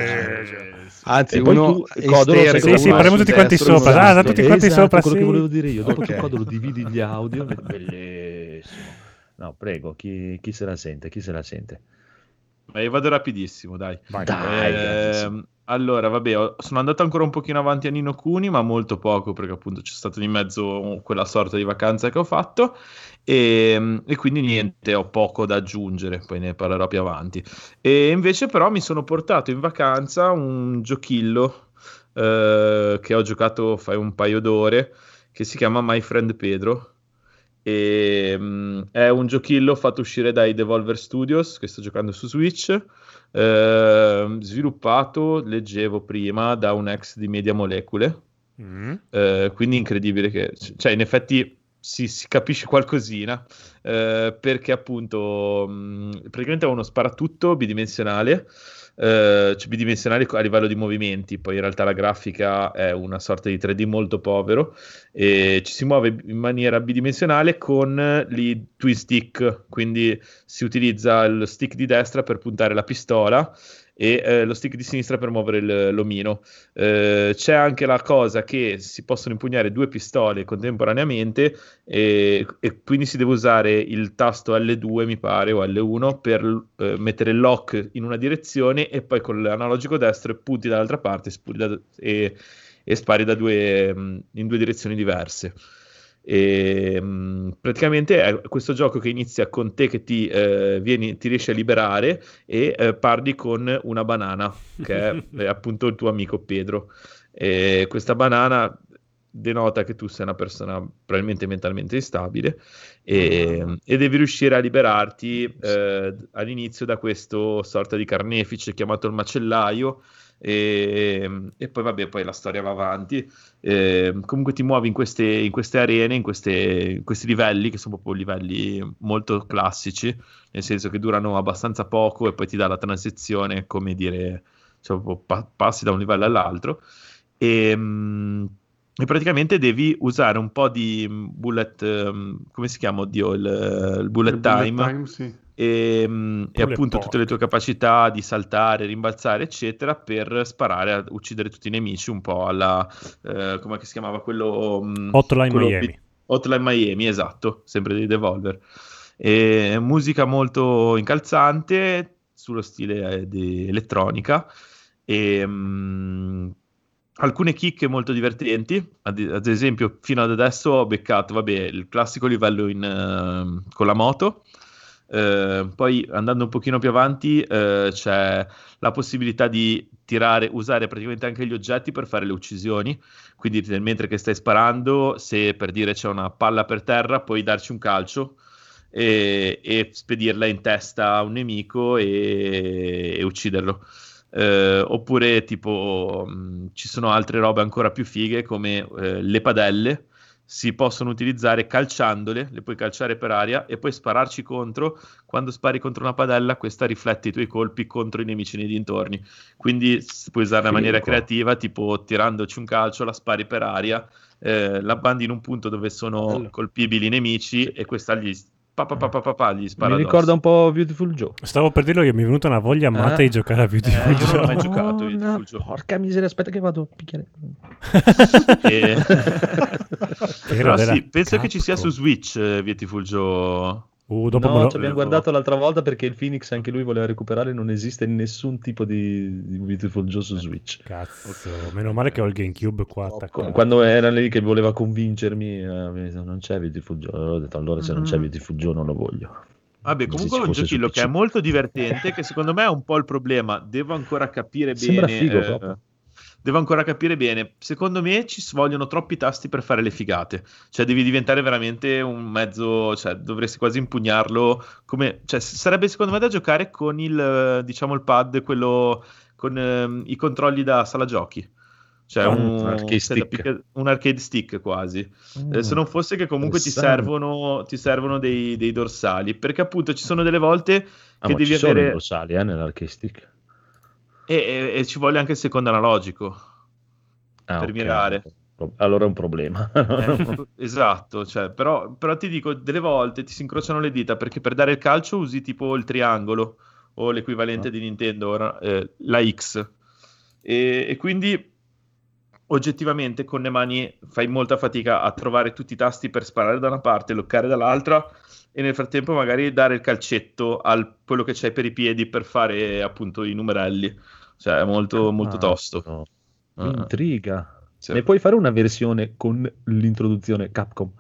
Anzi, e poi uno tu, Codolo, sì, parliamo tutti quanti sopra. Tutti quanti sopra, quello sì. che volevo dire io. Dopo tu, Codolo, dividi gli audio. Bellissimo. No, prego, chi se la sente? Io vado rapidissimo, dai. Dai, allora, vabbè, sono andato ancora un pochino avanti a Ni no Kuni, ma molto poco, perché appunto c'è stato di mezzo quella sorta di vacanza che ho fatto, e quindi niente, ho poco da aggiungere, poi ne parlerò più avanti. E invece però mi sono portato in vacanza un giochillo che ho giocato fai un paio d'ore, che si chiama My Friend Pedro. È un giochillo fatto uscire dai Devolver Studios, che sto giocando su Switch, sviluppato, leggevo prima, da un ex di Media Molecule, quindi incredibile che, cioè, in effetti si capisce qualcosina, perché appunto praticamente è uno sparatutto bidimensionale, cioè bidimensionale a livello di movimenti, poi in realtà la grafica è una sorta di 3D molto povero, e ci si muove in maniera bidimensionale con i twin stick, quindi si utilizza lo stick di destra per puntare la pistola e lo stick di sinistra per muovere l'omino. C'è anche la cosa che si possono impugnare 2 pistole contemporaneamente, e quindi si deve usare il tasto L2, mi pare, o L1 per mettere il lock in una direzione, e poi con l'analogico destro punti dall'altra parte e spari in 2 direzioni diverse. E praticamente è questo gioco che inizia con te che ti riesci a liberare e parli con una banana che è appunto il tuo amico Pedro, e questa banana denota che tu sei una persona probabilmente mentalmente instabile, e devi riuscire a liberarti all'inizio da questo sorta di carnefice chiamato il macellaio, e poi vabbè, poi la storia va avanti. Comunque ti muovi in queste arene, in questi livelli che sono proprio livelli molto classici, nel senso che durano abbastanza poco e poi ti dà la transizione, come dire, cioè passi da un livello all'altro, e praticamente devi usare un po' di bullet, come si chiama? Oddio, il bullet time, sì. E appunto tutte le tue capacità di saltare, rimbalzare, eccetera, per sparare a uccidere tutti i nemici, un po' alla come si chiamava quello? Hotline Miami. Hotline Miami, esatto, sempre di Devolver. E musica molto incalzante, sullo stile di elettronica, e alcune chicche molto divertenti. Ad esempio, fino ad adesso ho beccato, vabbè, il classico livello con la moto. Poi andando un pochino più avanti c'è la possibilità di usare praticamente anche gli oggetti per fare le uccisioni, quindi mentre che stai sparando, se per dire c'è una palla per terra, puoi darci un calcio e spedirla in testa a un nemico e ucciderlo. Oppure tipo ci sono altre robe ancora più fighe, come le padelle. si possono utilizzare calciandole, le puoi calciare per aria e poi spararci contro. Quando spari contro una padella, questa riflette i tuoi colpi contro i nemici nei dintorni. Quindi puoi usarla in maniera creativa, tipo tirandoci un calcio, la spari per aria, la bandi in un punto dove sono colpibili i nemici e questa gli spara. Mi ricorda un po' Beautiful Joe. Stavo per dirlo che mi è venuta una voglia matta di giocare a Beautiful Joe. Io non ho mai giocato Beautiful Joe. Porca miseria, aspetta che vado a picchiare. Però sì, penso che ci sia su Switch Beautiful Joe. Dopo ci abbiamo guardato l'altra volta perché il Phoenix anche lui voleva recuperare, non esiste nessun tipo di Beautiful Joe su Switch. Cazzo, meno male che ho il GameCube qua attaccato. Quando era lì che voleva convincermi, non c'è Beautiful Joe, ho detto allora se non c'è Beautiful Joe non lo voglio. Vabbè, comunque è un giochillo che è molto divertente, che secondo me è un po' il problema, devo ancora capire Sembra bene. Figo proprio. Devo ancora capire bene. Secondo me ci vogliono troppi tasti per fare le figate. Cioè, devi diventare veramente un mezzo. Cioè, dovresti quasi impugnarlo come. Cioè, sarebbe secondo me da giocare con il pad, quello con i controlli da sala giochi. Cioè, un arcade stick quasi. Se non fosse che comunque ti servono dei dorsali. Perché appunto ci sono delle volte che devi ci avere. Sono i dorsali nell'arcade stick. E ci vuole anche il secondo analogico per mirare. Allora è un problema. Esatto, cioè, però ti dico, delle volte ti si incrociano le dita perché per dare il calcio usi tipo il triangolo o l'equivalente di Nintendo, la X. E quindi oggettivamente con le mani fai molta fatica a trovare tutti i tasti per sparare da una parte, loccare dall'altra e nel frattempo magari dare il calcetto a quello che c'hai per i piedi per fare appunto i numerelli. Cioè è molto tosto. Intriga. Sì. Ne puoi fare una versione con l'introduzione Capcom?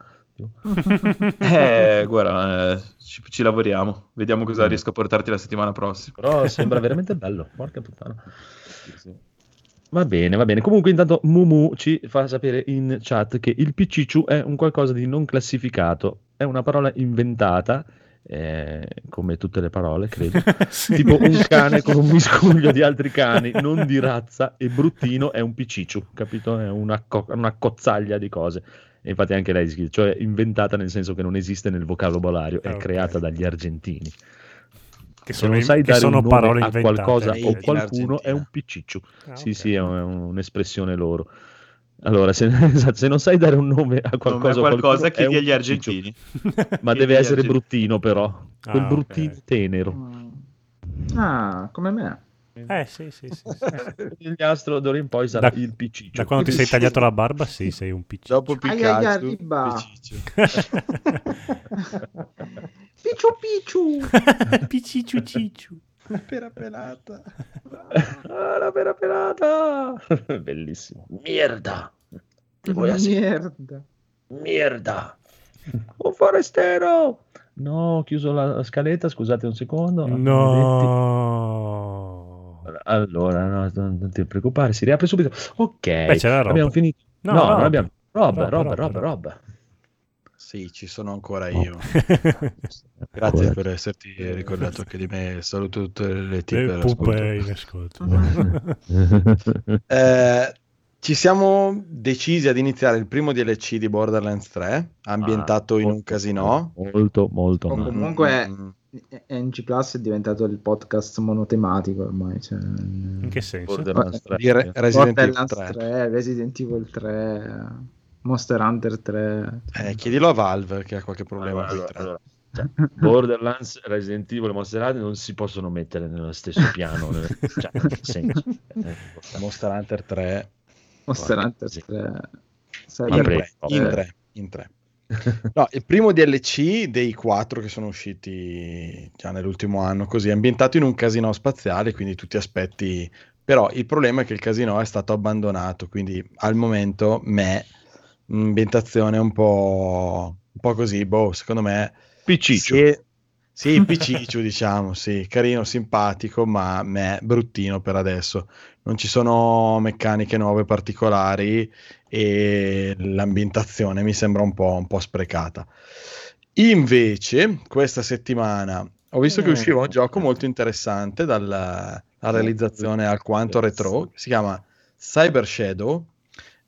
Guarda, ci lavoriamo. Vediamo cosa riesco a portarti la settimana prossima. Però sembra veramente bello. Porca puttana. Sì. Va bene. Comunque intanto Mumu ci fa sapere in chat che il Piccicciu è un qualcosa di non classificato. È una parola inventata. Come tutte le parole credo sì. Tipo un cane con un miscuglio di altri cani non di razza e bruttino è un piccicciu, capito? È una cozzaglia di cose e infatti anche lei scrive, cioè inventata nel senso che non esiste nel vocabolario, è creata dagli argentini che se non sai dare un nome parole a qualcosa o qualcuno è un piccicciu. Sì, è un'espressione loro. Allora, se non sai dare un nome a qualcosa che dia agli argentini, ma deve essere bruttino, però quel bruttino tenero. Come me. Sì. Il nastro d'ora in poi sarà il picciccio. Da quando ti sei tagliato la barba, sì, sei un picciccio. Dopo Pikachu, Piccicciu cicciu. La pera pelata. La pera pelata. Bellissimo. Mierda. Ti vuoi Mierda. Un forestiero. No, ho chiuso la scaletta, scusate un secondo. No. Allora, no, non ti preoccupare, si riapre subito. Ok. Abbiamo finito. No, non abbiamo. Roba. Sì, ci sono ancora io. Grazie per esserti ricordato anche di me. Saluto tutte le tipe in ascolto. Ci siamo decisi ad iniziare il primo DLC di Borderlands 3, ambientato in un casino. Molto. Comunque NG Plus è diventato il podcast monotematico ormai. Cioè... In che senso? Borderlands 3. Resident Evil 3... Monster Hunter 3. Chiedilo a Valve che ha qualche problema con i 3. Allora, cioè, Borderlands, Resident Evil e Monster Hunter non si possono mettere nello stesso piano. Cioè, in che senso? Monster Hunter 3. Monster Hunter 3. In 3. No, il primo DLC dei 4 che sono usciti già nell'ultimo anno, così è ambientato in un casino spaziale, quindi tutti aspetti. Però il problema è che il casino è stato abbandonato, quindi al momento ambientazione un po' così, secondo me picciccio. Sì, picciccio diciamo, sì, carino, simpatico, ma bruttino per adesso. Non ci sono meccaniche nuove particolari e l'ambientazione mi sembra un po' sprecata. Invece questa settimana ho visto che usciva un gioco molto interessante dalla realizzazione alquanto retro, si chiama Cyber Shadow.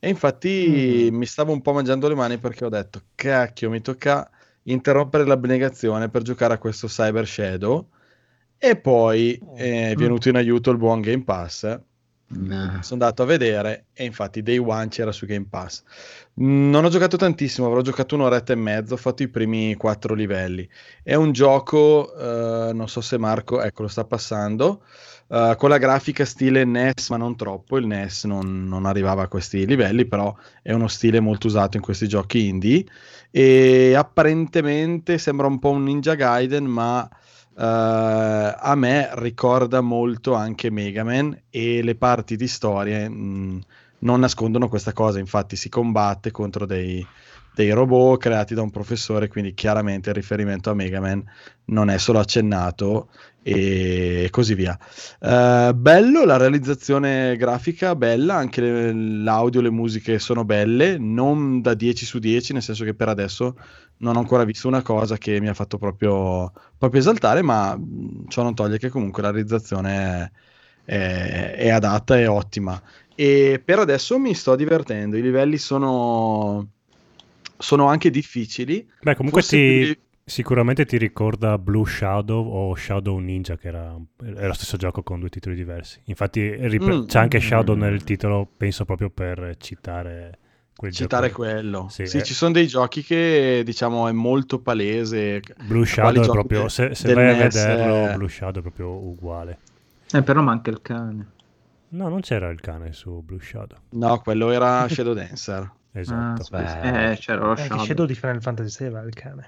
E infatti mi stavo un po' mangiando le mani perché ho detto, cacchio, mi tocca interrompere l'abnegazione per giocare a questo Cyber Shadow, e poi è venuto in aiuto il buon Game Pass. Sono andato a vedere e infatti Day One c'era su Game Pass. Non ho giocato tantissimo, avrò giocato un'oretta e mezzo, ho fatto i primi 4 livelli. È un gioco, non so se Marco, ecco, lo sta passando, con la grafica stile NES, ma non troppo. Il NES non arrivava a questi livelli, però è uno stile molto usato in questi giochi indie, e apparentemente sembra un po' un Ninja Gaiden, ma a me ricorda molto anche Mega Man, e le parti di storie non nascondono questa cosa. Infatti si combatte contro dei robot creati da un professore, quindi chiaramente il riferimento a Mega Man non è solo accennato, e così via. Bello, la realizzazione grafica bella, anche l'audio, le musiche sono belle, non da 10 su 10, nel senso che per adesso non ho ancora visto una cosa che mi ha fatto proprio esaltare, ma ciò non toglie che comunque la realizzazione è adatta e ottima, e per adesso mi sto divertendo. I livelli sono anche difficili. Beh, comunque sicuramente ti ricorda Blue Shadow o Shadow Ninja, che era lo stesso gioco con 2 titoli diversi. Infatti c'è anche Shadow nel titolo, penso proprio per citare quello. Sì, ci sono dei giochi che diciamo è molto palese. Blue Shadow è proprio, se vai a vederlo, Blue Shadow è proprio uguale. Però manca il cane. No, non c'era il cane su Blue Shadow. No, quello era Shadow Dancer. Esatto. C'era lo Shadow. Shadow di Final Fantasy VII, il cane.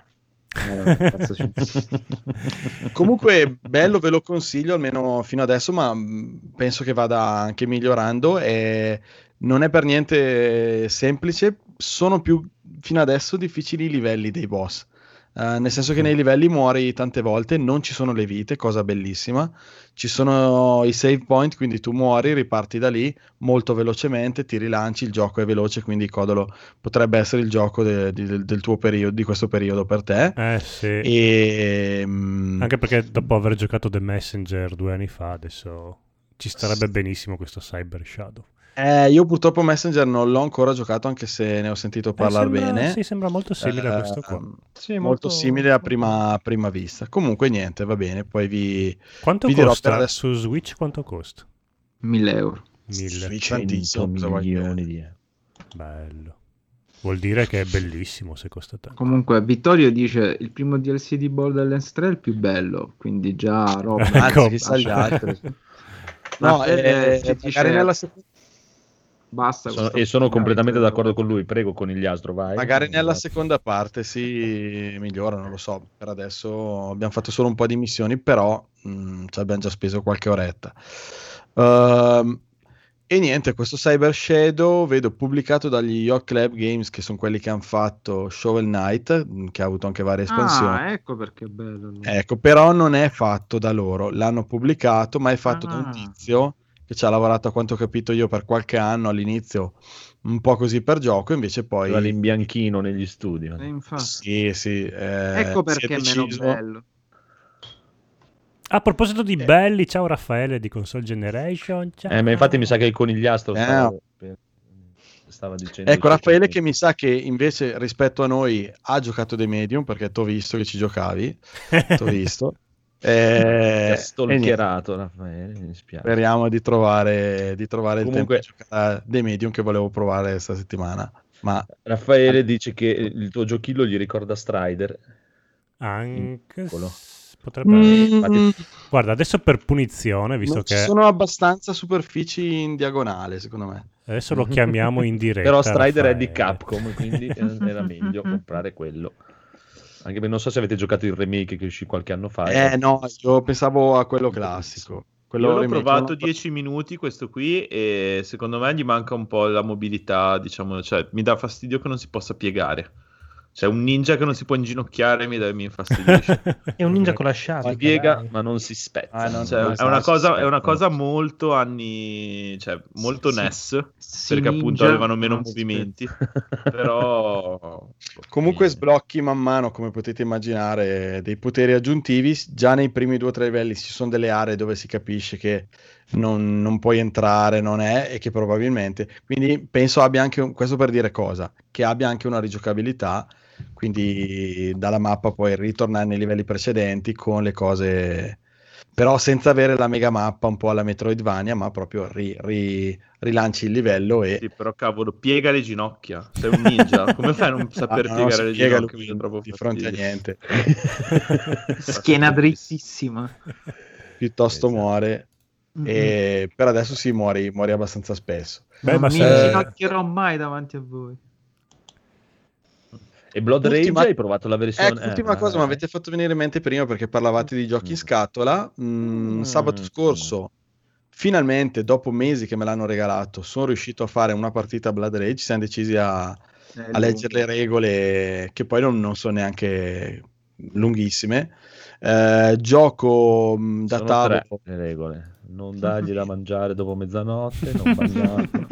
Comunque bello, ve lo consiglio almeno fino adesso, ma penso che vada anche migliorando, e non è per niente semplice. Sono più fino adesso difficili i livelli dei boss, nel senso che nei livelli muori tante volte, non ci sono le vite, cosa bellissima. Ci sono i save point, quindi tu muori, riparti da lì molto velocemente, ti rilanci, il gioco è veloce, quindi Codolo potrebbe essere il gioco del tuo periodo, di questo periodo per te. Sì. E anche perché dopo aver giocato The Messenger 2 anni fa, adesso ci starebbe benissimo questo Cyber Shadow. Io purtroppo Messenger non l'ho ancora giocato, anche se ne ho sentito parlare bene. Sì, sembra molto simile a questo qua. Sì, molto simile a prima vista. Comunque niente, va bene. Poi quanto costa su Switch? Quanto costa? 1.000 euro. 100 milioni di euro. Bello. Vuol dire che è bellissimo se costa tanto. Comunque Vittorio dice il primo DLC di Borderlands 3 è il più bello, quindi già roba. Chissà gli altri. No, magari nella seconda. Basta. Sono completamente d'accordo con lui. Prego, Conigliastro, vai. Magari nella seconda parte si migliora, non lo so. Per adesso abbiamo fatto solo un po' di missioni, però ci abbiamo già speso qualche oretta. E niente, questo Cyber Shadow vedo pubblicato dagli Yacht Club Games, che sono quelli che hanno fatto Shovel Knight, che ha avuto anche varie espansioni. Ecco perché è bello. Ecco, però non è fatto da loro, l'hanno pubblicato, ma è fatto da un tizio che ci ha lavorato, a quanto ho capito io, per qualche anno all'inizio, un po' così per gioco, invece poi in bianchino negli studi. Sì. Ecco perché è meno bello. A proposito di belli, ciao Raffaele di Console Generation. Ciao. Ma infatti mi sa che il Conigliastro stava dicendo. Ecco, Raffaele che mi sa che invece rispetto a noi ha giocato The Medium, perché t'ho visto che ci giocavi. T'ho visto. Stalkerato Raffaele, mi spiace. Speriamo di trovare il tempo di giocare a The Medium, che volevo provare questa settimana. Ma Raffaele dice che il tuo giochillo gli ricorda Strider. Anche potrebbe guarda, adesso per punizione, visto che ci sono abbastanza superfici in diagonale, secondo me. Adesso lo chiamiamo in diretta. Però Strider è di Capcom, quindi era meglio comprare quello. Anche perché non so se avete giocato il remake che uscì qualche anno fa. No, io pensavo a quello classico. Io l'ho provato 10 minuti questo qui, e secondo me gli manca un po' la mobilità, diciamo, cioè mi dà fastidio che non si possa piegare. C'è un ninja che non si può inginocchiare, mi infastidisce. È un ninja con la sciatica. Si piega, ma non si spezza. È una cosa molto anni, cioè molto NES, perché appunto avevano meno movimenti. Però comunque sblocchi man mano, come potete immaginare, dei poteri aggiuntivi. Già nei primi 2 o 3 livelli ci sono delle aree dove si capisce che non puoi entrare, e che probabilmente, quindi penso abbia anche questo, per dire cosa, che abbia anche una rigiocabilità, quindi dalla mappa puoi ritornare nei livelli precedenti con le cose, però senza avere la mega mappa un po' alla Metroidvania, ma proprio rilanci il livello e... Sì, però cavolo, piega le ginocchia, sei un ninja, come fai a non saper piegare le ginocchia? Lui, di fronte a niente. Schiena drittissima. Piuttosto muore. E per adesso muori abbastanza spesso. Non mi ginocchierò mai davanti a voi. E Blood Rage hai provato la versione... L'ultima cosa mi avete fatto venire in mente prima, perché parlavate di giochi in scatola. Sabato scorso, finalmente, dopo mesi che me l'hanno regalato, sono riuscito a fare una partita a Blood Rage. Ci siamo decisi a leggere le regole, che poi non sono neanche lunghissime. Gioco da tavolo. Le regole: non dargli da mangiare dopo mezzanotte, non bagnarlo.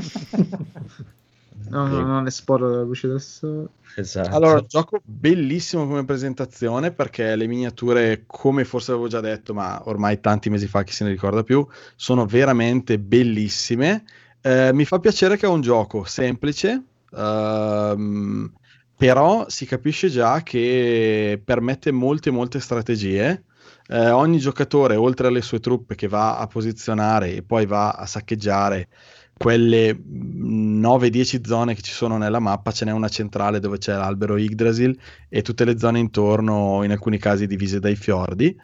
Non esporre la luce del sole. Esatto. Allora, gioco bellissimo come presentazione, perché le miniature, come forse avevo già detto, ma ormai tanti mesi fa, chi se ne ricorda più, sono veramente bellissime. Mi fa piacere che è un gioco semplice, però si capisce già che permette molte strategie. Ogni giocatore, oltre alle sue truppe che va a posizionare e poi va a saccheggiare quelle 9-10 zone che ci sono nella mappa, ce n'è una centrale dove c'è l'albero Yggdrasil e tutte le zone intorno, in alcuni casi divise dai fiordi.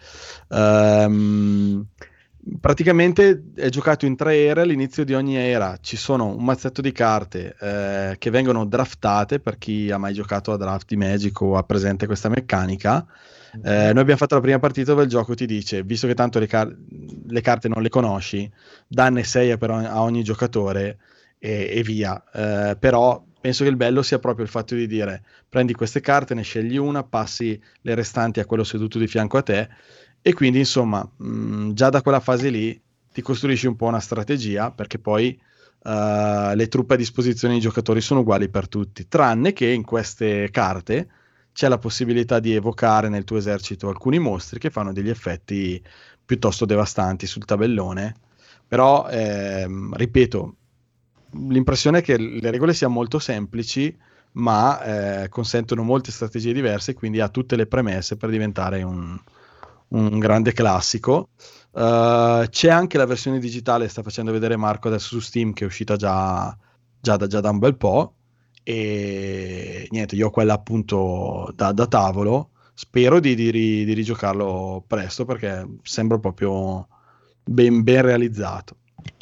Praticamente è giocato in 3 ere. All'inizio di ogni era ci sono un mazzetto di carte che vengono draftate, per chi ha mai giocato a Draft di Magic o ha presente questa meccanica. Noi abbiamo fatto la prima partita dove il gioco ti dice: visto che tanto le carte non le conosci, danne 6 a ogni giocatore e via. Però penso che il bello sia proprio il fatto di dire: prendi queste carte, ne scegli una, passi le restanti a quello seduto di fianco a te, e quindi insomma già da quella fase lì ti costruisci un po' una strategia, perché poi le truppe a disposizione dei giocatori sono uguali per tutti, tranne che in queste carte c'è la possibilità di evocare nel tuo esercito alcuni mostri che fanno degli effetti piuttosto devastanti sul tabellone. Però ripeto, l'impressione è che le regole siano molto semplici, ma consentono molte strategie diverse, quindi ha tutte le premesse per diventare un grande classico. C'è anche la versione digitale, sta facendo vedere Marco adesso su Steam, che è uscita già da un bel po', e niente, io ho quella appunto da tavolo. Spero di rigiocarlo presto, perché sembra proprio ben realizzato.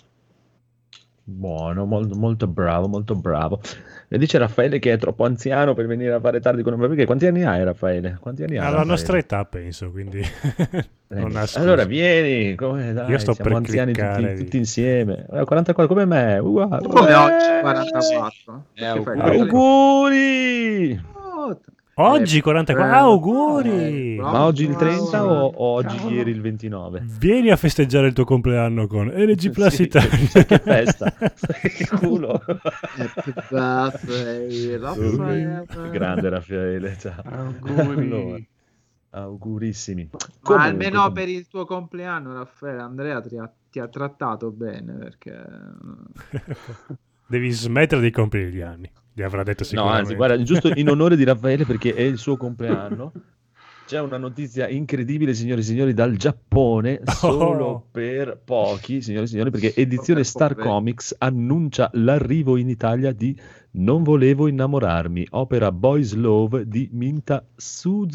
Buono, molto bravo, molto bravo. E dice Raffaele che è troppo anziano per venire a fare tardi con noi. Perché quanti anni hai, Raffaele? Quanti anni hai? Alla nostra età, penso, quindi non ha scusa. Allora vieni, dai, io sto siamo per anziani cliccare tutti insieme. 44 come me, uguale. Come oggi 44. Auguri! Oggi 44, auguri! Ma oggi il 30 o oggi ieri il 29? Vieni a festeggiare il tuo compleanno con NG Plus Italia. Che festa! Che culo! Grande Raffaele, ciao. Auguri. Augurissimi. Ma almeno per il tuo compleanno, Raffaele, Andrea ti ha trattato bene, perché devi smettere di compiere gli anni. Gli avrà detto sicuramente. No, anzi, guarda, giusto in onore di Raffaele, perché è il suo compleanno, c'è una notizia incredibile, signori e signori, dal Giappone, solo per pochi, signori e signori, perché edizione Star Comics annuncia l'arrivo in Italia di Non volevo innamorarmi, opera Boys Love di Minta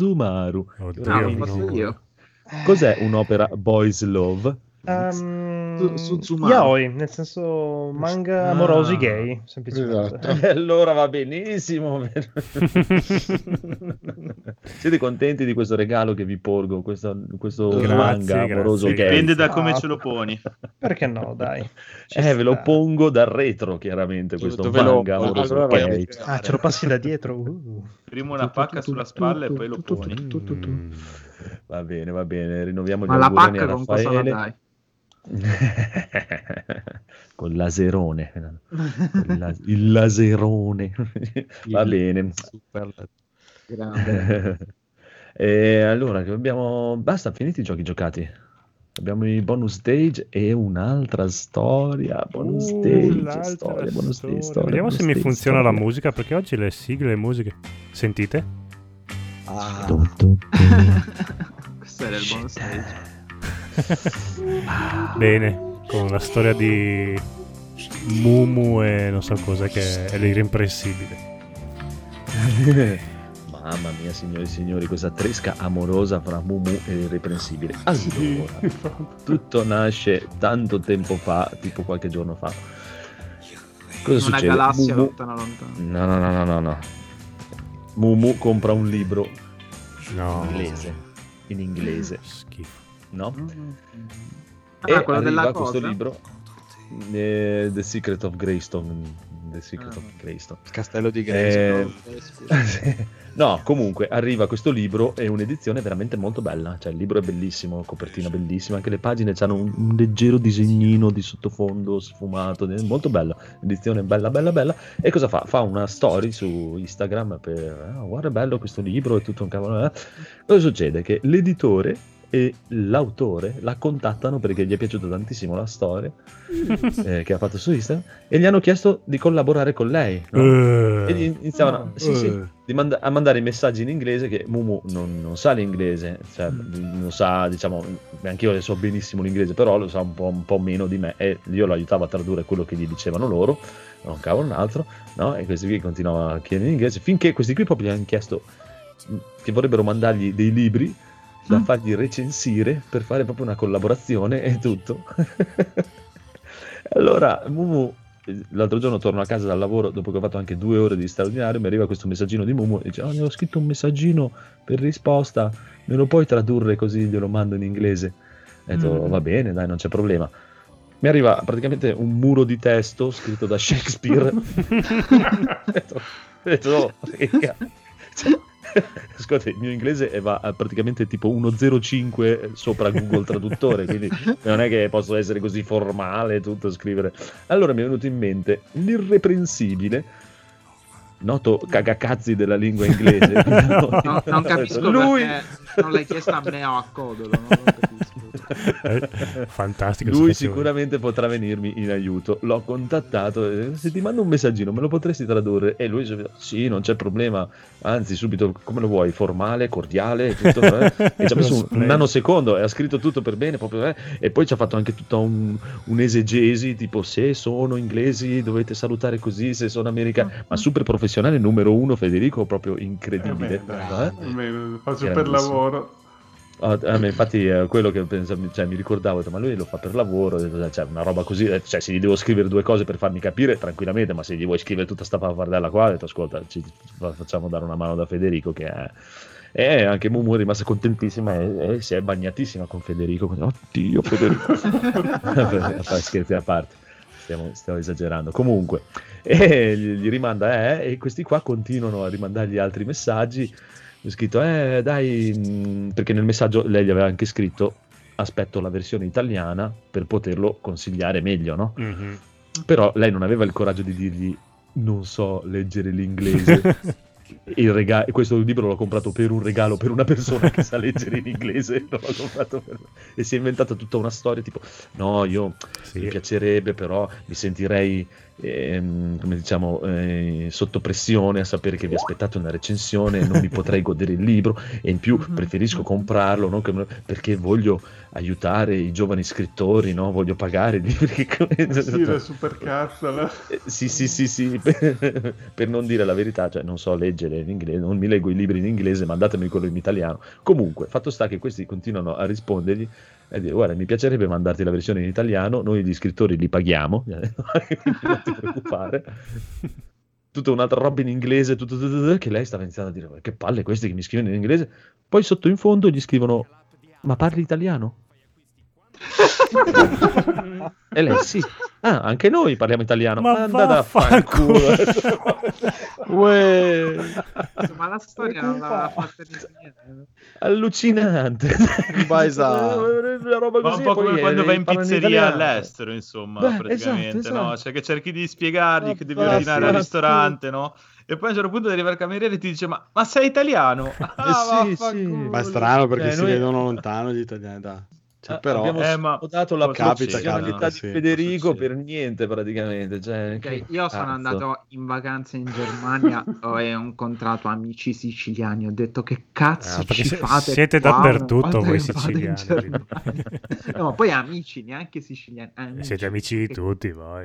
Suzumaru. Oddio, l'ho fatto io. Cos'è un'opera Boys Love? yaoi, nel senso manga amorosi gay, semplicemente. Esatto. Allora va benissimo. Siete contenti di questo regalo che vi porgo? Questo manga amoroso gay? Dipende da come ce lo poni. Perché no, dai. Ve lo pongo dal retro, chiaramente, questo manga amoroso gay. Ce lo passi da dietro. Prima una pacca sulla spalla e poi lo poni. Va bene, rinnoviamo gli Ma la auguroni pacca a con cosa la Raffaele. dai? Con laserone. Il laserone. Va bene. Super. Grande. Allora, che abbiamo... Basta, finiti i giochi giocati. Abbiamo i bonus stage e un'altra storia. Bonus stage, storia. Vediamo se mi funziona la musica, perché oggi le sigle, le musiche. Sentite? Questo era il bonus stage. Bene, con la storia di Mumu e non so cosa, che è l'irreprensibile. Mamma mia, signori e signori, questa tresca amorosa fra Mumu e l'irreprensibile. Allora, tutto nasce tanto tempo fa, tipo qualche giorno fa. Cosa succede? Una galassia Mumu... lontana. No. Mumu compra un libro in inglese. Schifo. No? Quello arriva della questo cosa? libro, The Secret of Greystone. Il castello di Greystone. No, comunque arriva questo libro, è un'edizione veramente molto bella, cioè il libro è bellissimo, copertina bellissima, anche le pagine hanno un leggero disegnino di sottofondo sfumato, molto bella, edizione bella. E cosa fa? Fa una story su Instagram per guarda bello questo libro e tutto un cavolo. Cosa succede? Che l'editore e l'autore la contattano perché gli è piaciuta tantissimo la storia che ha fatto su Instagram e gli hanno chiesto di collaborare con lei, no? E gli iniziavano a mandare i messaggi in inglese, che Mumu non sa l'inglese, cioè non sa, diciamo, anche io so benissimo l'inglese, però lo sa un po' meno di me, e io lo aiutavo a tradurre quello che gli dicevano loro, non cavolo un altro, no? E questi qui continuavano a chiedere in inglese, finché questi qui proprio gli hanno chiesto che vorrebbero mandargli dei libri da fargli recensire per fare proprio una collaborazione e tutto. Allora Mumu, l'altro giorno torno a casa dal lavoro dopo che ho fatto anche 2 ore di straordinario, mi arriva questo messaggino di Mumu e dice ne ho scritto un messaggino per risposta, me lo puoi tradurre così glielo mando in inglese? E ho detto va bene, dai, non c'è problema. Mi arriva praticamente un muro di testo scritto da Shakespeare. Ho detto ascolta, il mio inglese va praticamente tipo 1.05 sopra Google Traduttore, quindi non è che posso essere così formale tutto scrivere. Allora mi è venuto in mente l'irreprensibile, noto cagacazzi della lingua inglese. Non capisco lui... perché non l'hai chiesto a me o a Codolo, non capisco. Fantastico. Lui sicuramente potrà venirmi in aiuto. L'ho contattato, se ti mando un messaggino me lo potresti tradurre? E lui dice sì, non c'è problema, anzi subito, come lo vuoi, formale, cordiale, tutto, e ci ha messo un nanosecondo e ha scritto tutto per bene proprio, e poi ci ha fatto anche tutta un'esegesi tipo se sono inglesi dovete salutare così, se sono americani, ma super professionale, numero 1 Federico, proprio incredibile. Faccio per lavoro. Infatti quello che pensavo, cioè, mi ricordavo, ma lui lo fa per lavoro, cioè, una roba così, cioè se gli devo scrivere 2 cose per farmi capire tranquillamente, ma se gli vuoi scrivere tutta sta pappardella qua, ho detto ascolta, ci facciamo dare una mano da Federico, che è... E anche Mumu è rimasta contentissima e si è bagnatissima con Federico. Oddio Federico. Scherzi a parte, stiamo esagerando. Comunque gli rimanda e questi qua continuano a rimandargli altri messaggi. Ho scritto dai, perché nel messaggio lei gli aveva anche scritto aspetto la versione italiana per poterlo consigliare meglio, no? Mm-hmm. Però lei non aveva il coraggio di dirgli non so leggere l'inglese. Questo libro l'ho comprato per un regalo per una persona che sa leggere in inglese, l'ho comprato e si è inventata tutta una storia tipo no, io mi piacerebbe, però mi sentirei come diciamo, sotto pressione a sapere che vi aspettate una recensione, non mi potrei godere il libro, e in più preferisco comprarlo, no? Perché voglio aiutare i giovani scrittori, no? Voglio pagare i libri. Sì, la supercazzola. Sì, per non dire la verità, cioè non so leggere in inglese, non mi leggo i libri in inglese, mandatemi quello in italiano. Comunque, fatto sta che questi continuano a rispondergli e dire: guarda, mi piacerebbe mandarti la versione in italiano, noi gli scrittori li paghiamo, non ti preoccupare. Tutta un'altra roba in inglese, che lei stava iniziando a dire: che palle questi che mi scrivono in inglese. Poi sotto in fondo gli scrivono: ma parli italiano? E lei: sì. Ah, anche noi parliamo italiano. Ma andate a fanculo. Ma la storia non l'ha fatta niente. Allucinante. Una roba così, un po' come quando vai in pizzeria all'estero, insomma. Beh, praticamente, esatto. No? Cioè che cerchi di spiegargli che devi ordinare al ristorante, no? E poi a un certo punto arriva il cameriere e ti dice: ma sei italiano? Sì. Ma è strano perché si noi vedono lontano gli italiani. Cioè, però abbiamo dato la professionalità di sì, Federico per niente praticamente. Cioè, io sono andato in vacanza in Germania e ho incontrato amici siciliani, ho detto: che cazzo ci fate? Siete qua? dappertutto voi siciliani. No, ma poi amici, neanche siciliani. Siete amici di tutti voi.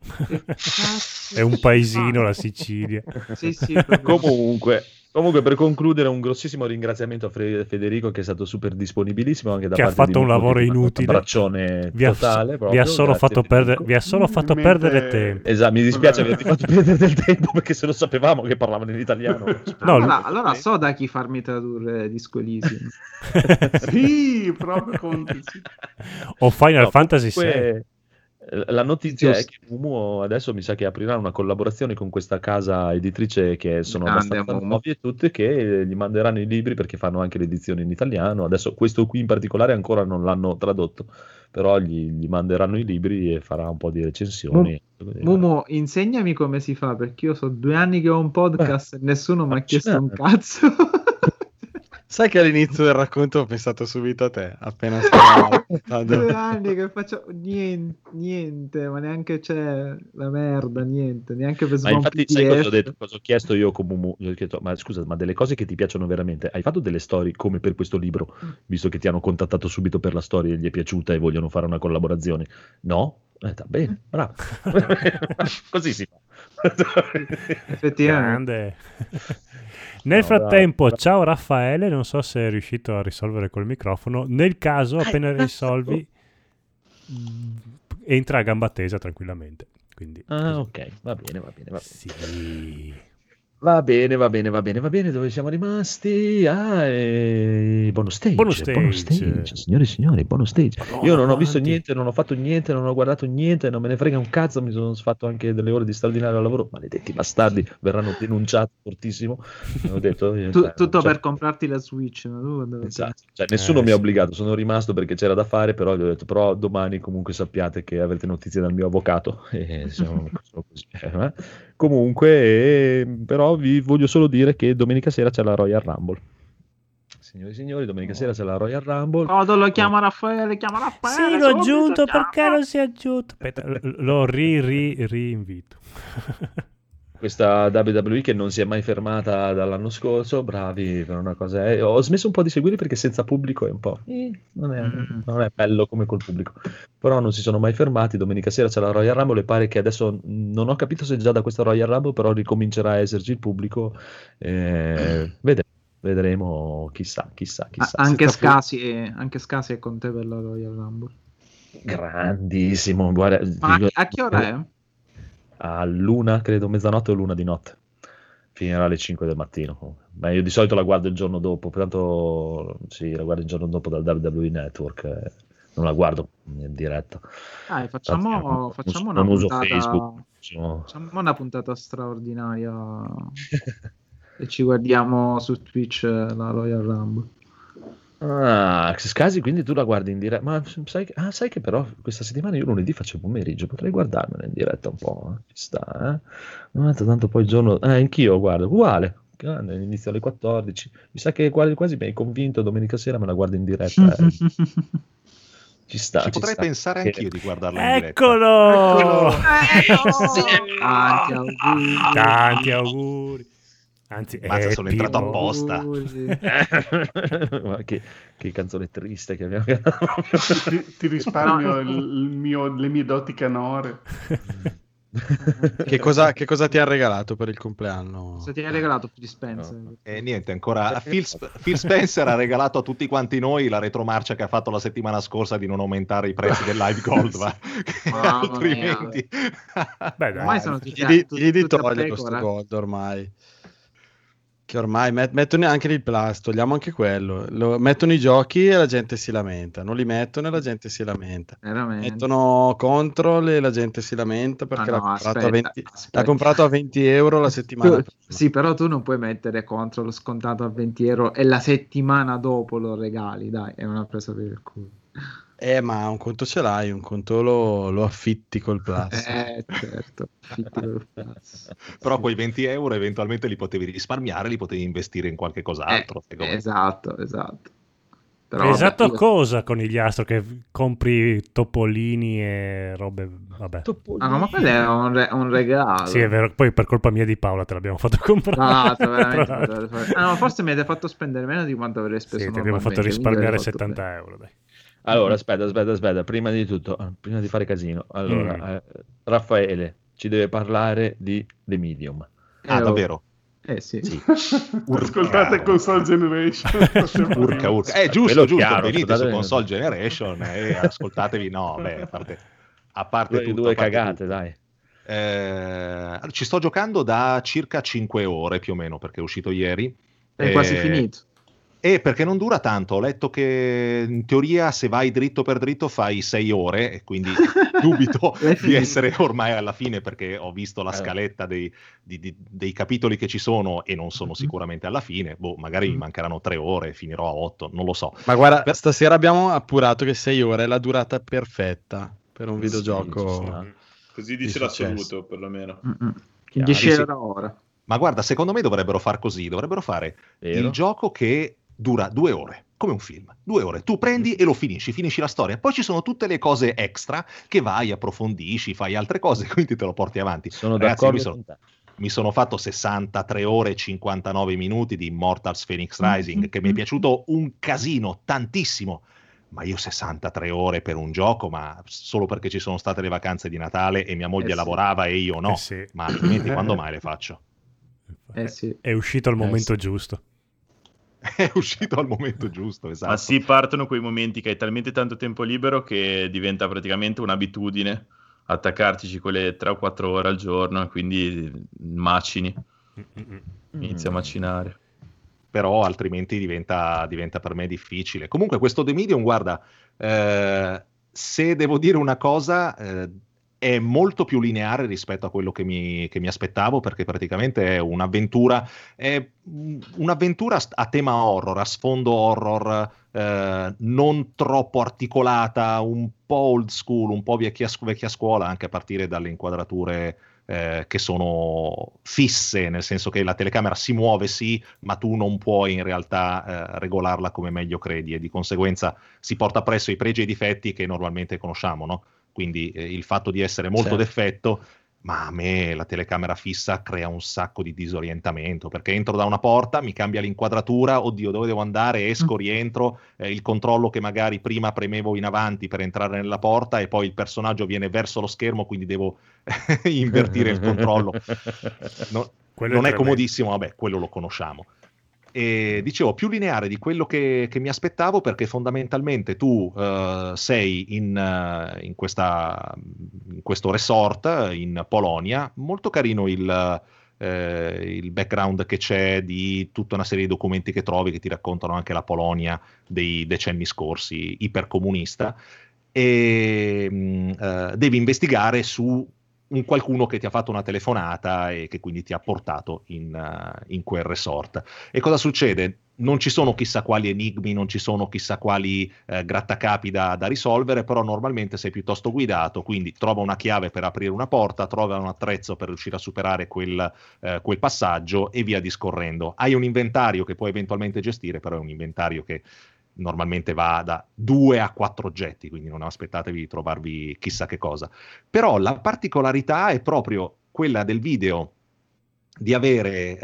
È un paesino la Sicilia. Sì, Comunque, per concludere, un grossissimo ringraziamento a Federico, che è stato super disponibilissimo anche da che parte ha fatto un lavoro inutile, braccione totale, vi ha solo fatto perdere tempo. Esatto, mi dispiace averti fatto perdere del tempo, perché se lo sapevamo che parlavano in italiano. Allora so da chi farmi tradurre Disco Elysium. Sì, proprio con o Final Fantasy VI. La notizia è che Mumu adesso mi sa che aprirà una collaborazione con questa casa editrice, che sono abbastanza nuovi e tutte, che gli manderanno i libri, perché fanno anche l'edizione in italiano. Adesso questo qui in particolare ancora non l'hanno tradotto, però gli manderanno i libri e farà un po' di recensioni. Mumu, insegnami come si fa, perché io so 2 anni che ho un podcast e nessuno mi ha chiesto un cazzo. Sai che all'inizio del racconto ho pensato subito a te, appena stavo 2 anni che faccio niente, ma neanche c'è la merda, niente, neanche per Ma infatti sai cosa ho detto, cosa ho chiesto io con Mumu? Gli ho chiesto: ma scusa, ma delle cose che ti piacciono veramente, hai fatto delle storie come per questo libro, visto che ti hanno contattato subito per la storia e gli è piaciuta e vogliono fare una collaborazione? No? Bene, bravo. Così si fa. Effettivamente. Nel frattempo, ciao Raffaele, non so se è riuscito a risolvere col microfono. Nel caso, appena risolvi, entra a gamba tesa tranquillamente. Quindi, ok, va bene. Sì. Va bene, dove siamo rimasti? Bonus stage. Signore e signori, bonus stage. Io non ho visto niente, non ho fatto niente, non ho guardato niente, non me ne frega un cazzo, mi sono fatto anche delle ore di straordinario lavoro, maledetti bastardi, verranno denunciati fortissimo. Ho detto, tutto per comprarti la Switch, no? Esatto. Cioè, nessuno mi ha obbligato, sono rimasto perché c'era da fare, però gli ho detto: però domani comunque sappiate che avrete notizie dal mio avvocato, e sono così. Comunque, però vi voglio solo dire che domenica sera c'è la Royal Rumble. Signori e signori, domenica sera c'è la Royal Rumble. Lo chiama Raffaele, Sì, l'ho aggiunto, perché non si è aggiunto? Aspetta, lo rinvito. Questa WWE che non si è mai fermata dall'anno scorso, bravi per una cosa. Ho smesso un po' di seguire perché senza pubblico è un po'... non è bello come col pubblico. Però non si sono mai fermati. Domenica sera c'è la Royal Rumble e pare che adesso, non ho capito se già da questa Royal Rumble, però ricomincerà a esserci il pubblico. Vedremo, chissà. Anche Scasi è con te per la Royal Rumble. Grandissimo. Guarda, a che ora è? All'1, credo, mezzanotte o l'1 di notte. Finirà alle 5 del mattino. Ma io di solito la guardo il giorno dopo, tanto sì, la guardo il giorno dopo dal WWE Network, non la guardo in diretta. Facciamo una puntata, Facebook, facciamo una puntata straordinaria e ci guardiamo su Twitch la Royal Rumble. Scasi, quindi tu la guardi in diretta, ma sai che però questa settimana io lunedì faccio pomeriggio, potrei guardarmela in diretta un po', ci sta, tanto poi il giorno, anch'io guardo, uguale, inizio alle 14, mi sa che quasi mi hai convinto, domenica sera me la guardo in diretta. Ci sta, ci potrei pensare anch'io di guardarlo in diretta. Eccolo! Tanti auguri. Anzi, Mazza, sono entrato apposta. Ma che canzone triste che abbiamo. Ti risparmio le mie doti canore. Che cosa ti ha regalato per il compleanno? Se ti ha regalato Phil Spencer. Niente, ancora Phil Spencer ha regalato a tutti quanti noi la retromarcia che ha fatto la settimana scorsa di non aumentare i prezzi del Live Gold, altrimenti ormai sono tutti gli di togliere questo Gold ormai. Che ormai mettono anche il Plus, togliamo anche quello. Mettono i giochi e la gente si lamenta. Non li mettono e la gente si lamenta. Veramente. Mettono Control e la gente si lamenta perché l'ha comprato a 20 euro la settimana prima. Sì, però tu non puoi mettere Control scontato a 20 euro e la settimana dopo lo regali. Dai, è una presa per il culo. Ma un conto ce l'hai, un conto lo affitti col Plus. Certo, affitti col Plus. Però quei 20 euro eventualmente li potevi risparmiare, li potevi investire in qualche cos'altro. Esatto. Però esatto, cosa con gli astro che compri topolini e robe, vabbè. Ma quello è un regalo. Sì, è vero, poi per colpa mia di Paola te l'abbiamo fatto comprare. Veramente. Forse mi avete fatto spendere meno di quanto avrei speso. Sì, ti abbiamo fatto risparmiare 70 euro, dai. Allora, aspetta, prima di tutto, prima di fare casino, allora, Raffaele ci deve parlare di The Medium. Davvero? Sì. Ascoltate Console Generation. Urca. Giusto, venite su Console Generation e ascoltatevi, a parte tutto, due cagate, dai. Ci sto giocando da circa 5 ore più o meno, perché è uscito ieri. È quasi finito. Perché non dura tanto, ho letto che in teoria se vai dritto per dritto fai 6 ore e quindi dubito di essere ormai alla fine, perché ho visto la scaletta dei capitoli che ci sono e non sono sicuramente alla fine, magari mi mancheranno 3 ore, finirò a 8, non lo so. Ma guarda, stasera abbiamo appurato che 6 ore è la durata perfetta per un videogioco. Così dice l'assoluto, perlomeno. 10 euro ora. Ma guarda, secondo me dovrebbero far così, dovrebbero fare il gioco che dura 2 ore, come un film, 2 ore, tu prendi e lo finisci la storia, poi ci sono tutte le cose extra che vai, approfondisci, fai altre cose, quindi te lo porti avanti. Sono d'accordo. Mi sono fatto 63 ore e 59 minuti di Immortals Phoenix Rising, che mi è piaciuto un casino, tantissimo, ma io 63 ore per un gioco, ma solo perché ci sono state le vacanze di Natale e mia moglie lavorava e io no, ma altrimenti quando mai le faccio? È uscito al momento giusto. È uscito al momento giusto, esatto. Ma sì, partono quei momenti che hai talmente tanto tempo libero che diventa praticamente un'abitudine attaccartici quelle 3 o 4 ore al giorno e quindi macini. Inizia a macinare. Però altrimenti diventa per me difficile. Comunque questo The Medium, guarda, se devo dire una cosa, è molto più lineare rispetto a quello che mi aspettavo, perché praticamente è un'avventura a tema horror, a sfondo horror, non troppo articolata, un po' old school, un po' vecchia scuola, anche a partire dalle inquadrature che sono fisse, nel senso che la telecamera si muove ma tu non puoi in realtà regolarla come meglio credi, e di conseguenza si porta presso i pregi e i difetti che normalmente conosciamo, no? Quindi il fatto di essere molto d'effetto, ma a me la telecamera fissa crea un sacco di disorientamento, perché entro da una porta, mi cambia l'inquadratura, oddio dove devo andare, esco, rientro, il controllo che magari prima premevo in avanti per entrare nella porta e poi il personaggio viene verso lo schermo, quindi devo invertire il controllo. Non è comodissimo, vabbè, quello lo conosciamo. E dicevo, più lineare di quello che mi aspettavo, perché fondamentalmente tu sei in questo resort in Polonia, molto carino il background che c'è di tutta una serie di documenti che trovi che ti raccontano anche la Polonia dei decenni scorsi, ipercomunista, e devi investigare su un qualcuno che ti ha fatto una telefonata e che quindi ti ha portato in quel resort. E cosa succede? Non ci sono chissà quali enigmi, non ci sono chissà quali grattacapi da risolvere, però normalmente sei piuttosto guidato, quindi trova una chiave per aprire una porta, trova un attrezzo per riuscire a superare quel passaggio e via discorrendo. Hai un inventario che puoi eventualmente gestire, però è un inventario che normalmente va da 2 a 4 oggetti, quindi non aspettatevi di trovarvi chissà che cosa. Però la particolarità è proprio quella del video di avere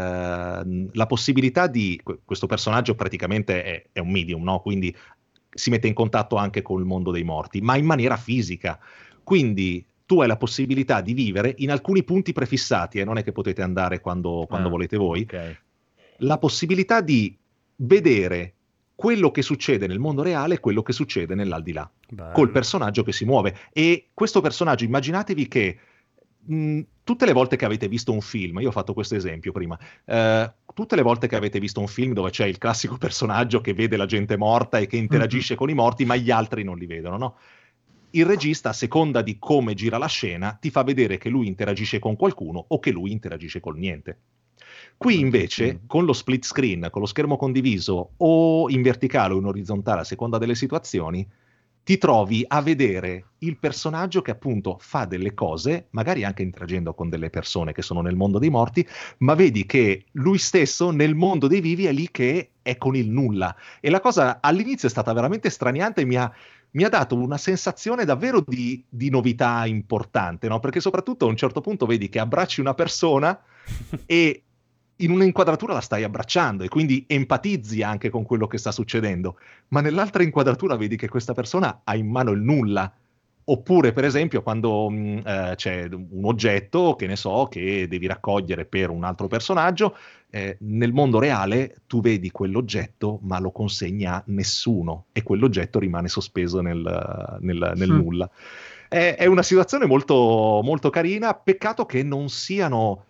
la possibilità di... Questo personaggio praticamente è un medium, no? Quindi si mette in contatto anche col mondo dei morti, ma in maniera fisica. Quindi tu hai la possibilità di vivere in alcuni punti prefissati, e non è che potete andare quando volete voi, okay. La possibilità di vedere quello che succede nel mondo reale e quello che succede nell'aldilà, col personaggio che si muove. E questo personaggio, immaginatevi che tutte le volte che avete visto un film, io ho fatto questo esempio prima, tutte le volte che avete visto un film dove c'è il classico personaggio che vede la gente morta e che interagisce con i morti, ma gli altri non li vedono, no? Il regista, a seconda di come gira la scena, ti fa vedere che lui interagisce con qualcuno o che lui interagisce col niente. Qui invece, con lo split screen, con lo schermo condiviso, o in verticale o in orizzontale, a seconda delle situazioni, ti trovi a vedere il personaggio che appunto fa delle cose, magari anche interagendo con delle persone che sono nel mondo dei morti, ma vedi che lui stesso nel mondo dei vivi è lì che è con il nulla. E la cosa all'inizio è stata veramente straniante e mi ha dato una sensazione davvero di novità importante, no? Perché soprattutto a un certo punto vedi che abbracci una persona e in un'inquadratura la stai abbracciando e quindi empatizzi anche con quello che sta succedendo, ma nell'altra inquadratura vedi che questa persona ha in mano il nulla. Oppure, per esempio, quando c'è un oggetto, che ne so, che devi raccogliere per un altro personaggio, nel mondo reale tu vedi quell'oggetto, ma lo consegna a nessuno e quell'oggetto rimane sospeso nel nulla. È una situazione molto, molto carina, peccato che non sia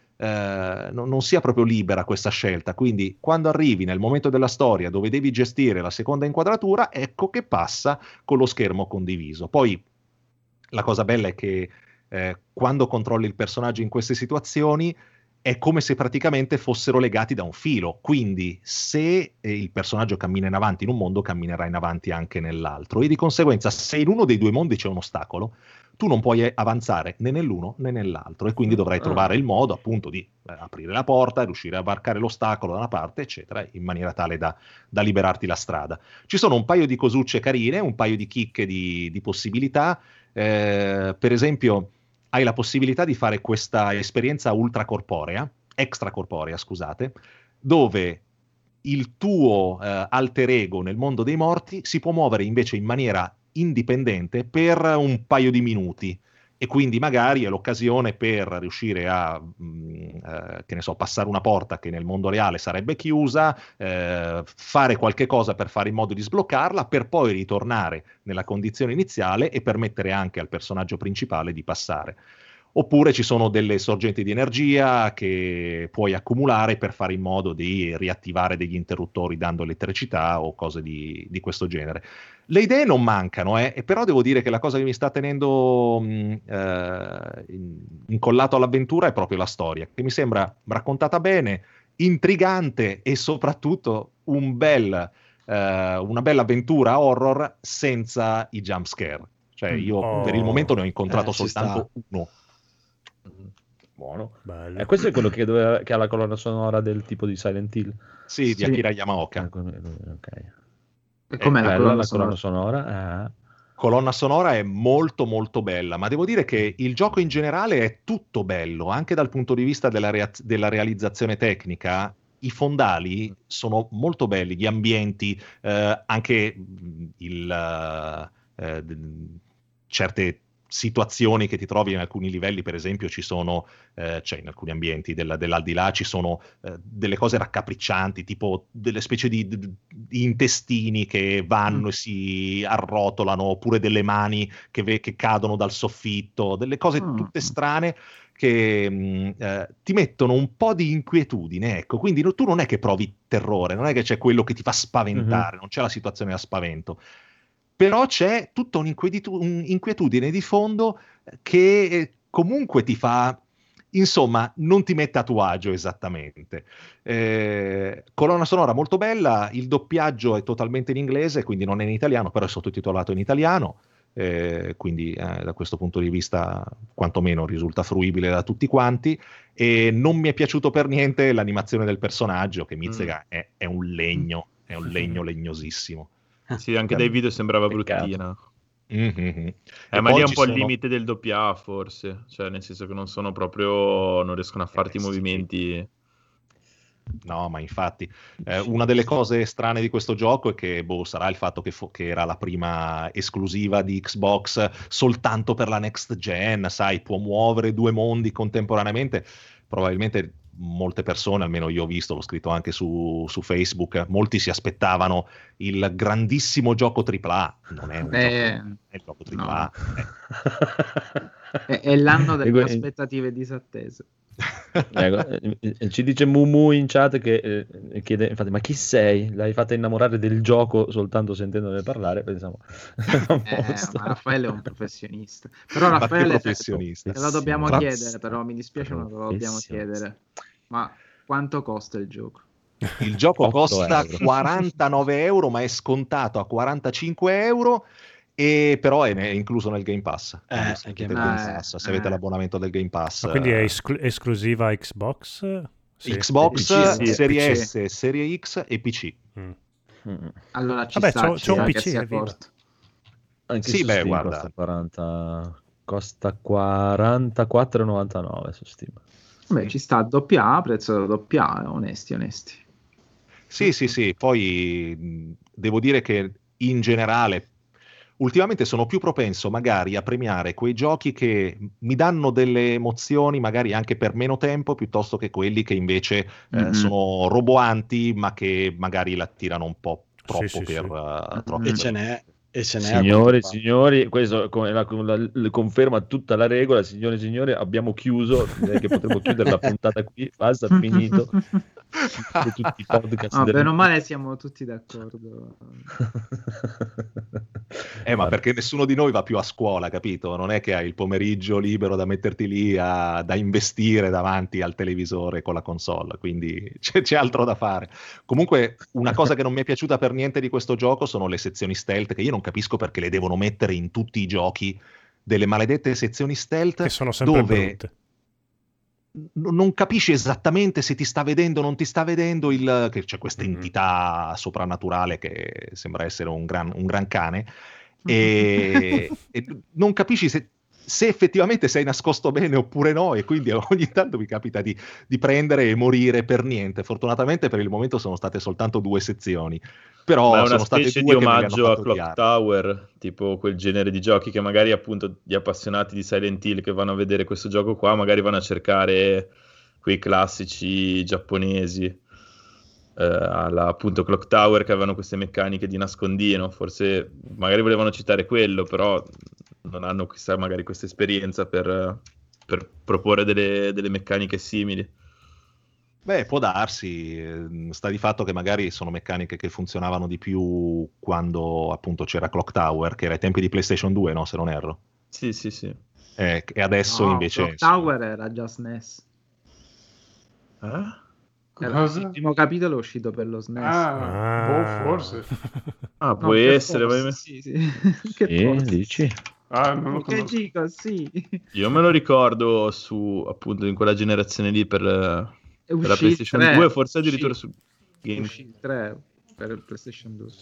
proprio libera questa scelta, quindi quando arrivi nel momento della storia dove devi gestire la seconda inquadratura, ecco che passa con lo schermo condiviso. Poi la cosa bella è che quando controlli il personaggio in queste situazioni è come se praticamente fossero legati da un filo, quindi se il personaggio cammina in avanti in un mondo, camminerà in avanti anche nell'altro, e di conseguenza se in uno dei due mondi c'è un ostacolo, tu non puoi avanzare né nell'uno né nell'altro, e quindi dovrai trovare il modo appunto di aprire la porta, riuscire a varcare l'ostacolo da una parte, eccetera, in maniera tale da liberarti la strada. Ci sono un paio di cosucce carine, un paio di chicche di possibilità. Per esempio, hai la possibilità di fare questa esperienza extracorporea, scusate, dove il tuo alter ego nel mondo dei morti si può muovere invece in maniera indipendente per un paio di minuti, e quindi magari è l'occasione per riuscire a che ne so, passare una porta che nel mondo reale sarebbe chiusa, fare qualche cosa per fare in modo di sbloccarla, per poi ritornare nella condizione iniziale e permettere anche al personaggio principale di passare. Oppure ci sono delle sorgenti di energia che puoi accumulare per fare in modo di riattivare degli interruttori dando elettricità o cose di questo genere. Le idee non mancano, però devo dire che la cosa che mi sta tenendo incollato all'avventura è proprio la storia, che mi sembra raccontata bene, intrigante e soprattutto una bella avventura horror senza i jump scare. Cioè io per il momento ne ho incontrato soltanto uno. Buono. Questo è quello che ha la colonna sonora del tipo di Silent Hill? Sì, di Akira Yamaoka. Ok. E com'è la colonna sonora? Colonna sonora è molto molto bella, ma devo dire che il gioco in generale è tutto bello, anche dal punto di vista della realizzazione tecnica. I fondali sono molto belli, gli ambienti, anche certe situazioni che ti trovi in alcuni livelli, per esempio ci sono, cioè in alcuni ambienti dell'aldilà ci sono delle cose raccapriccianti, tipo delle specie di intestini che vanno e si arrotolano, oppure delle mani che cadono dal soffitto, delle cose tutte strane che ti mettono un po' di inquietudine, ecco. Quindi tu non è che provi terrore, non è che c'è quello che ti fa spaventare, non c'è la situazione da spavento, però c'è tutta un'inquietudine di fondo che comunque ti fa, insomma, non ti mette a tuo agio esattamente. Colonna sonora molto bella, il doppiaggio è totalmente in inglese, quindi non è in italiano, però è sottotitolato in italiano, quindi da questo punto di vista quantomeno risulta fruibile da tutti quanti. E non mi è piaciuto per niente l'animazione del personaggio, che Mizega è un legno. è un legno legnosissimo. Sì, anche dai video sembrava bruttina. Mm-hmm. Ma lì è un po' il limite del doppia forse, cioè nel senso che non sono proprio, non riescono a farti i movimenti. No, ma infatti una delle cose strane di questo gioco è che sarà il fatto che era la prima esclusiva di Xbox soltanto per la next gen, sai, può muovere 2 mondi contemporaneamente. Probabilmente molte persone, almeno io ho visto, l'ho scritto anche su Facebook, molti si aspettavano il grandissimo gioco AAA. Non è un gioco, è il gioco AAA. No. È l'anno delle aspettative disattese. Ci dice Mumu in chat che chiede infatti, ma chi sei? L'hai fatta innamorare del gioco soltanto sentendone parlare? Pensiamo ma Raffaele è un professionista, però Raffaele te lo dobbiamo chiedere, però mi dispiace, ma te lo dobbiamo chiedere. Ma quanto costa il gioco? Il gioco costa 49 euro, ma è scontato a 45 euro. E però è incluso nel Game Pass, se avete l'abbonamento del Game Pass. Ma quindi è esclusiva Xbox? Sì. Xbox, PC, Serie PC. S, Serie X e PC. Allora c'è un PC, anche sì, beh, guarda, costa 44,99 su Steam. Beh, ci sta AA, prezzo AA, onesti. Sì, poi devo dire che in generale ultimamente sono più propenso magari a premiare quei giochi che mi danno delle emozioni magari anche per meno tempo, piuttosto che quelli che invece sono roboanti ma che magari la tirano un po' troppo troppo. E ce n'è. Signori, questo conferma tutta la regola. Signori e signori, abbiamo chiuso, direi che potremmo chiudere la puntata qui, basta, finito. Tutti i podcast bene o male siamo tutti d'accordo. Ma perché nessuno di noi va più a scuola, capito? Non è che hai il pomeriggio libero da metterti lì da investire davanti al televisore con la console, quindi c'è altro da fare. Comunque una cosa che non mi è piaciuta per niente di questo gioco sono le sezioni stealth, che io non capisco perché le devono mettere in tutti i giochi, delle maledette sezioni stealth che sono sempre dove brutte. Non capisci esattamente se ti sta vedendo o non ti sta vedendo, che c'è questa entità soprannaturale che sembra essere un gran cane, e non capisci se effettivamente sei nascosto bene oppure no, e quindi ogni tanto mi capita di prendere e morire per niente. Fortunatamente per il momento sono state soltanto 2 sezioni, però è una sono state specie 2 di che omaggio a Clock odiare. Tower, tipo quel genere di giochi che magari appunto gli appassionati di Silent Hill che vanno a vedere questo gioco qua magari vanno a cercare quei classici giapponesi alla appunto Clock Tower, che avevano queste meccaniche di nascondino. Forse magari volevano citare quello, però non hanno magari questa esperienza per proporre delle meccaniche simili. Beh, può darsi, sta di fatto che magari sono meccaniche che funzionavano di più quando appunto c'era Clock Tower, che era ai tempi di PlayStation 2, no? Se non erro. Sì. E adesso invece... Clock Tower era già SNES. Il primo capitolo è uscito per lo SNES. Forse. Può essere. Sì. Che dici? Non lo conosco. Dico, sì. Io me lo ricordo appunto in quella generazione lì per la PlayStation 3, 2, forse addirittura su Game. Uscì 3 per il PlayStation 2.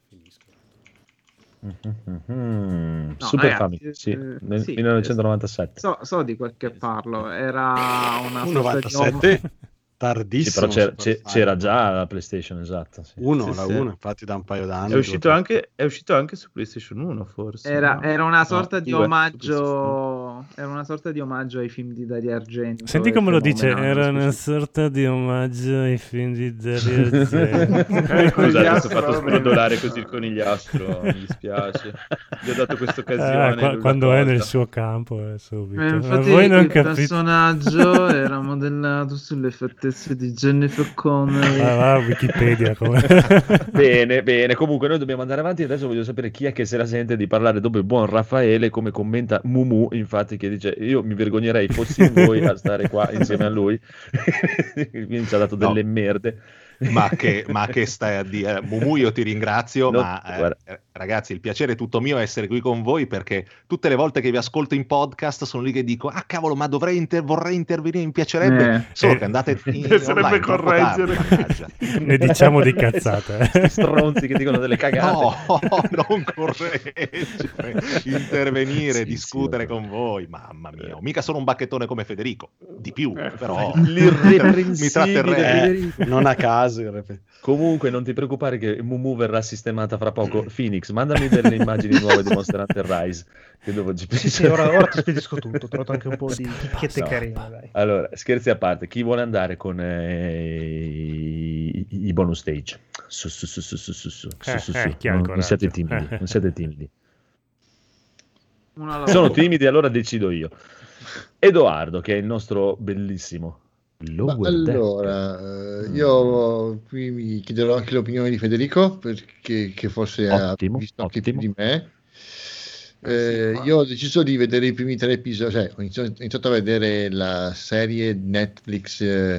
Super Famicom, sì, nel 1997. So di quel che parlo. Era una sorta 97? Tardissimo. Sì, però c'era già la PlayStation, esatto. Sì. La 1, infatti da un paio d'anni. È uscito anche su PlayStation 1, forse. Era una sorta di omaggio. Era una sorta di omaggio ai film di Dario Argento. Senti come lo dice, era una sorta di omaggio ai film di Dario Argento. Scusate, ho fatto sbrodolare così il conigliastro, mi dispiace. Vi ho dato questa occasione. Quando è nel suo campo, subito. Infatti voi non il capite. Personaggio era modellato sulle fattezze di Jennifer Connelly. Wikipedia. Bene, comunque noi dobbiamo andare avanti. Adesso voglio sapere chi è che se la sente di parlare dopo il buon Raffaele, come commenta Mumu, infatti, che dice: io mi vergognerei fossi voi a stare qua insieme a lui. Quindi ci ha dato delle merde. ma che stai a dire? Mumu, io ti ringrazio, No, ma guarda. ragazzi, il piacere è tutto mio essere qui con voi, perché tutte le volte che vi ascolto in podcast sono lì che dico cavolo, ma vorrei intervenire, mi piacerebbe, solo che andate sarebbe correggere. Ne diciamo di cazzate. Stronzi che dicono delle cagate. No, non correggere, intervenire, discutere con voi, mamma mia, mica sono un bacchettone come Federico, di più, però mi tratterrei. Non a caso. Comunque non ti preoccupare che Mumu verrà sistemata fra poco. Phoenix, mandami delle immagini nuove di Monster Hunter Rise, che dopo ci sì, ora ti spedisco tutto, ho trovato anche un po' di chicchette carine, dai. Allora, scherzi a parte, chi vuole andare con i bonus stage? Non siate timidi, non siete timidi. Sono timidi, allora decido io. Edoardo, che è il nostro bellissimo allora, io qui mi chiederò anche l'opinione di Federico, perché che forse ha visto anche più di me. Io ho deciso di vedere i primi 3 episodi, cioè ho iniziato a vedere la serie Netflix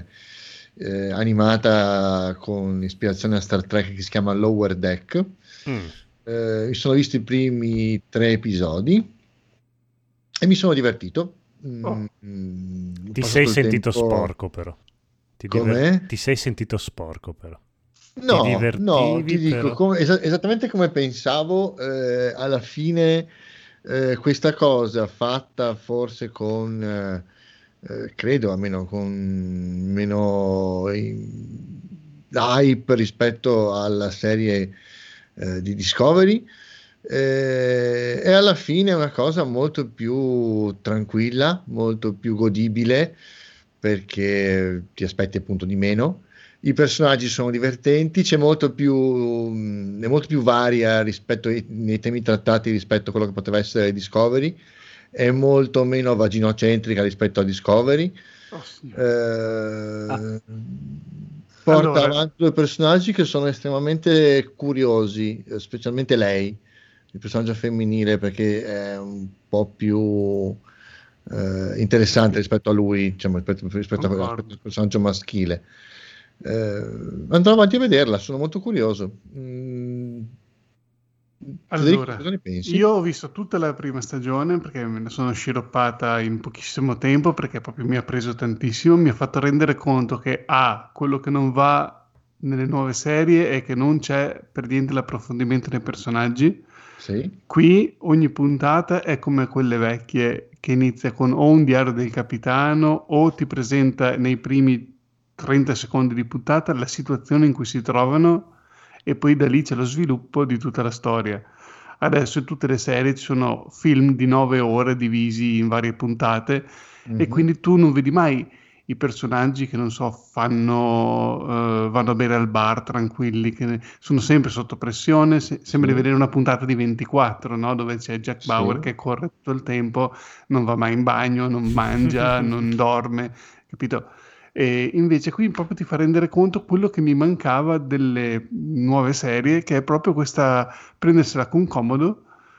animata con ispirazione a Star Trek che si chiama Lower Deck. Mi sono visti i primi 3 episodi e mi sono divertito. Ti sei sentito sporco, però. Ti sei sentito sporco, però. No, ti dico esattamente come pensavo. Alla fine questa cosa fatta forse con credo almeno con meno hype rispetto alla serie di Discovery, e alla fine è una cosa molto più tranquilla, molto più godibile, perché ti aspetti appunto di meno. I personaggi sono divertenti, è molto più varia rispetto nei temi trattati rispetto a quello che poteva essere Discovery, è molto meno vaginocentrica rispetto a Discovery. Porta avanti 2 personaggi che sono estremamente curiosi, specialmente lei, il personaggio femminile, perché è un po' più interessante rispetto a lui, diciamo, rispetto al personaggio maschile. Andrò avanti a vederla, sono molto curioso. Allora, cosa ne pensi? Io ho visto tutta la prima stagione perché me ne sono sciroppata in pochissimo tempo, perché proprio mi ha preso tantissimo, mi ha fatto rendere conto che quello che non va nelle nuove serie è che non c'è per niente l'approfondimento dei personaggi. Sì. Qui ogni puntata è come quelle vecchie, che inizia con o un diario del capitano o ti presenta nei primi 30 secondi di puntata la situazione in cui si trovano e poi da lì c'è lo sviluppo di tutta la storia. Adesso in tutte le serie ci sono film di 9 ore divisi in varie puntate, e quindi tu non vedi mai i personaggi che, non so, vanno a bere al bar tranquilli, che sono sempre sotto pressione. Sembra di vedere una puntata di 24, no? Dove c'è Jack Bauer che corre tutto il tempo, non va mai in bagno, non mangia, non dorme, capito? E invece qui proprio ti fa rendere conto quello che mi mancava delle nuove serie, che è proprio questa prendersela con comodo,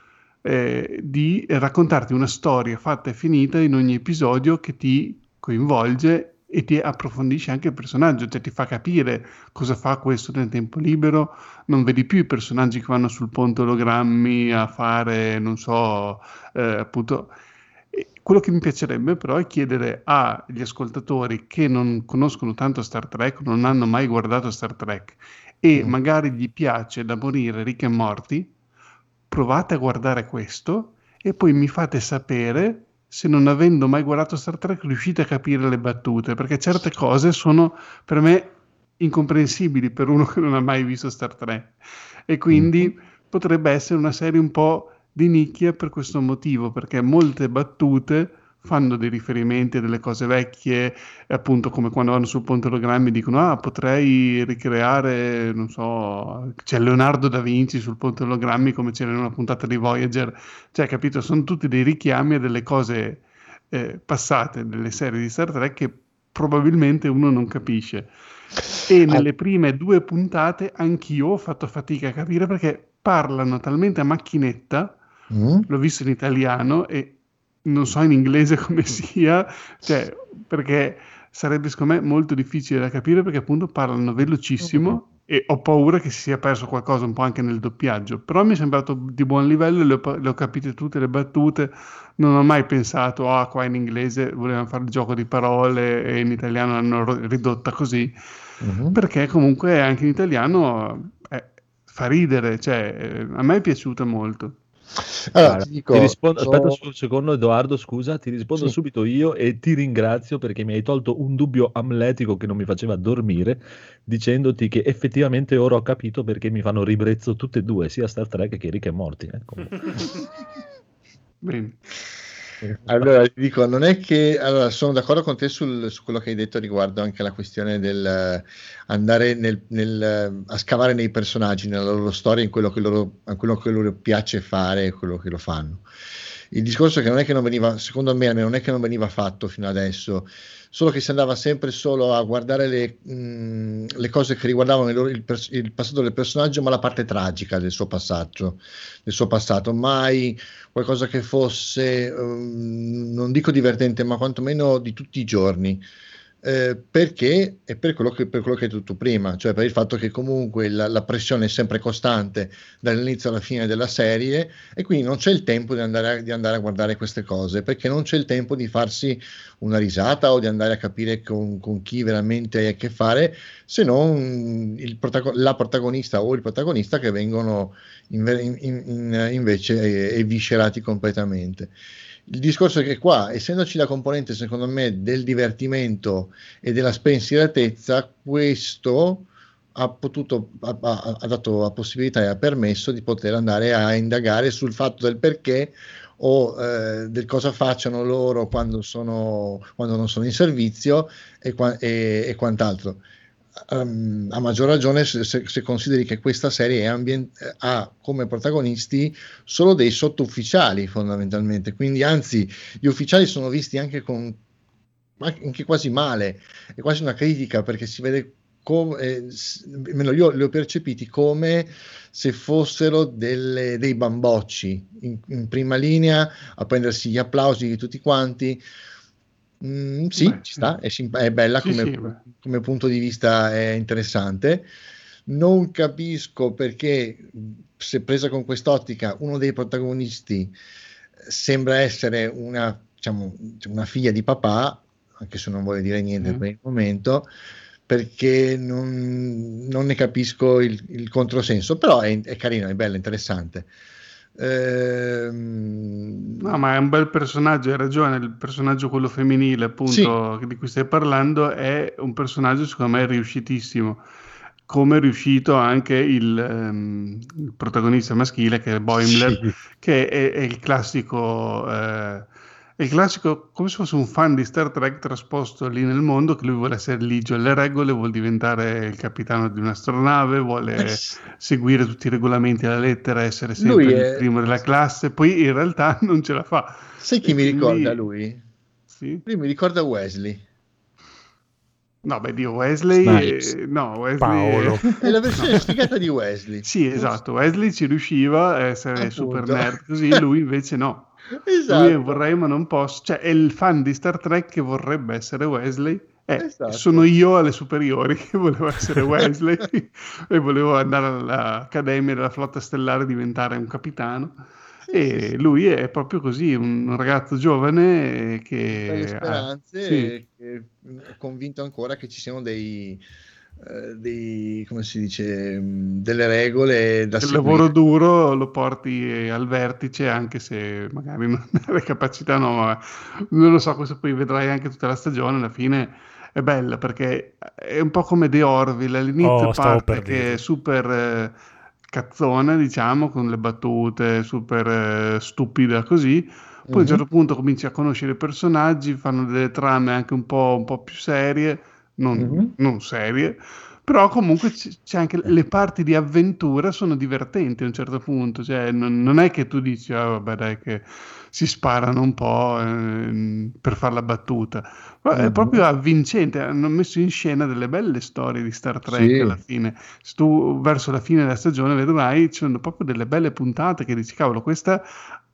di raccontarti una storia fatta e finita in ogni episodio, che ti coinvolge e ti approfondisce anche il personaggio, cioè ti fa capire cosa fa questo nel tempo libero. Non vedi più i personaggi che vanno sul ponte ologrammi a fare, non so, appunto. Quello che mi piacerebbe però è chiedere agli ascoltatori che non conoscono tanto Star Trek, non hanno mai guardato Star Trek e magari gli piace da morire Rick e Morty, provate a guardare questo e poi mi fate sapere se, non avendo mai guardato Star Trek, riuscite a capire le battute, perché certe cose sono per me incomprensibili per uno che non ha mai visto Star Trek, e quindi potrebbe essere una serie un po' di nicchia per questo motivo, perché molte battute fanno dei riferimenti a delle cose vecchie, appunto come quando vanno sul ponte ologrammi dicono potrei ricreare, non so, c'è Leonardo da Vinci sul ponte ologrammi come c'era in una puntata di Voyager, cioè, capito, sono tutti dei richiami a delle cose passate delle serie di Star Trek che probabilmente uno non capisce, e nelle prime 2 puntate anch'io ho fatto fatica a capire, perché parlano talmente a macchinetta. L'ho visto in italiano e non so in inglese come sia, cioè, perché sarebbe secondo me molto difficile da capire perché appunto parlano velocissimo e ho paura che si sia perso qualcosa un po' anche nel doppiaggio, però mi è sembrato di buon livello, le ho capite tutte le battute, non ho mai pensato qua in inglese volevano fare il gioco di parole e in italiano l'hanno ridotta così, perché comunque anche in italiano fa ridere, cioè a me è piaciuta molto. Allora, ti rispondo, aspetta un secondo Edoardo, scusa, ti rispondo subito io e ti ringrazio perché mi hai tolto un dubbio amletico che non mi faceva dormire, dicendoti che effettivamente ora ho capito perché mi fanno ribrezzo tutte e due, sia Star Trek che Rick e Morty. Bene. Allora ti dico, non è che sono d'accordo con te su quello che hai detto riguardo anche la questione del andare a scavare nei personaggi, nella loro storia, in quello che loro piace fare e quello che lo fanno. Il discorso è che non è che non veniva, secondo me non è che non veniva fatto fino adesso, solo che si andava sempre solo a guardare le cose che riguardavano il passato del personaggio, ma la parte tragica del suo passato, mai qualcosa che fosse, non dico divertente, ma quantomeno di tutti i giorni. Perché? E per quello che hai detto tu prima, cioè per il fatto che comunque la pressione è sempre costante dall'inizio alla fine della serie e quindi non c'è il tempo di andare a guardare queste cose, perché non c'è il tempo di farsi una risata o di andare a capire con chi veramente hai a che fare, se non la protagonista o il protagonista che vengono invece eviscerati completamente. Il discorso è che qua, essendoci la componente, secondo me, del divertimento e della spensieratezza, questo ha dato la possibilità e ha permesso di poter andare a indagare sul fatto del perché o del cosa facciano loro quando non sono in servizio e quant'altro. A maggior ragione se consideri che questa serie ha come protagonisti solo dei sottufficiali fondamentalmente, quindi anzi gli ufficiali sono visti anche quasi male, è quasi una critica perché si vede come, almeno io li ho percepiti come se fossero dei bambocci in prima linea a prendersi gli applausi di tutti quanti. Sì, ci sta, è bella come punto di vista, è interessante. Non capisco perché, se presa con quest'ottica, uno dei protagonisti sembra essere una figlia di papà, anche se non vuole dire niente per il momento, perché non ne capisco il controsenso, però è carino, è bello, interessante. No, ma è un bel personaggio, hai ragione, il personaggio quello femminile appunto di cui stai parlando è un personaggio secondo me riuscitissimo, come è riuscito anche il protagonista maschile che è Boimler, che è il classico come se fosse un fan di Star Trek trasposto lì nel mondo, che lui vuole essere ligio alle regole, vuole diventare il capitano di un'astronave, vuole seguire tutti i regolamenti alla lettera, essere sempre il primo della classe, poi in realtà non ce la fa. Sai chi mi ricorda lui? Sì? Lui mi ricorda Wesley. No, beh, Dio, Wesley... Wesley Paolo. È la versione sfigata di Wesley. Sì, esatto, Wesley ci riusciva a essere super nerd così, lui invece no. Esatto. Lui vorrei ma non posso, cioè è il fan di Star Trek che vorrebbe essere Wesley. Sono io alle superiori che volevo essere Wesley e volevo andare all'Accademia della Flotta Stellare e diventare un capitano. Lui è proprio così, un ragazzo giovane che ha speranze e che è convinto ancora che ci siano dei come si dice, delle regole da seguire. Il lavoro duro lo porti al vertice, anche se magari non ha le capacità, ma non lo so, questo poi vedrai anche tutta la stagione, alla fine è bella perché è un po' come The Orville, all'inizio parte che è super cazzona, diciamo, con le battute super stupida così, poi a un certo punto cominci a conoscere i personaggi, fanno delle trame anche un po' più serie, non serie, però comunque c'è anche le parti di avventura sono divertenti a un certo punto, cioè non è che tu dici vabbè dai che si sparano un po' per fare la battuta, è proprio avvincente, hanno messo in scena delle belle storie di Star Trek alla fine. Se tu verso la fine della stagione vedrai ci sono proprio delle belle puntate che dici cavolo, questa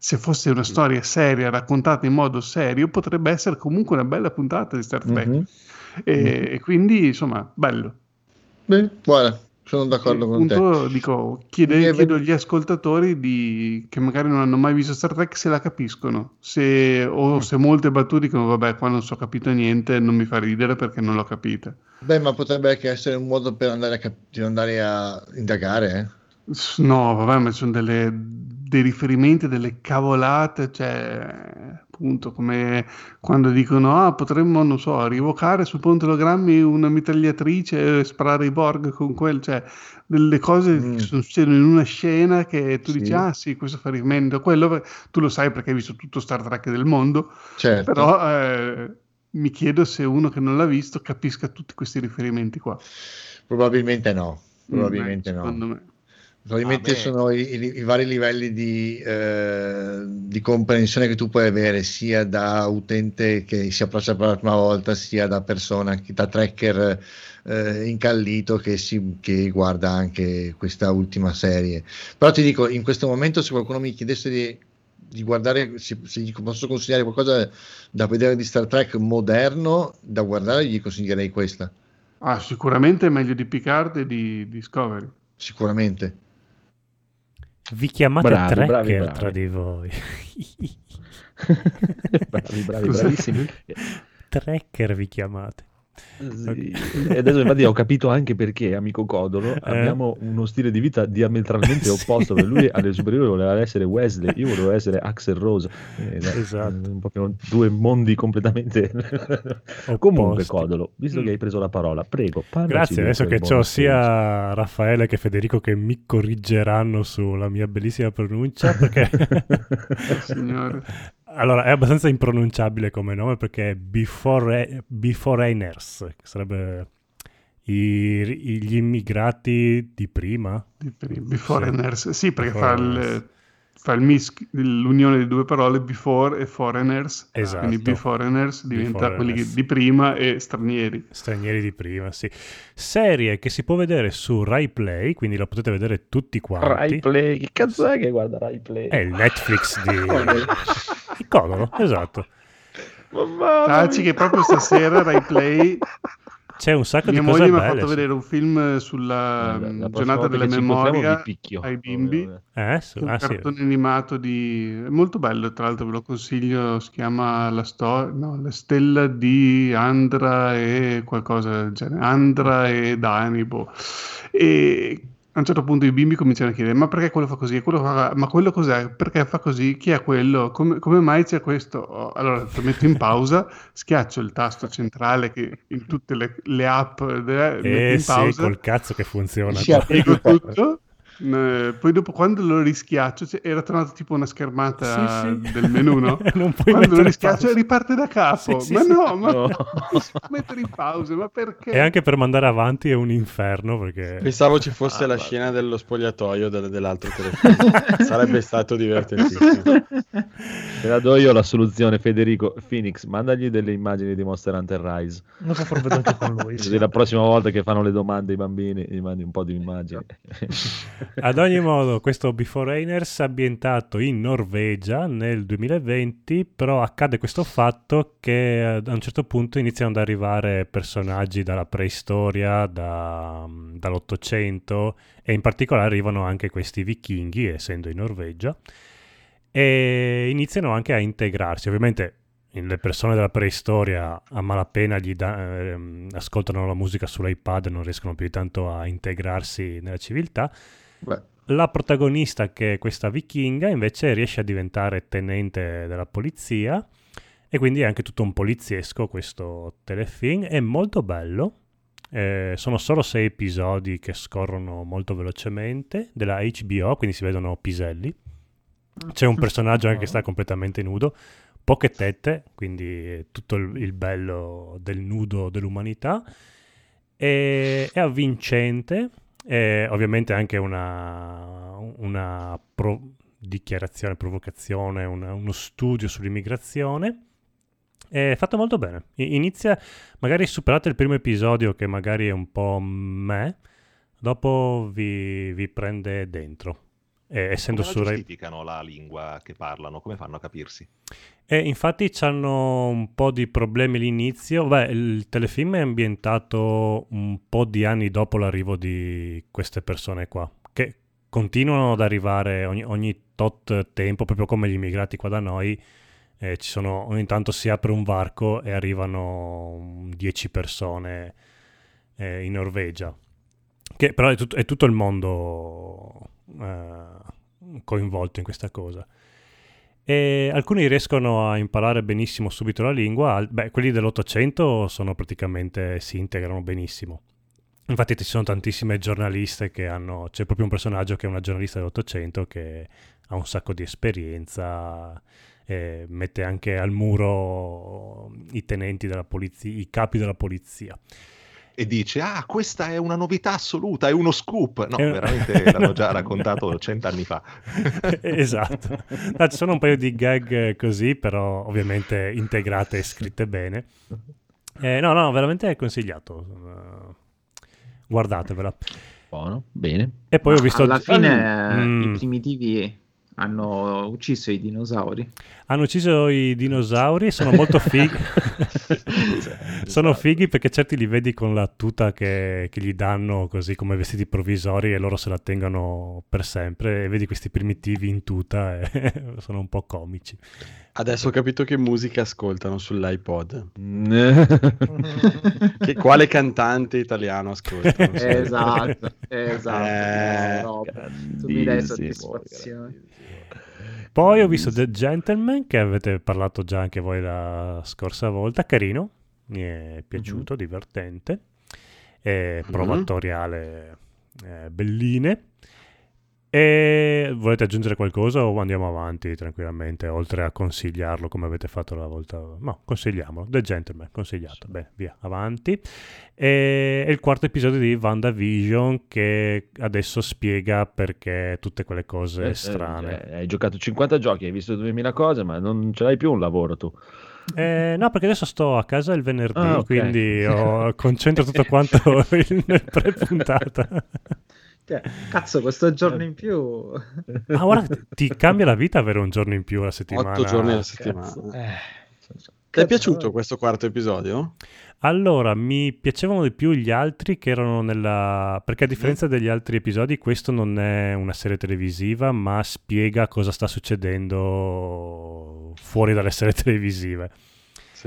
se fosse una storia seria raccontata in modo serio, potrebbe essere comunque una bella puntata di Star Trek. E quindi, insomma, bello. Beh, guarda, sono d'accordo con te. Dico, chiedo agli ascoltatori che magari non hanno mai visto Star Trek se la capiscono, se molte battute dicono vabbè, qua non so capito niente, non mi fa ridere perché non l'ho capita. Beh, ma potrebbe anche essere un modo per andare a indagare, No, vabbè, ma ci sono dei riferimenti, delle cavolate, cioè, appunto, come quando dicono, potremmo, non so, rievocare sul ponte ologrammi una mitragliatrice e sparare i Borg con cioè, delle cose che succedono in una scena che tu dici, sì, questo fa riferimento a quello, tu lo sai perché hai visto tutto Star Trek del mondo, certo. Però mi chiedo se uno che non l'ha visto capisca tutti questi riferimenti qua. Probabilmente no, secondo me. Probabilmente sono i vari livelli di comprensione che tu puoi avere sia da utente che si approccia per la prima volta, sia da persona, da tracker incallito che guarda anche questa ultima serie. Però ti dico, in questo momento, se qualcuno mi chiedesse di guardare, se gli posso consigliare qualcosa da vedere di Star Trek moderno da guardare, gli consiglierei questa. Sicuramente è meglio di Picard e di Discovery. Sicuramente. Vi chiamate tracker tra di voi. bravissimi. Tracker vi chiamate. Sì. E adesso infatti ho capito anche perché, amico Codolo, abbiamo uno stile di vita diametralmente opposto. Per lui alle superiori voleva essere Wesley, io volevo essere Axl Rose, esatto. Proprio due mondi completamente comunque. Codolo, visto che hai preso la parola, prego, grazie. Adesso che c'ho sia Raffaele che Federico che mi corrigeranno sulla mia bellissima pronuncia, perché signore. Allora, è abbastanza impronunciabile come nome perché è Beforeigners, che sarebbe gli immigrati di prima. Beforeigners, sì, perché fa l'unione di due parole, before e foreigners. Esatto. Quindi Beforeigners diventa quelli di prima e stranieri. Stranieri di prima, sì. Serie che si può vedere su Rai Play, quindi la potete vedere tutti quanti. Rai Play, che cazzo è che guarda Rai Play? È il Netflix di Codolo, esatto. Taci che proprio stasera Rai Play c'è un sacco di cose belle. Mia moglie mi ha fatto vedere un film sulla giornata della memoria ai bimbi, un cartone animato è molto bello, tra l'altro ve lo consiglio, si chiama La stella di Andra e qualcosa del genere, Andra e Danibo, e a un certo punto i bimbi cominciano a chiedere: ma perché quello fa così? Ma quello cos'è? Perché fa così? Chi è quello? Come mai c'è questo? Allora lo metto in pausa, schiaccio il tasto centrale che in tutte le app metto in pausa. Col cazzo che funziona. Spiego tutto. Poi dopo, quando lo rischiaccio, era tornato tipo una schermata del menu, no? Quando lo rischiaccio riparte da capo. No. Mettere in pausa, ma perché? E anche per mandare avanti è un inferno, perché pensavo ci fosse la scena dello spogliatoio dell'altro telefono. Sarebbe stato divertentissimo. Te la do io la soluzione, Federico. Phoenix, mandagli delle immagini di Monster Hunter Rise. Non so farlo anche con lui. Così la prossima volta che fanno le domande ai bambini gli mandi un po' di immagini. Ad ogni modo, questo Beforeigners è ambientato in Norvegia nel 2020, però accade questo fatto che a un certo punto iniziano ad arrivare personaggi dalla preistoria, dall'Ottocento, e in particolare arrivano anche questi vichinghi, essendo in Norvegia, e iniziano anche a integrarsi. Ovviamente le persone della preistoria a malapena ascoltano la musica sull'iPad e non riescono più di tanto a integrarsi nella civiltà. La protagonista, che è questa vichinga, invece riesce a diventare tenente della polizia, e quindi è anche tutto un poliziesco questo telefilm. È molto bello, sono solo 6 episodi che scorrono molto velocemente, della HBO, quindi si vedono piselli. C'è un personaggio anche che sta completamente nudo, poche tette, quindi tutto il bello del nudo dell'umanità. È avvincente. Ovviamente anche una dichiarazione, provocazione, uno studio sull'immigrazione. È fatto molto bene. Inizia, magari superate il primo episodio che magari è un po' dopo vi prende dentro. essendo come la giustificano la lingua che parlano? Come fanno a capirsi? Infatti c'hanno un po' di problemi all'inizio. Il telefilm è ambientato un po' di anni dopo l'arrivo di queste persone qua, che continuano ad arrivare ogni tot tempo, proprio come gli immigrati qua da noi. Ogni tanto si apre un varco e arrivano 10 persone in Norvegia, che però è tutto il mondo coinvolto in questa cosa. E alcuni riescono a imparare benissimo subito la lingua, quelli dell'800 si integrano benissimo. Infatti ci sono tantissime giornaliste c'è proprio un personaggio che è una giornalista dell'800 che ha un sacco di esperienza, mette anche al muro i tenenti della polizia, i capi della polizia. E dice, questa è una novità assoluta, è uno scoop. No, veramente l'hanno già raccontato 100 anni fa. Esatto. Ci sono un paio di gag così, però ovviamente integrate e scritte bene. No, veramente è consigliato. Guardatevela. Buono, bene. E poi ho visto... Alla fine i primitivi hanno ucciso i dinosauri. Hanno ucciso i dinosauri e sono molto fighi. Sono fighi perché certi li vedi con la tuta che gli danno così come vestiti provvisori e loro se la tengono per sempre, e vedi questi primitivi in tuta e sono un po' comici. Adesso ho capito che musica ascoltano sull'iPod. Quale cantante italiano ascoltano? Esatto. Tu mi dai soddisfazione. Poi ho visto The Gentleman, che avete parlato già anche voi la scorsa volta, carino, mi è piaciuto, divertente, prova attoriale belline. E volete aggiungere qualcosa o andiamo avanti tranquillamente, oltre a consigliarlo come avete fatto la volta? No, consigliamolo. The Gentleman, consigliato. Beh, via, avanti. E il quarto episodio di WandaVision, che adesso spiega perché tutte quelle cose strane. Hai giocato 50 giochi, hai visto 2000 cose, ma non ce l'hai più un lavoro tu. No, perché adesso sto a casa il venerdì, okay. Quindi concentro tutto quanto nel pre-puntata. Cazzo, questo giorno in più. Guarda, ti cambia la vita avere un giorno in più alla settimana. 8 giorni alla settimana. Ti è piaciuto questo quarto episodio? Allora, mi piacevano di più gli altri che erano perché a differenza degli altri episodi, questo non è una serie televisiva, ma spiega cosa sta succedendo fuori dalle serie televisive. Sì.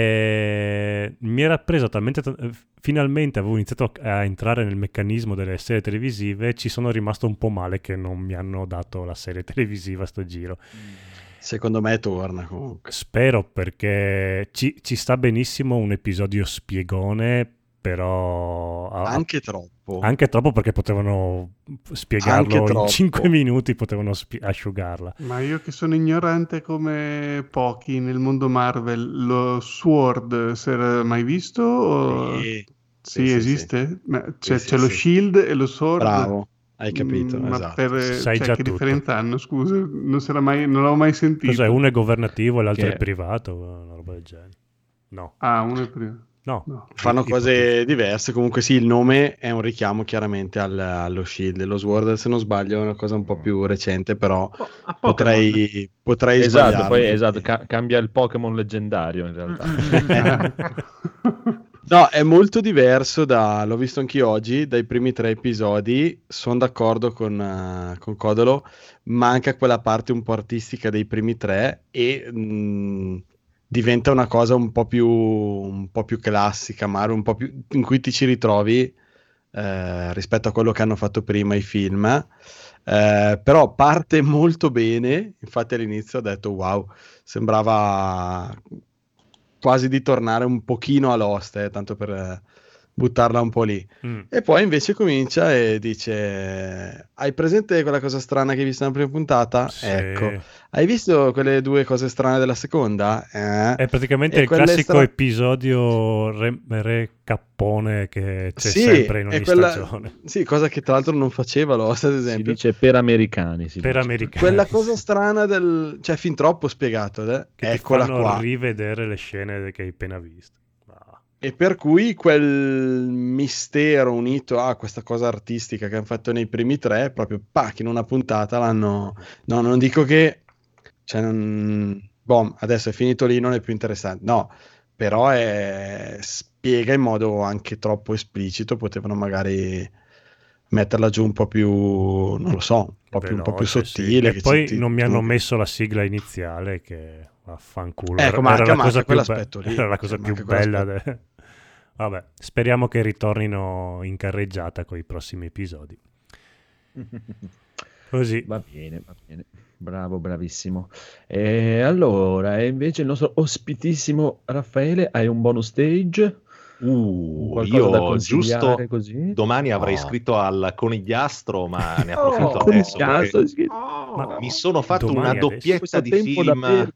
Mi era preso talmente finalmente avevo iniziato a entrare nel meccanismo delle serie televisive, ci sono rimasto un po' male che non mi hanno dato la serie televisiva sto giro. Secondo me torna comunque. Spero, perché ci sta benissimo un episodio spiegone, però anche troppo. Anche troppo, perché potevano spiegarlo in 5 minuti, potevano asciugarla. Ma io che sono ignorante come pochi nel mondo Marvel, lo Sword si era mai visto? O... Sì, esiste? Sì. C'è lo Shield e lo Sword. Bravo, hai capito. Esatto. Sai già che tutto. differenza hanno? Scusa, non l'avevo mai sentito. Cos'è? Uno è governativo e l'altro è privato? Una roba del genere. No. Uno è privato. No. Fanno cose diverse. Comunque sì, il nome è un richiamo chiaramente allo Shield. Lo Sword, se non sbaglio, è una cosa un po' più recente, però potrei sbagliarmi. Cambia il Pokémon leggendario in realtà. No, è molto diverso l'ho visto anch'io oggi, dai primi 3 episodi. Sono d'accordo con Codolo, manca quella parte un po' artistica dei primi 3 e diventa una cosa un po' più classica, Mario, un po' più in cui ti ci ritrovi rispetto a quello che hanno fatto prima i film, però parte molto bene. Infatti all'inizio ho detto wow, sembrava quasi di tornare un pochino a Lost, tanto per buttarla un po' lì. E poi invece comincia e dice: hai presente quella cosa strana che hai visto nella prima puntata? Sì. Ecco, hai visto quelle 2 cose strane della seconda? È praticamente il classico episodio re cappone che c'è sempre in ogni stagione. Sì, cosa che tra l'altro non faceva Lost, ad esempio. Si dice per americani. Quella cosa strana cioè fin troppo spiegato, che eccola ti fanno qua. Rivedere le scene che hai appena visto. E per cui quel mistero unito a questa cosa artistica che hanno fatto nei primi 3, proprio in una puntata l'hanno... No, non dico che... Cioè, adesso è finito lì, non è più interessante. No, però spiega in modo anche troppo esplicito, potevano magari metterla giù un po' più, non lo so, un po' più sottile. Sì. E poi non mi hanno messo la sigla iniziale che... Vaffanculo, ecco, era la cosa più lì, era la cosa più bella. Vabbè, speriamo che ritornino in carreggiata con i prossimi episodi. Così. Va bene. Bravo, bravissimo. E allora, invece il nostro ospitissimo Raffaele, hai un bonus stage? Io giusto così? Domani avrei scritto al conigliastro, ma ne approfitto adesso. Ma mi sono fatto una doppietta di film,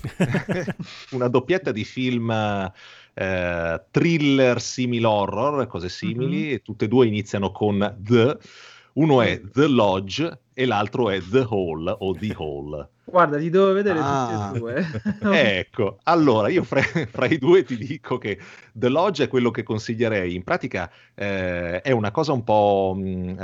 una doppietta di film thriller simil horror, cose simili, e tutte e due iniziano con The. Uno è The Lodge e l'altro è The Hall o The Hall. Guarda, ti devo vedere tutti e due. Ecco, allora io fra i due ti dico che The Lodge è quello che consiglierei. In pratica è una cosa un po'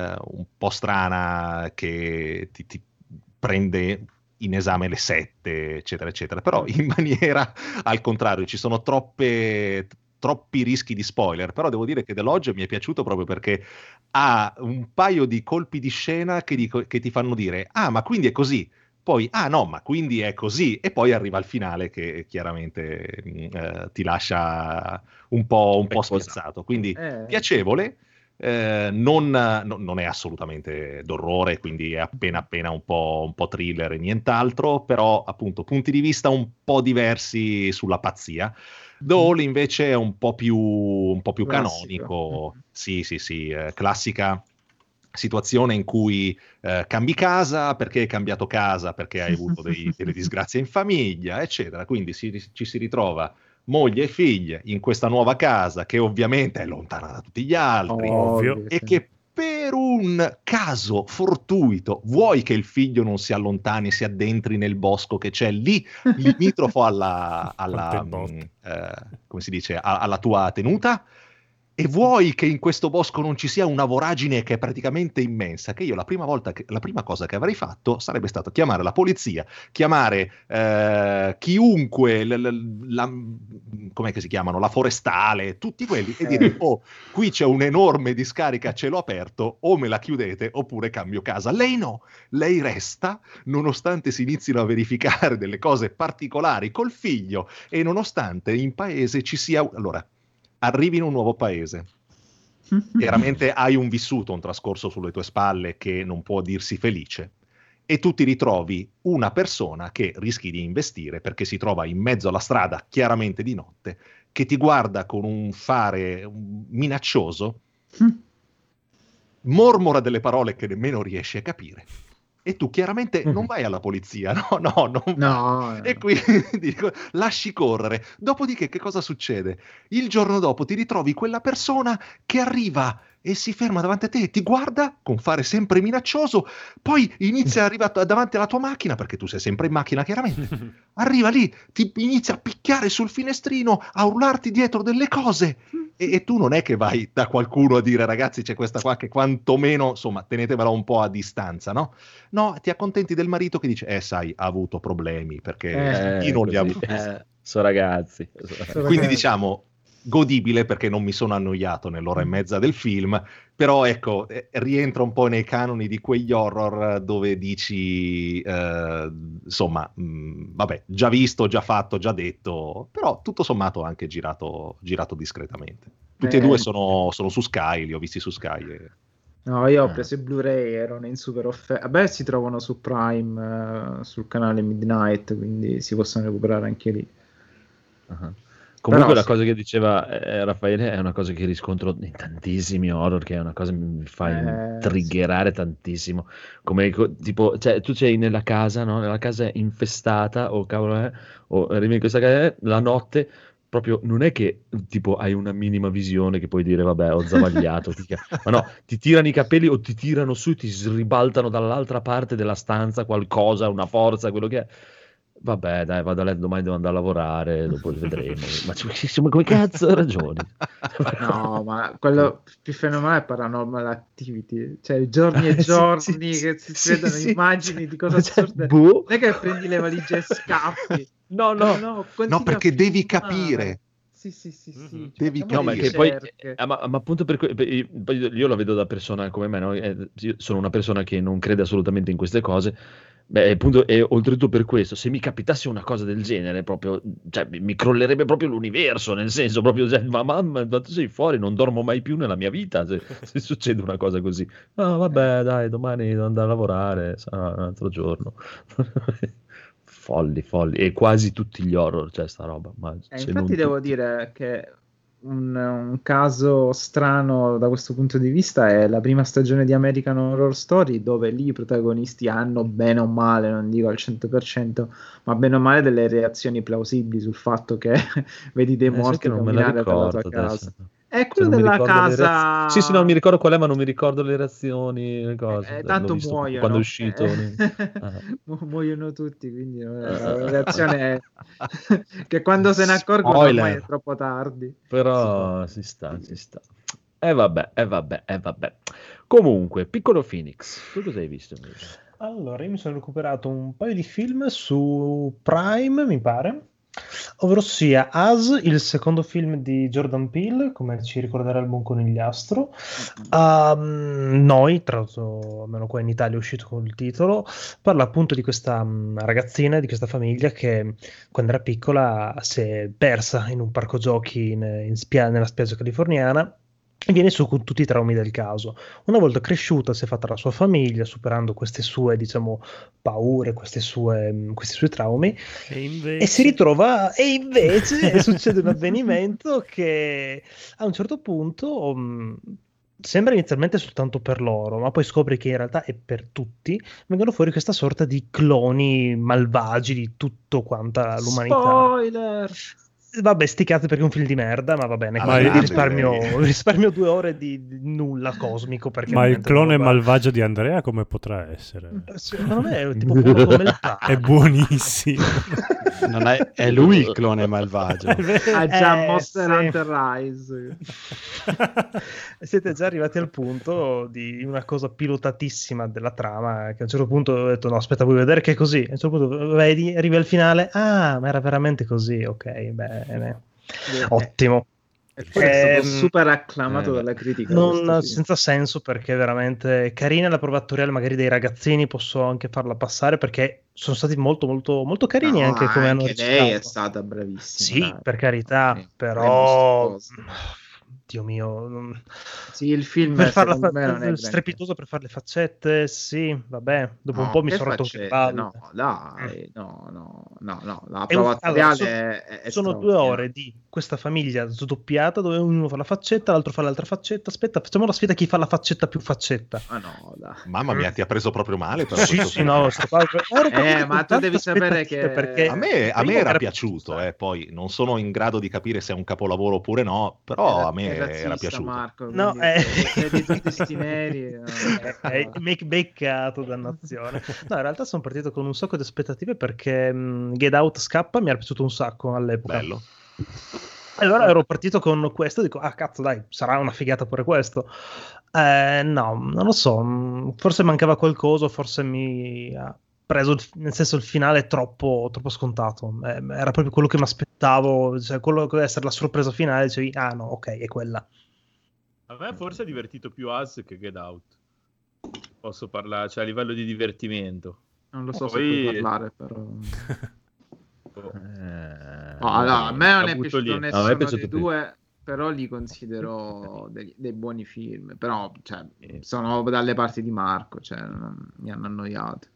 strana che ti prende in esame le sette, eccetera, eccetera. Però in maniera al contrario, ci sono troppi rischi di spoiler, però devo dire che The Lodge mi è piaciuto proprio perché ha un paio di colpi di scena che ti fanno dire ma quindi è così, poi no, ma quindi è così, e poi arriva il finale che chiaramente ti lascia un po' spiazzato, quindi piacevole. Non è assolutamente d'orrore, quindi è appena un po' thriller e nient'altro, però appunto punti di vista un po' diversi sulla pazzia. The Hall invece è un po' più canonico. Sì, classica situazione in cui cambi casa, perché hai cambiato casa, perché hai avuto delle disgrazie in famiglia, eccetera, quindi ci si ritrova moglie e figlie in questa nuova casa che ovviamente è lontana da tutti gli altri, e che per un caso fortuito vuoi che il figlio non si allontani e si addentri nel bosco che c'è lì limitrofo alla come si dice, alla tua tenuta, e vuoi che in questo bosco non ci sia una voragine che è praticamente immensa, che io la prima cosa che avrei fatto sarebbe stato chiamare la polizia, chiamare chiunque, com'è che si chiamano, la forestale, tutti quelli, e dire qui c'è un'enorme discarica a cielo aperto, o me la chiudete oppure cambio casa. Lei no, lei resta, nonostante si inizino a verificare delle cose particolari col figlio, e nonostante in paese ci sia... Allora, arrivi in un nuovo paese, chiaramente hai un vissuto, un trascorso sulle tue spalle che non può dirsi felice, e tu ti ritrovi una persona che rischi di investire perché si trova in mezzo alla strada, chiaramente di notte, che ti guarda con un fare minaccioso, mormora delle parole che nemmeno riesci a capire. E tu chiaramente non vai alla polizia, no. E quindi lasci correre. Dopodiché che cosa succede? Il giorno dopo ti ritrovi quella persona che arriva e si ferma davanti a te e ti guarda con fare sempre minaccioso, poi inizia ad arrivare davanti alla tua macchina, perché tu sei sempre in macchina chiaramente, arriva lì, ti inizia a picchiare sul finestrino, a urlarti dietro delle cose, e tu non è che vai da qualcuno a dire ragazzi c'è questa qua che quantomeno, insomma, tenetevela un po' a distanza, no? No, ti accontenti del marito che dice sai, ha avuto problemi, perché chi non li ha avuti? Sono ragazzi. Quindi diciamo godibile, perché non mi sono annoiato nell'ora e mezza del film, però ecco, rientra un po' nei canoni di quegli horror dove dici insomma, vabbè, già visto, già fatto, già detto, però tutto sommato anche girato discretamente. Tutti e due sono su Sky, li ho visti su Sky. No, io ho preso i Blu-ray, erano in super offerta. Vabbè, si trovano su Prime, sul canale Midnight, quindi si possono recuperare anche lì. Uh-huh. Comunque la cosa che diceva Raffaele è una cosa che riscontro in tantissimi horror, che è una cosa che mi fa triggerare tantissimo. Come tipo, cioè, tu sei nella casa, no? Nella casa infestata, o cavolo o arrivi in questa casa, la notte, proprio non è che tipo hai una minima visione che puoi dire vabbè ho zavagliato, ma no, ti tirano i capelli o ti tirano su, ti sribaltano dall'altra parte della stanza qualcosa, una forza, quello che è. Vabbè, dai, vado a letto domani, devo andare a lavorare, dopo vedremo. Ma come cazzo ragioni? No, ma quello più fenomenale è Paranormal Activity, cioè giorni e giorni che si vedono immagini di cose assurde. Non è che prendi le valigie e scappi. No, perché devi capire. Sì. Devi capire. No, ma che poi, ma appunto io la vedo da persona come me, no? Io sono una persona che non crede assolutamente in queste cose. Beh, appunto, e oltretutto per questo, se mi capitasse una cosa del genere, proprio, cioè, mi crollerebbe proprio l'universo, nel senso, proprio, cioè, ma mamma, tu sei fuori, non dormo mai più nella mia vita se succede una cosa così. No, vabbè, dai, domani devo andare a lavorare, sarà un altro giorno. Folli, e quasi tutti gli horror, cioè, sta roba. Ma infatti devo dire che un caso strano da questo punto di vista è la prima stagione di American Horror Story, dove lì i protagonisti hanno bene o male, non dico al 100%, ma bene o male delle reazioni plausibili sul fatto che vedi dei morti camminare per la tua casa. È quello della casa. Sì, no, mi ricordo qual è, ma non mi ricordo le reazioni, le cose. Tanto muoiono quando è uscito. Muoiono tutti, quindi la reazione è che quando se ne accorgono ormai è troppo tardi. Però si sta. E vabbè. Comunque, piccolo Phoenix, tu cosa hai visto invece? Allora, io mi sono recuperato un paio di film su Prime, mi pare, ovvero sia Us, il secondo film di Jordan Peele, come ci ricorderà il buon conigliastro. Noi, tra l'altro, almeno qua in Italia è uscito con il titolo, parla appunto di questa ragazzina, di questa famiglia che quando era piccola si è persa in un parco giochi nella spiaggia californiana e viene su con tutti i traumi del caso. Una volta cresciuta si è fatta la sua famiglia, superando queste sue, diciamo, paure, questi suoi traumi, e si ritrova, e invece succede un avvenimento che a un certo punto sembra inizialmente soltanto per loro, ma poi scopri che in realtà è per tutti. Vengono fuori questa sorta di cloni malvagi di tutto quanta l'umanità. Spoiler! Vabbè, sti cazzi perché è un film di merda, ma va bene. Risparmio 2 ore di nulla cosmico. Ma il clone malvagio di Andrea come potrà essere? Secondo me è tipo puro come il pane. È buonissimo. È lui il clone malvagio. Ha già Monster Hunter Rise. Siete già arrivati al punto di una cosa pilotatissima della trama, che a un certo punto ho detto no, aspetta, vuoi vedere che è così? A un certo punto vedi, arrivi al finale, ma era veramente così, ok, bene. Ottimo. E poi è stato super acclamato dalla critica. Senza senso, perché è veramente carina la prova attoriale, magari dei ragazzini posso anche farla passare, perché sono stati molto molto molto carini anche come hanno recitato. Lei è stata bravissima. Sì, per carità, però Dio mio, sì, il film per farla strepitoso per fare le faccette, sì, vabbè, dopo un po' mi sono rotto anche il ballo. No, la prova attoriale sono 2 ore di questa famiglia sdoppiata dove uno fa la faccetta, l'altro fa l'altra faccetta. Aspetta, facciamo la sfida, chi fa la faccetta più faccetta. Mamma mia, ti ha preso proprio male, però. Sì, no, ma tu devi sapere che perché a me era piaciuto, poi non sono in grado di capire se è un capolavoro oppure no, però a me era piaciuto. Marco, no, di tutti sti neri, beccato, dannazione. No, in realtà sono partito con un sacco di aspettative perché Get Out Scappa mi era piaciuto un sacco all'epoca. Bello. Allora ero partito con questo, dico, cazzo dai, sarà una figata pure questo. No, non lo so, forse mancava qualcosa, forse mi ha preso, nel senso, il finale è troppo scontato. Era proprio quello che mi aspettavo, cioè quello che deve essere la sorpresa finale, dicevi, no, ok, è quella. A me forse è divertito più Us che Get Out. Posso parlare, cioè a livello di divertimento. Non lo so se puoi parlare, però... allora, a me non è piaciuto nessuno dei due, però li considero dei buoni film. Però sono dalle parti di Marco, mi hanno annoiato.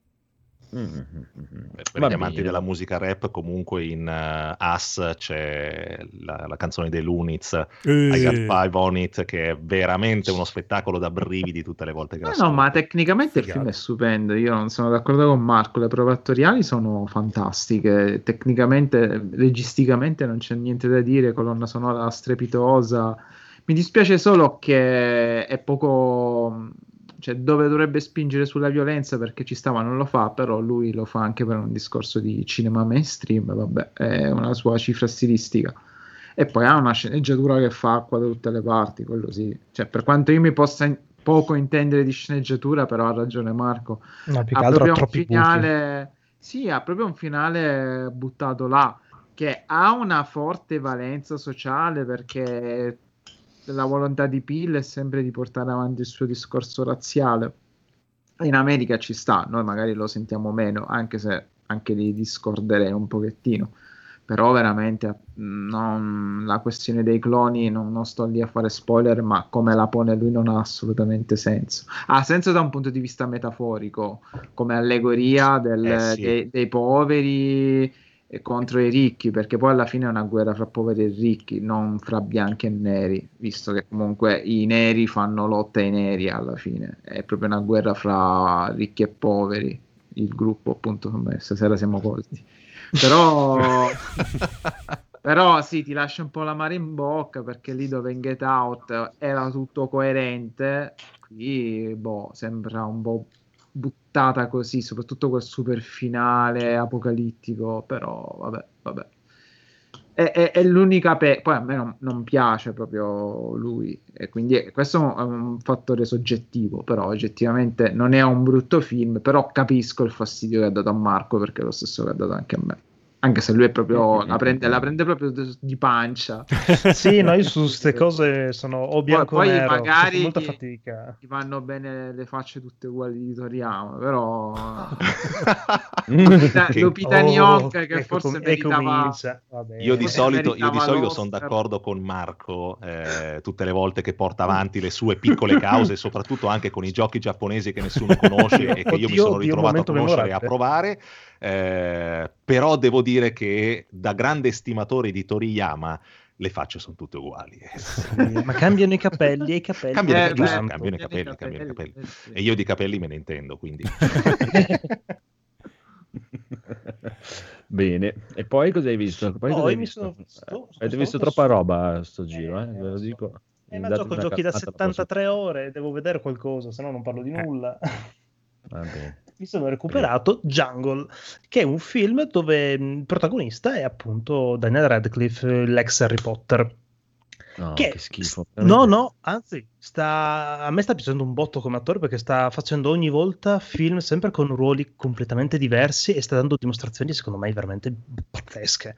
Per gli amanti della musica rap, comunque in Us c'è la canzone dei Loonitz, I Got Five on It, che è veramente uno spettacolo da brividi tutte le volte che la ascolto. No, ma tecnicamente il film è stupendo. Io non sono d'accordo con Marco, le prove attoriali sono fantastiche, tecnicamente, registicamente non c'è niente da dire, colonna sonora strepitosa. Mi dispiace solo che è poco cioè dove dovrebbe spingere sulla violenza perché ci sta ma non lo fa, però lui lo fa anche per un discorso di cinema mainstream, vabbè, è una sua cifra stilistica. E poi ha una sceneggiatura che fa acqua da tutte le parti, quello sì. Cioè, per quanto io mi possa poco intendere di sceneggiatura, però ha ragione Marco. No, più che altro ha troppi finale... Sì, ha proprio un finale buttato là, che ha una forte valenza sociale, perché la volontà di Peele è sempre di portare avanti il suo discorso razziale. In America ci sta, noi magari lo sentiamo meno, anche se anche lì discorderei un pochettino. Però veramente la questione dei cloni, non sto lì a fare spoiler, ma come la pone lui non ha assolutamente senso. Ha senso da un punto di vista metaforico, come allegoria dei poveri contro i ricchi, perché poi alla fine è una guerra fra poveri e ricchi, non fra bianchi e neri, visto che comunque i neri fanno lotta ai neri alla fine. È proprio una guerra fra ricchi e poveri, il gruppo appunto, stasera siamo colti. Però sì, ti lascia un po' l'amaro in bocca, perché lì dove in Get Out era tutto coerente, qui sembra un po' buttata così, soprattutto quel super finale apocalittico, però vabbè. È l'unica poi a me non piace proprio lui, e quindi questo è un fattore soggettivo, però oggettivamente non è un brutto film, però capisco il fastidio che ha dato a Marco, perché è lo stesso che ha dato anche a me, anche se lui è proprio la prende proprio di pancia. Sì, no, io su queste cose sono o bianco o nero, magari molta fatica. Ti vanno bene le facce tutte uguali di Toriyama, però Lupita Nyong'o che forse meritava. Io di solito sono d'accordo con Marco tutte le volte che porta avanti le sue piccole cause, soprattutto anche con i giochi giapponesi che nessuno conosce e che io mi sono ritrovato a conoscere e a provare. Però devo dire che da grande estimatore di Toriyama le facce sono tutte uguali. Ma cambiano i capelli e i capelli cambiano i capelli. E io di capelli me ne intendo, quindi. Bene, e poi cosa hai visto? Avete visto troppa roba sto giro, ve lo dico. Ma giochi da 73 ore, devo vedere qualcosa, se no non parlo di nulla. Mi sono recuperato Jungle, che è un film dove il protagonista è appunto Daniel Radcliffe, l'ex Harry Potter. No, che schifo. No, anzi, a me sta piacendo un botto come attore, perché sta facendo ogni volta film sempre con ruoli completamente diversi e sta dando dimostrazioni secondo me veramente pazzesche.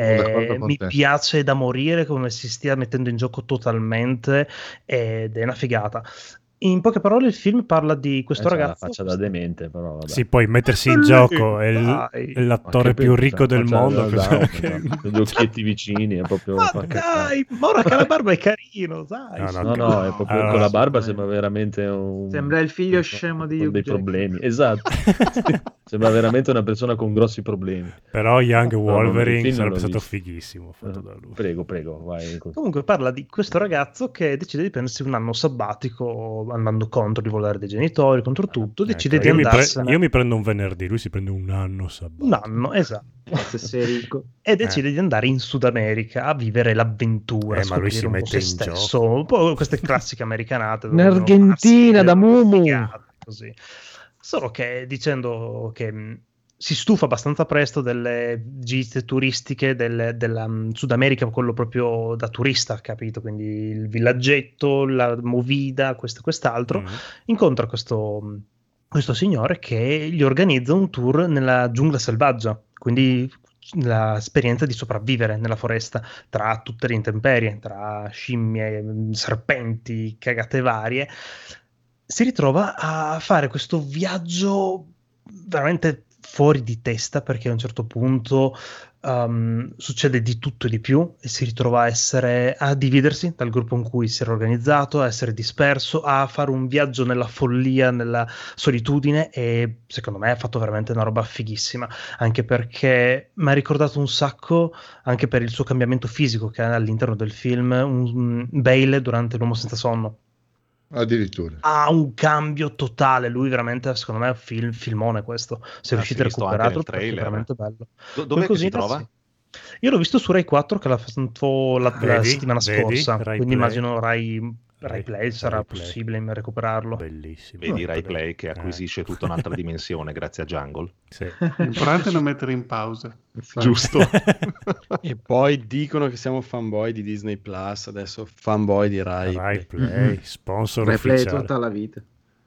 Mi piace da morire come si stia mettendo in gioco totalmente, ed è una figata. In poche parole il film parla di questo ragazzo. La faccia da demente, però vabbè. Sì, poi mettersi in gioco è l'attore più ricco del mondo. Gli occhietti vicini, è proprio. Ma dai, ma ora che la barba è carino, dai. No, è proprio con la barba sembra veramente sembra il figlio scemo di Hugh dei problemi. Esatto. Sembra veramente una persona con grossi problemi. Però Young Wolverine sarebbe stato fighissimo. Fatto da lui. Prego, vai. Comunque parla di questo ragazzo che decide di prendersi un anno sabbatico, andando contro il volere dei genitori, contro tutto, decide di andarsene. Io mi prendo un venerdì, lui si prende un anno sabbatico. Un anno, esatto. Se sei ricco. E decide di andare in Sud America a vivere l'avventura, ma lui si mette in stesso, gioco. un po' queste classiche americanate. In Argentina, da Mumu. Così. Solo che dicendo che si stufa abbastanza presto delle gite turistiche della Sud America, quello proprio da turista, capito? Quindi il villaggetto, la movida, questo e quest'altro. Incontra questo signore che gli organizza un tour nella giungla selvaggia, quindi l'esperienza di sopravvivere nella foresta tra tutte le intemperie, tra scimmie, serpenti, cagate varie. Si ritrova a fare questo viaggio veramente fuori di testa, perché a un certo punto succede di tutto e di più e si ritrova a dividersi dal gruppo in cui si era organizzato, a essere disperso, a fare un viaggio nella follia, nella solitudine, e secondo me ha fatto veramente una roba fighissima, anche perché mi ha ricordato un sacco, anche per il suo cambiamento fisico che ha all'interno del film, un Bale durante L'uomo senza sonno. Addirittura ha un cambio totale, lui veramente, secondo me è un filmone questo, se riuscite a recuperarlo, è veramente bello. Dove si trova? Sì. Io l'ho visto su Rai 4 che l'ha fatto la settimana scorsa, quindi immagino Rai RaiPlay sarà possibile recuperarlo. Bellissimo. Vedi RaiPlay che acquisisce tutta un'altra dimensione grazie a Jungle. Sì. L'importante è non mettere in pausa. Giusto. E poi dicono che siamo fanboy di Disney Plus, adesso fanboy di RaiPlay, sponsor RaiPlay ufficiale. tutta la vita.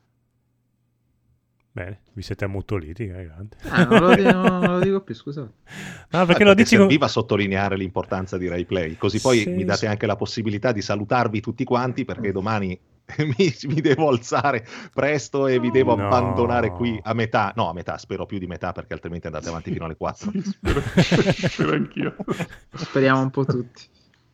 Bene, vi siete ammutoliti, grande. Non lo dico più, scusate. No, perché lo dici serviva sottolineare l'importanza di RaiPlay, così poi mi date anche la possibilità di salutarvi tutti quanti, perché domani mi devo alzare presto e vi devo abbandonare qui a metà, spero più di metà, perché altrimenti andate avanti fino alle 4. Spero anch'io. Speriamo un po' tutti.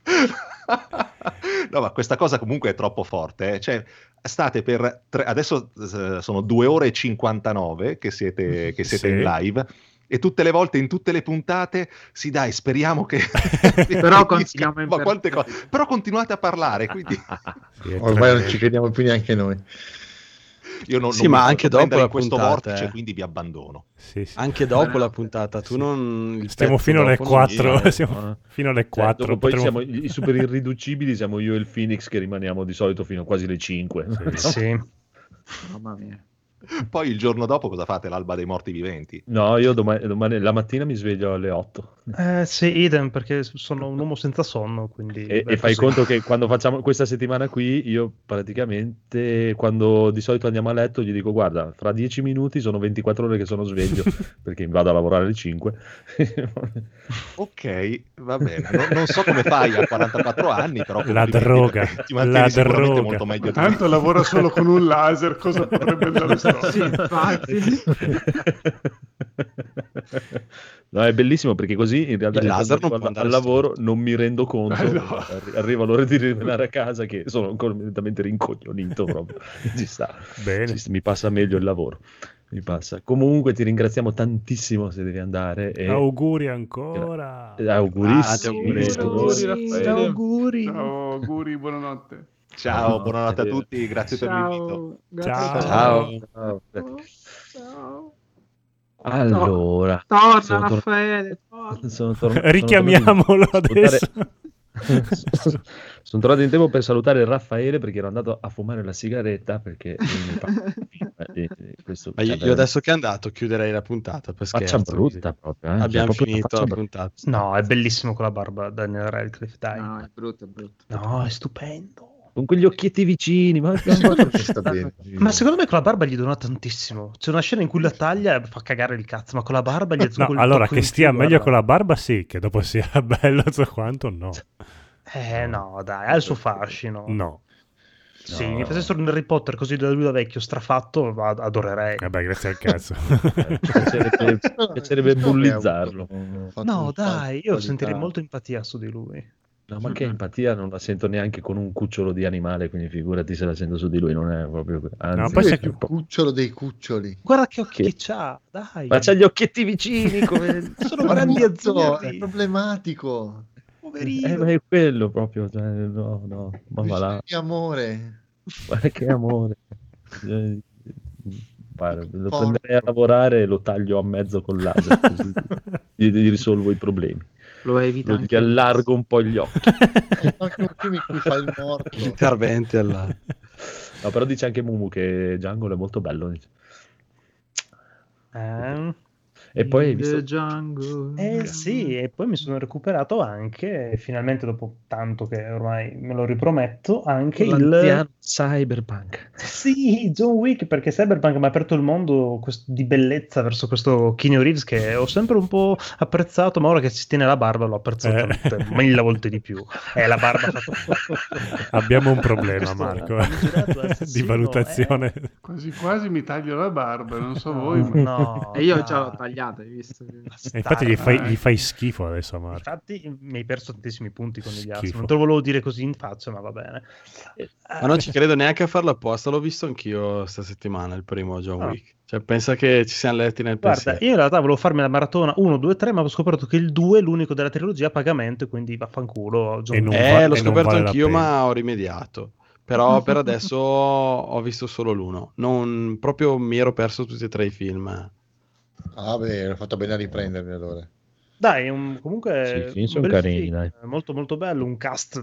No, ma questa cosa comunque è troppo forte, cioè state per adesso sono 2 ore e 59 che siete in live, e tutte le volte in tutte le puntate dai, speriamo che però continuiamo però continuate a parlare, quindi ormai non ci crediamo più neanche noi. Io non ma anche dopo la questo puntata, vortice, quindi vi abbandono. Sì. Anche dopo la puntata, tu non stiamo fino alle 4, fino alle 4. Cioè, poi siamo i super irriducibili, siamo io e il Phoenix che rimaniamo di solito fino a quasi le 5. Sì. Mamma mia. Poi il giorno dopo cosa fate? L'alba dei morti viventi? No, io domani la mattina mi sveglio alle 8. Sì, idem, perché sono un uomo senza sonno, quindi... E fai conto che quando facciamo questa settimana qui, io praticamente, quando di solito andiamo a letto, gli dico: guarda, fra 10 minuti sono 24 ore che sono sveglio, perché vado a lavorare alle 5. Ok, va bene. Non so come fai a 44 anni, però... La droga. Ti mantieni sicuramente molto meglio di me. Tanto lavora solo con un laser, cosa potrebbe andare storto? Sì, infatti. No, è bellissimo, perché così in realtà il laser non quando può andare al lavoro non mi rendo conto, arriva l'ora di ritornare a casa che sono completamente rincoglionito proprio. Ci sta. Bene. Mi passa meglio il lavoro. Mi passa. Comunque ti ringraziamo tantissimo se devi andare. Auguri ancora. Augurissimi. Auguri, buonanotte. Ciao, buonanotte a tutti, grazie per l'invito. Ciao. Allora, torna Raffaele, richiamiamolo adesso. Sono tornato in tempo per salutare Raffaele, perché ero andato a fumare la sigaretta, perché io adesso che è andato chiuderei la puntata, per faccia brutta proprio, abbiamo finito la puntata. No, è bellissimo con la barba Daniel Radcliffe, dai. No, è brutto. No, è stupendo. Con quegli occhietti vicini, ma secondo me con la barba gli dona tantissimo. C'è una scena in cui la taglia e fa cagare il cazzo, ma con la barba gli no, allora che stia meglio con la barba, sì, che dopo sia bello so quanto, no. No, dai, ha il suo fascino. No. Sì, mi facessero un Harry Potter così da lui da vecchio strafatto, adorerei. Vabbè, grazie al cazzo. Piacerebbe bullizzarlo. No, dai, io sentirei molto empatia su di lui. No, ma che empatia non la sento neanche con un cucciolo di animale, quindi figurati se la sento su di lui, non è proprio... Anzi, no, poi c'è il cucciolo dei cuccioli. Guarda che occhi c'ha, dai. Ma c'ha gli occhietti vicini, come... sono grandi azzurri. È problematico. Poverino. Ma è quello proprio, cioè, no, ma va là. Che amore. Che amore. Guarda, lo prenderei a lavorare e lo taglio a mezzo con laser, così gli risolvo i problemi. Lo evita. Gli allargo un po' gli occhi. Anche un film in cui fa il morto. Interventi alla... No, però dice anche Mumu che Django è molto bello. Dice. E poi hai visto... Sì, e poi mi sono recuperato anche, finalmente dopo tanto che ormai me lo riprometto, anche il Cyberpunk. Sì, John Wick, perché Cyberpunk mi ha aperto il mondo di bellezza verso questo Keanu Reeves che ho sempre un po' apprezzato, ma ora che si tiene la barba l'ho apprezzato 1000 volte di più. La barba abbiamo un problema, Marco, di valutazione. Quasi quasi mi taglio la barba, non so voi. No, e io già l'ho tagliata, hai visto? Infatti gli fai schifo adesso a Marco. Infatti mi hai perso tantissimi punti con gli altri. Non te lo volevo dire così in faccia, ma va bene. Ma non ci credo neanche a farlo apposta, l'ho visto anch'io sta settimana, il primo John Wick. Cioè, pensa che ci siamo letti nel pensiero. Guarda, io in realtà volevo farmi la maratona 1, 2, 3, ma ho scoperto che il 2 è l'unico della trilogia a pagamento, quindi vaffanculo. L'ho scoperto anch'io, ma ho rimediato. Però per adesso ho visto solo l'1. Non proprio mi ero perso tutti e tre i film. Beh, ho fatto bene a riprendermi allora. Dai, comunque sì, sono carini, dai. Molto molto bello, un cast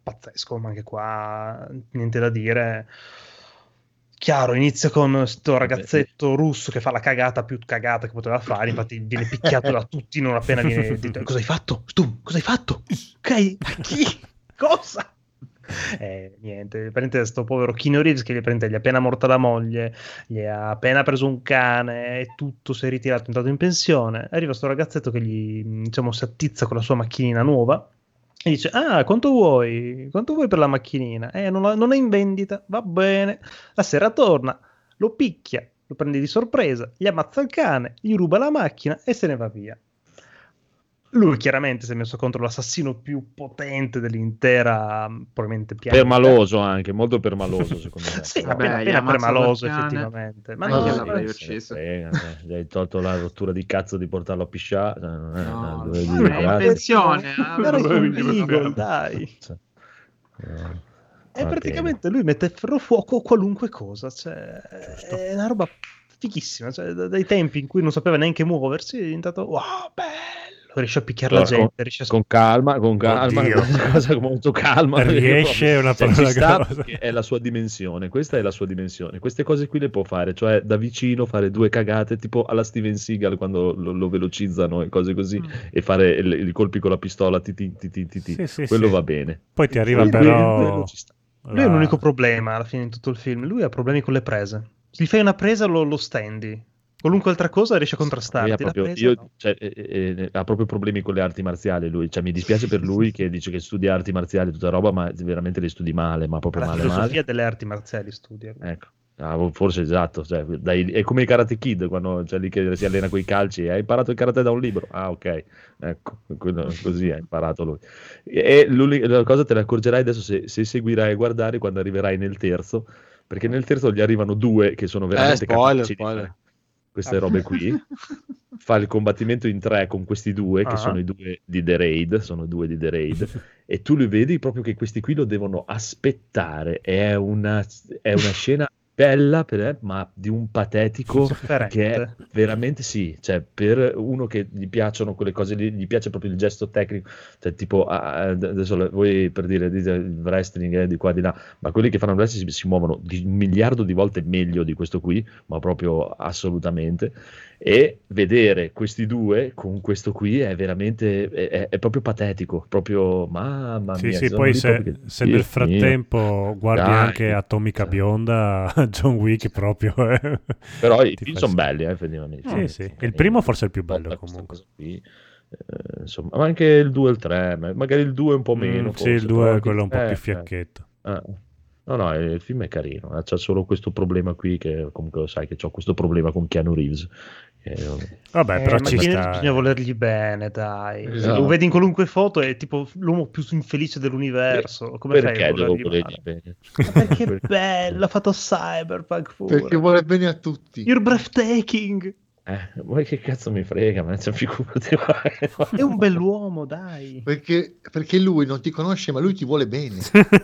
pazzesco, ma anche qua niente da dire. Chiaro, inizia con sto ragazzetto russo che fa la cagata più cagata che poteva fare, infatti viene picchiato da tutti non appena viene detto cosa hai fatto? Tu, cosa hai fatto? Ok, a chi? Cosa? Niente, prende sto povero Keanu Reeves che gli è appena morta la moglie, gli ha appena preso un cane e tutto, si è ritirato, è andato in pensione. Arriva sto ragazzetto che gli, diciamo, si attizza con la sua macchinina nuova e dice: ah, quanto vuoi per la macchinina? Non è in vendita, va bene. La sera torna, lo picchia, lo prende di sorpresa, gli ammazza il cane, gli ruba la macchina e se ne va via. Lui chiaramente si è messo contro l'assassino più potente dell'intera, probabilmente pianeta. Permaloso anche, molto permaloso secondo me. Sì, appena permaloso effettivamente. Ma non no, l'avrei ucciso. Gli hai tolto la rottura di cazzo di portarlo a pisciare. È in pensione. Dai. E praticamente lui mette a ferro fuoco qualunque cosa. Cioè, è una roba fighissima. Cioè, dai tempi in cui non sapeva neanche muoversi, è diventato wow, bello. Riesce a picchiare la gente, con calma, una cosa molto calma. Riesce una parola è la sua dimensione, questa è la sua dimensione. Queste cose qui le può fare, cioè da vicino fare due cagate, tipo alla Steven Seagal quando lo velocizzano e cose così, e fare i colpi con la pistola, quello va bene. Poi ti arriva però... Lui è l'unico problema alla fine in tutto il film, lui ha problemi con le prese. Se gli fai una presa lo stendi. Qualunque altra cosa riesce a contrastarti. Ha proprio problemi con le arti marziali lui, cioè mi dispiace per lui che dice che studia arti marziali e tutta roba, ma veramente le studi male, ma proprio male. La filosofia delle arti marziali studia. Ecco. Forse esatto, cioè, è come i Karate Kid quando c'è lì che si allena coi calci. Hai imparato il karate da un libro? Ah, ok, ecco, così ha imparato lui. E la cosa te ne accorgerai adesso se seguirai a guardare quando arriverai nel terzo, perché nel terzo gli arrivano due che sono veramente spoiler. Queste robe qui. Fa il combattimento in 3 con questi due che sono i due di The Raid, e tu li vedi proprio che questi qui lo devono aspettare. È una scena bella ma di un patetico che è veramente cioè per uno che gli piacciono quelle cose lì, gli piace proprio il gesto tecnico, cioè tipo adesso voi per dire il wrestling di qua di là, ma quelli che fanno il wrestling si muovono di 1 miliardo di volte meglio di questo qui, ma proprio assolutamente. E vedere questi due con questo qui è veramente è proprio patetico, proprio mamma mia. Sì, poi se nel frattempo guardi anche Atomica Bionda, John Wick proprio però i film sono belli effettivamente. Sì. Il primo forse è il più bello comunque. Insomma, ma anche il 2 e il 3, magari il 2 un po' meno forse, il 2 è quello un po' più fiacchetto. No, il film è carino, c'ha solo questo problema qui che comunque lo sai che c'ho questo problema con Keanu Reeves. Vabbè, però ci sta. Bisogna volergli bene, dai. Esatto. Lo vedi in qualunque foto, è tipo l'uomo più infelice dell'universo. Come perché devo volergli bene? Perché è bello, ha fatto Cyberpunk pure. Perché vuole bene a tutti. You're breathtaking. Ma che cazzo mi frega, ma è un bell'uomo, dai. Perché lui non ti conosce, ma lui ti vuole bene.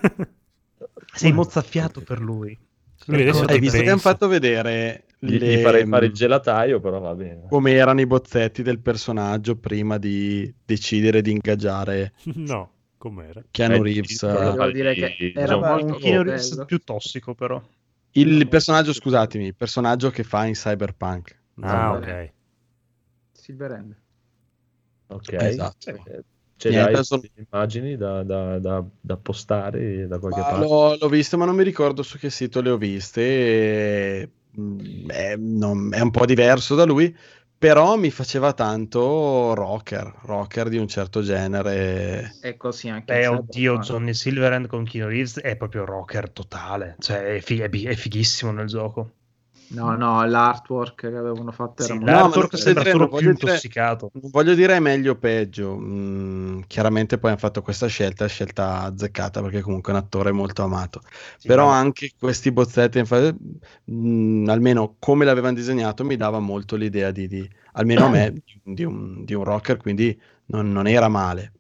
Sei mozzafiato per lui. Hai visto che hanno fatto vedere gli farei fare il gelataio, però va bene. Come erano i bozzetti del personaggio prima di decidere di ingaggiare com'era? Keanu Reeves. Devo dire che era molto Keanu Reeves più tossico, però. Il personaggio, scusatemi, il personaggio che fa in Cyberpunk. Ok. Silverhand. Ok, esatto. C'è immagini da postare da qualche parte? L'ho visto, ma non mi ricordo su che sito le ho viste. È un po' diverso da lui, però mi faceva tanto rocker di un certo genere. E così anche. Oddio, Johnny Silverhand con Keanu Reeves è proprio rocker totale, cioè è fighissimo nel gioco. No, l'artwork che avevano fatto era l'artwork sembra solo più intossicato. Non voglio dire meglio o peggio. Chiaramente poi hanno fatto questa scelta azzeccata perché comunque è un attore molto amato. Però anche questi bozzetti, almeno come l'avevano disegnato, mi dava molto l'idea di almeno a me, di un rocker, quindi non era male.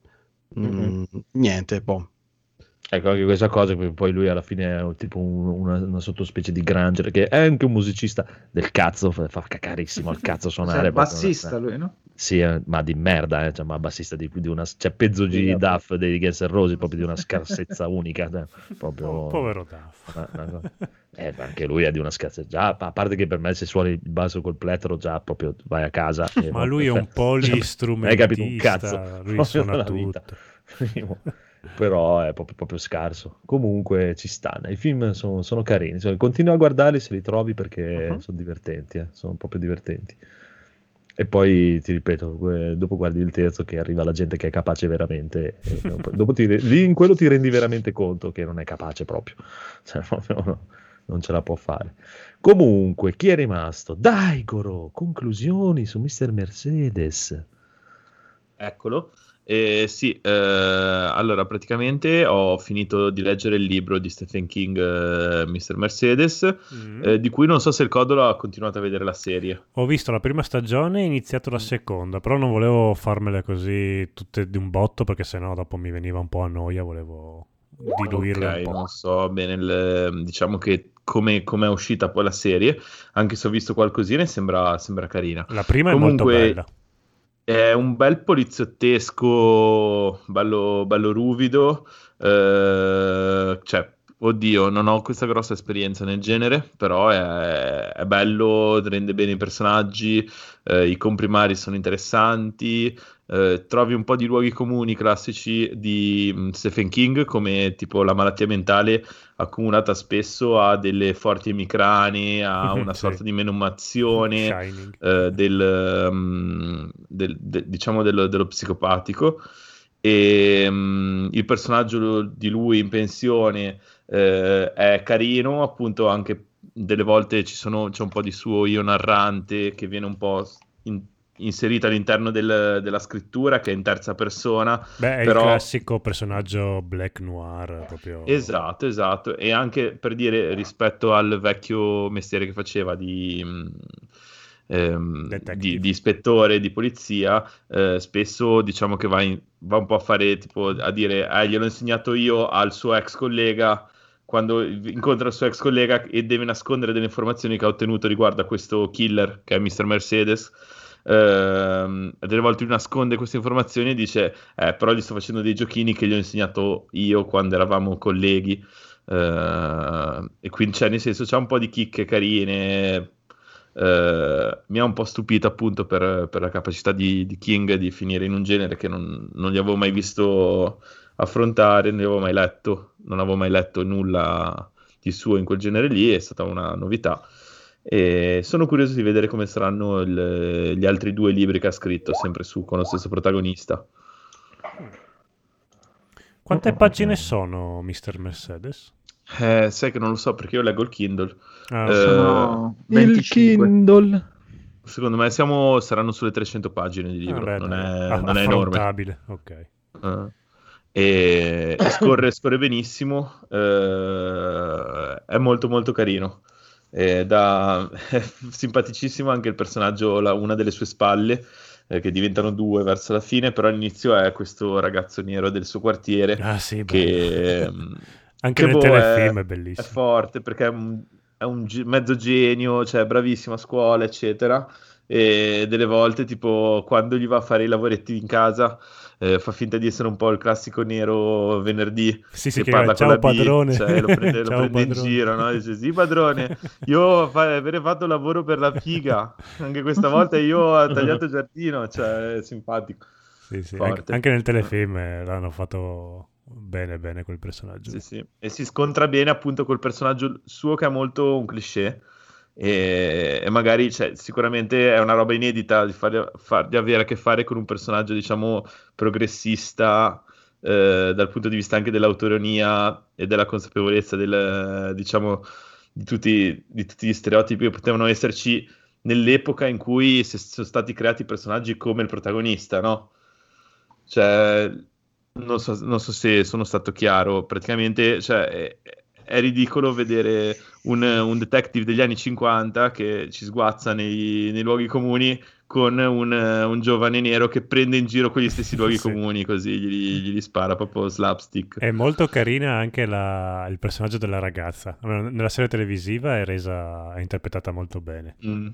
Niente, Ecco, anche questa cosa, poi lui alla fine è tipo una sottospecie di Granger, che è anche un musicista del cazzo, fa cacarissimo al cazzo suonare. Bassista lui, no? Sì, ma di merda, cioè, ma bassista di una, cioè peggio di Duff dei Guns N' Roses, proprio di una scarsezza unica, proprio povero Duff. Anche lui è di una scarsezza, già, a parte che per me se suoni il basso col plettro già proprio vai a casa. Ma lui è un polistrumentista, hai capito un cazzo, lui suona tutto. Però è proprio scarso. Comunque ci stanno, i film sono carini, continua a guardarli se li trovi perché sono divertenti, sono proprio divertenti. E poi ti ripeto, dopo guardi il terzo che arriva la gente che è capace veramente, dopo lì in quello ti rendi veramente conto che non è capace proprio, cioè, proprio non ce la può fare. Comunque, chi è rimasto? Daigoro, conclusioni su Mr. Mercedes. Eccolo. Sì, allora praticamente ho finito di leggere il libro di Stephen King, Mr. Mercedes, di cui non so se il Codolo ha continuato a vedere la serie. Ho visto la prima stagione e iniziato la seconda, però non volevo farmele così tutte di un botto perché sennò dopo mi veniva un po' a noia, volevo diluirle un po'. Non so bene, diciamo che come è uscita poi la serie, anche se ho visto qualcosina e sembra carina. La prima comunque, è molto bella. È un bel poliziottesco, bello ruvido, cioè, oddio, non ho questa grossa esperienza nel genere, però è bello, rende bene i personaggi, i comprimari sono interessanti, trovi un po' di luoghi comuni classici di Stephen King, come tipo la malattia mentale accomunata spesso a delle forti emicranie, a una sorta di menomazione diciamo dello psicopatico. E il personaggio di lui in pensione è carino, appunto, anche delle volte c'è un po' di suo io narrante che viene un po' inserito all'interno della scrittura, che è in terza persona. Beh, è il classico personaggio black noir proprio. Esatto, e anche per dire, rispetto al vecchio mestiere che faceva di ispettore di polizia, spesso diciamo che va un po' a fare, tipo, a dire gliel'ho insegnato io al suo ex collega, quando incontra il suo ex collega e deve nascondere delle informazioni che ha ottenuto riguardo a questo killer che è Mr. Mercedes. Delle volte lui nasconde queste informazioni e dice però gli sto facendo dei giochini che gli ho insegnato io quando eravamo colleghi, e quindi nel senso c'è un po' di chicche carine. Mi ha un po' stupito appunto per la capacità di King di finire in un genere che non gli avevo mai visto affrontare, non avevo mai letto nulla di suo in quel genere lì, è stata una novità. E sono curioso di vedere come saranno gli altri 2 libri che ha scritto, sempre con lo stesso protagonista. Quante pagine sono Mr. Mercedes? Sai che non lo so perché io leggo il Kindle. Sono il Kindle. Secondo me saranno sulle 300 pagine di libro. Non è enorme. Ok. E scorre benissimo. È molto molto carino. È simpaticissimo anche il personaggio, una delle sue spalle, che diventano 2 verso la fine, però all'inizio è questo ragazzo nero del suo quartiere, che anche nel telefilm è bellissimo, è forte perché è un mezzo genio, cioè bravissimo a scuola eccetera, e delle volte tipo quando gli va a fare i lavoretti in casa fa finta di essere un po' il classico nero venerdì, che parla ciao con la padrone, cioè, lo prende in giro, no? Dice sì padrone, io avrei fatto lavoro per la figa, anche questa volta io ho tagliato il giardino, cioè è simpatico. Sì. Anche nel telefilm l'hanno fatto bene quel personaggio. Sì. E si scontra bene appunto col personaggio suo che è molto un cliché, e magari sicuramente è una roba inedita di avere a che fare con un personaggio diciamo progressista, dal punto di vista anche dell'autoironia e della consapevolezza diciamo di tutti gli stereotipi che potevano esserci nell'epoca in cui sono stati creati personaggi come il protagonista, no? Cioè non so se sono stato chiaro, praticamente è ridicolo vedere un detective degli anni 50 che ci sguazza nei luoghi comuni con un giovane nero che prende in giro quegli stessi luoghi comuni, così gli spara proprio slapstick. È molto carina anche il personaggio della ragazza. Nella serie televisiva è interpretata molto bene.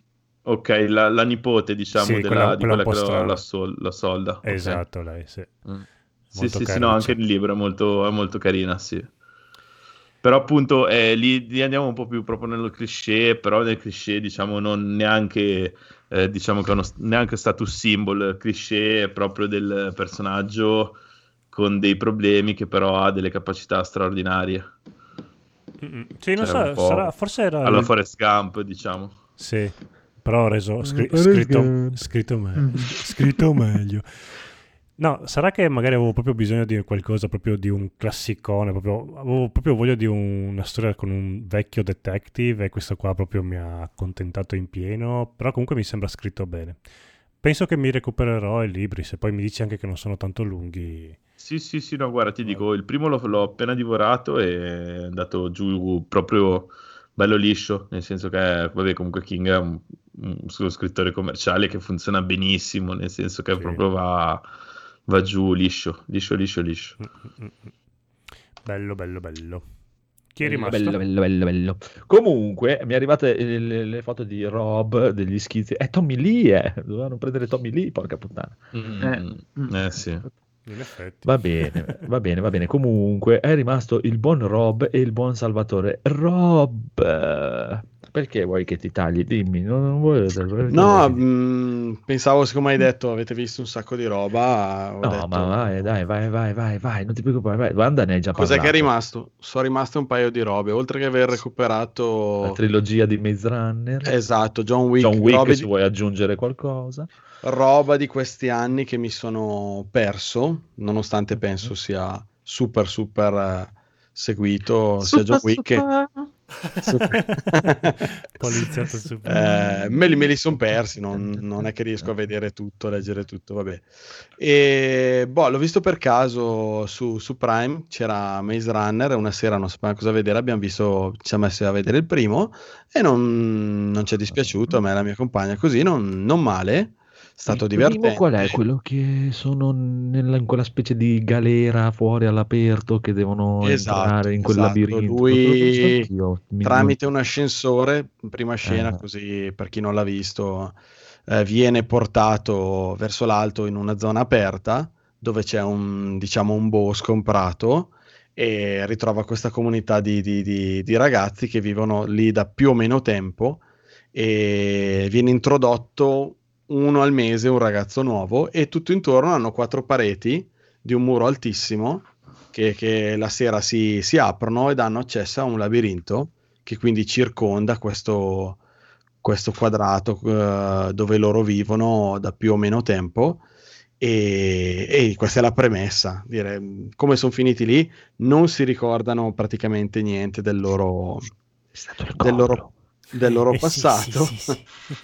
Ok, la nipote, diciamo, sì, di quella quella un po' che la strana. solda. Esatto, Okay. lei, sì. Sì, no, anche il libro è molto carina, sì. Però appunto lì andiamo un po' più proprio nello cliché, però nel cliché diciamo non neanche diciamo che è neanche status symbol, cliché proprio del personaggio con dei problemi che però ha delle capacità straordinarie. Sì, non so, forse era alla Forrest Gump, diciamo. Sì, però reso scritto meglio. No, sarà che magari avevo proprio bisogno di qualcosa, proprio di un classicone, avevo proprio voglia di una storia con un vecchio detective e questo qua proprio mi ha accontentato in pieno, però comunque mi sembra scritto bene. Penso che mi recupererò i libri, se poi mi dici anche che non sono tanto lunghi. Sì, no, guarda, ti dico, il primo l'ho appena divorato e è andato giù proprio bello liscio, nel senso che, vabbè, comunque King è un scrittore commerciale che funziona benissimo, nel senso che proprio va giù liscio. Bello. Chi è rimasto? Bello. Comunque, mi è arrivate le foto di Rob, degli schizzi. Tommy Lee, dovevano prendere Tommy Lee, porca puttana. Sì. In effetti. Va bene. Comunque, è rimasto il buon Rob e il buon Salvatore. Rob, perché vuoi che ti tagli? Dimmi, non vuoi... No, pensavo, siccome hai detto avete visto un sacco di roba, ho detto... ma vai, dai, vai, non ti preoccupare, vai. Wanda ne hai già parlato. Cos'è che è rimasto? Sono rimaste un paio di robe, oltre che aver recuperato... La trilogia di Maze Runner. Esatto, John Wick, se vuoi aggiungere qualcosa. Roba di questi anni che mi sono perso, nonostante penso sia super seguito, sia John Wick che... Poliziotto super. Me li sono persi, non è che riesco a vedere tutto, a leggere tutto, vabbè. E l'ho visto per caso su Prime, c'era Maze Runner, una sera non sapevamo cosa vedere, ci siamo messi a vedere il primo e non ci è dispiaciuto, a me e la mia compagna, così non male. Stato divertente. Qual è? Quello che sono in quella specie di galera fuori all'aperto che devono entrare in quel labirinto. Lui tramite un ascensore, in prima scena, così per chi non l'ha visto, viene portato verso l'alto in una zona aperta dove c'è un bosco, un prato, e ritrova questa comunità di ragazzi che vivono lì da più o meno tempo e viene introdotto uno al mese, un ragazzo nuovo, e tutto intorno hanno 4 pareti di un muro altissimo che la sera si aprono e danno accesso a un labirinto che quindi circonda questo quadrato dove loro vivono da più o meno tempo, e questa è la premessa. Come sono finiti lì, non si ricordano praticamente niente del loro passato, sì.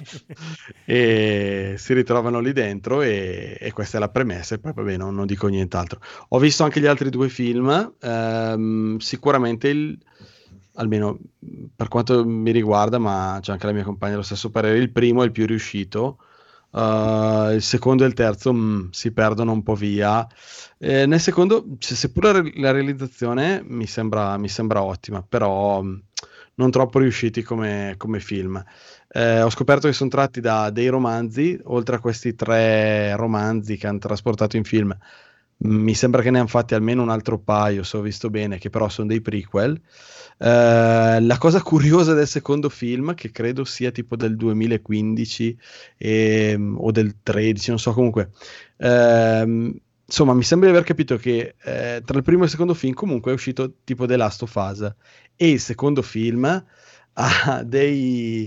E si ritrovano lì dentro e questa è la premessa, e poi vabbè, non dico nient'altro. Ho visto anche gli altri 2 film, sicuramente almeno per quanto mi riguarda, ma c'è anche la mia compagna lo stesso parere, il primo è il più riuscito, il secondo e il terzo si perdono un po' via. Nel secondo, seppure la realizzazione mi sembra ottima, però non troppo riusciti come film. Ho scoperto che sono tratti da dei romanzi, oltre a questi 3 romanzi che hanno trasportato in film. Mi sembra che ne hanno fatti almeno un altro paio, se ho visto bene, che però sono dei prequel. La cosa curiosa del secondo film, che credo sia tipo del 2015 o del 13, non so, comunque... insomma, mi sembra di aver capito che tra il primo e il secondo film comunque è uscito tipo The Last of Us, e il secondo film ha dei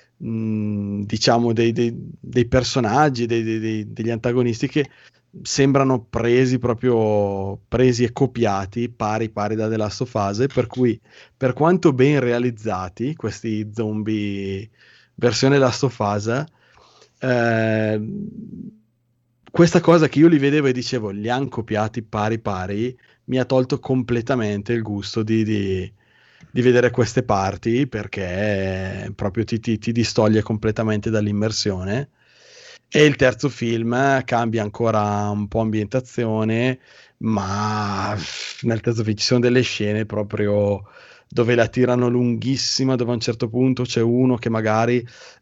personaggi, degli antagonisti che sembrano presi e copiati pari da The Last of Us, per cui, per quanto ben realizzati questi zombie versione Last of Us, questa cosa che io li vedevo e dicevo li hanno copiati pari mi ha tolto completamente il gusto di vedere queste parti, perché proprio ti distoglie completamente dall'immersione. E il terzo film cambia ancora un po' ambientazione, ma nel terzo film ci sono delle scene proprio dove la tirano lunghissima, dove a un certo punto c'è uno che magari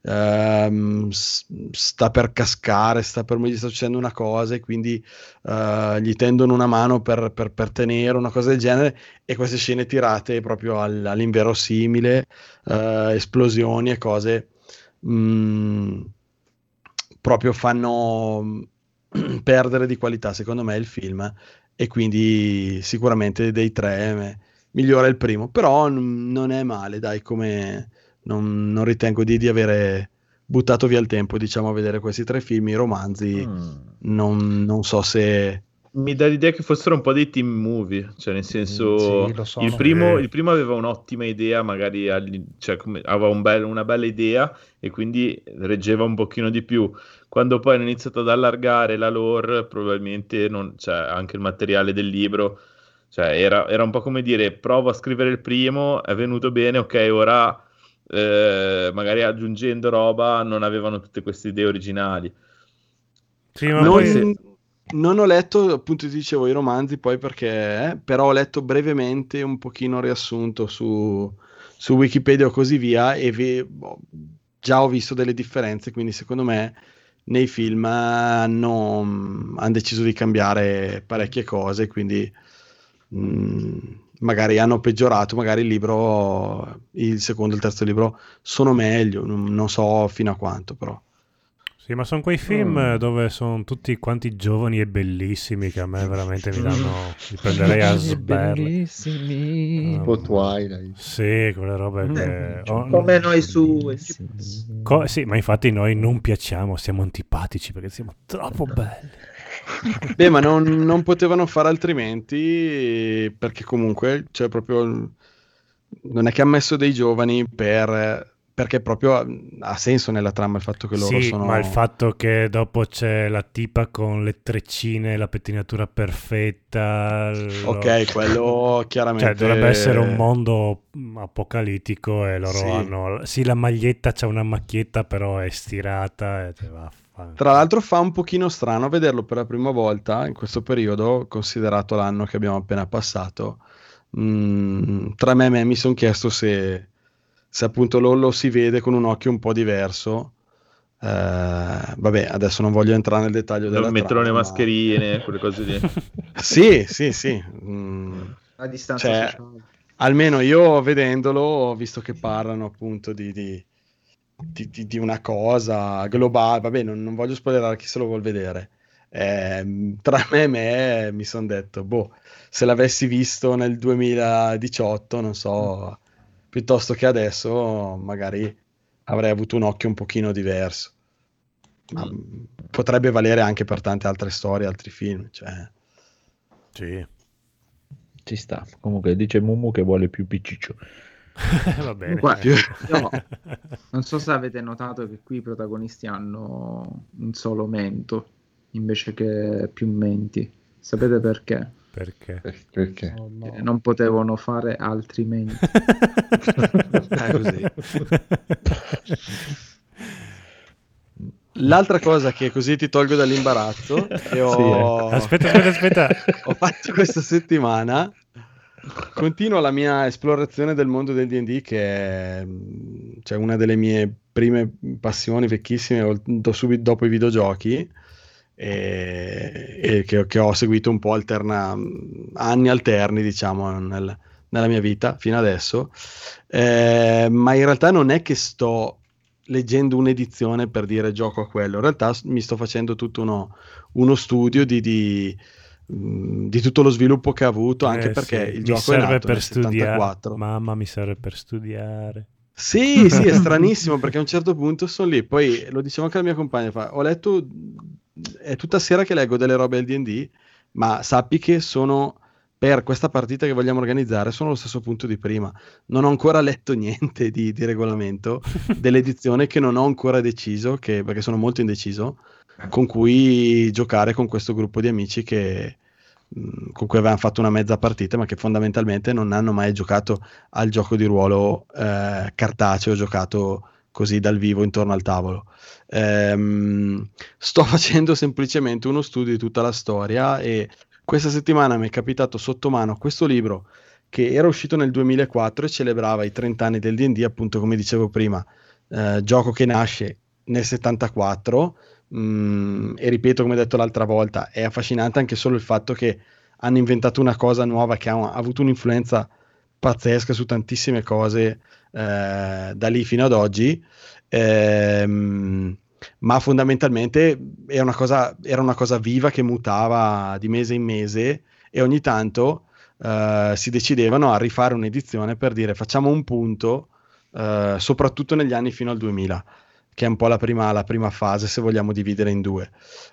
sta per cascare, gli sta succedendo una cosa e quindi gli tendono una mano per tenere, una cosa del genere, e queste scene tirate proprio all'inverosimile, esplosioni e cose proprio fanno perdere di qualità secondo me il film, e quindi sicuramente dei tre migliora il primo, però non è male, dai, come non ritengo di avere buttato via il tempo, diciamo, a vedere questi tre film. I romanzi non so se mi dà l'idea che fossero un po' dei team movie, cioè nel senso il primo aveva un'ottima idea, magari aveva una bella idea e quindi reggeva un pochino di più. Quando poi hanno iniziato ad allargare la lore, probabilmente anche il materiale del libro, cioè era un po' come dire: provo a scrivere il primo, è venuto bene, ok, ora magari aggiungendo roba non avevano tutte queste idee originali. Sì, ma non ho letto, appunto ti dicevo, i romanzi poi perché però ho letto brevemente un pochino riassunto su Wikipedia o così via, e già ho visto delle differenze, quindi secondo me nei film hanno deciso di cambiare parecchie cose, quindi magari hanno peggiorato, magari il secondo e il terzo libro sono meglio, non so fino a quanto, però sì, ma sono quei film dove sono tutti quanti giovani e bellissimi che a me veramente mi prenderei a sberle. Bellissimi. Un po' Twilight. Sì, quelle robe che... come noi su... sì, ma infatti noi non piacciamo, siamo antipatici perché siamo troppo belli. Beh, ma non potevano fare altrimenti, perché comunque, cioè proprio, non è che ha messo dei giovani perché proprio ha senso nella trama il fatto che loro sono... Sì, ma il fatto che dopo c'è la tipa con le treccine, la pettinatura perfetta... Ok, quello chiaramente... Cioè, dovrebbe essere un mondo apocalittico e loro hanno... Sì, la maglietta c'ha una macchietta, però è stirata e Tra l'altro fa un pochino strano vederlo per la prima volta in questo periodo, considerato l'anno che abbiamo appena passato. Tra me e me mi sono chiesto se appunto lo si vede con un occhio un po' diverso. Vabbè, adesso non voglio entrare nel dettaglio della mettono trama, le mascherine, quelle cose lì. Sì. A distanza sociale. Almeno io vedendolo ho visto che parlano appunto di una cosa globale. Vabbè, non voglio spoilerare chi se lo vuol vedere. Tra me e me mi sono detto, se l'avessi visto nel 2018, non so, piuttosto che adesso, magari avrei avuto un occhio un pochino diverso. Ma potrebbe valere anche per tante altre storie, altri film, cioè. Sì, ci sta. Comunque dice Mumu che vuole più picciccio. Va bene. Io non so se avete notato che qui i protagonisti hanno un solo mento invece che più menti. Sapete perché? Perché? Oh, no. Non potevano fare altrimenti. Così. L'altra cosa che così ti tolgo dall'imbarazzo che Aspetta. Ho fatto questa settimana, continuo la mia esplorazione del mondo del D&D, che è una delle mie prime passioni vecchissime, subito dopo i videogiochi, e che ho seguito un po' anni alterni, diciamo, nella mia vita fino adesso, ma in realtà non è che sto leggendo un'edizione per dire gioco a quello, in realtà mi sto facendo tutto uno studio di tutto lo sviluppo che ha avuto, anche perché il gioco è nato nel 74. Mamma, mi serve per studiare. Sì, è stranissimo, perché a un certo punto sono lì, poi lo dicevo anche alla mia compagna, ho letto, è tutta sera che leggo delle robe al D&D, ma sappi che sono, per questa partita che vogliamo organizzare, sono allo stesso punto di prima. Non ho ancora letto niente di regolamento dell'edizione, che non ho ancora deciso, perché sono molto indeciso, con cui giocare con questo gruppo di amici con cui avevamo fatto una mezza partita, ma che fondamentalmente non hanno mai giocato al gioco di ruolo cartaceo, giocato così dal vivo intorno al tavolo. Sto facendo semplicemente uno studio di tutta la storia, e questa settimana mi è capitato sotto mano questo libro che era uscito nel 2004 e celebrava i 30 anni del D&D, appunto come dicevo prima, gioco che nasce nel 74, e ripeto come detto l'altra volta, è affascinante anche solo il fatto che hanno inventato una cosa nuova che ha avuto un'influenza pazzesca su tantissime cose da lì fino ad oggi, ma fondamentalmente era una cosa viva che mutava di mese in mese, e ogni tanto si decidevano a rifare un'edizione per dire facciamo un punto, soprattutto negli anni fino al 2000, che è un po' la prima fase, se vogliamo dividere in due.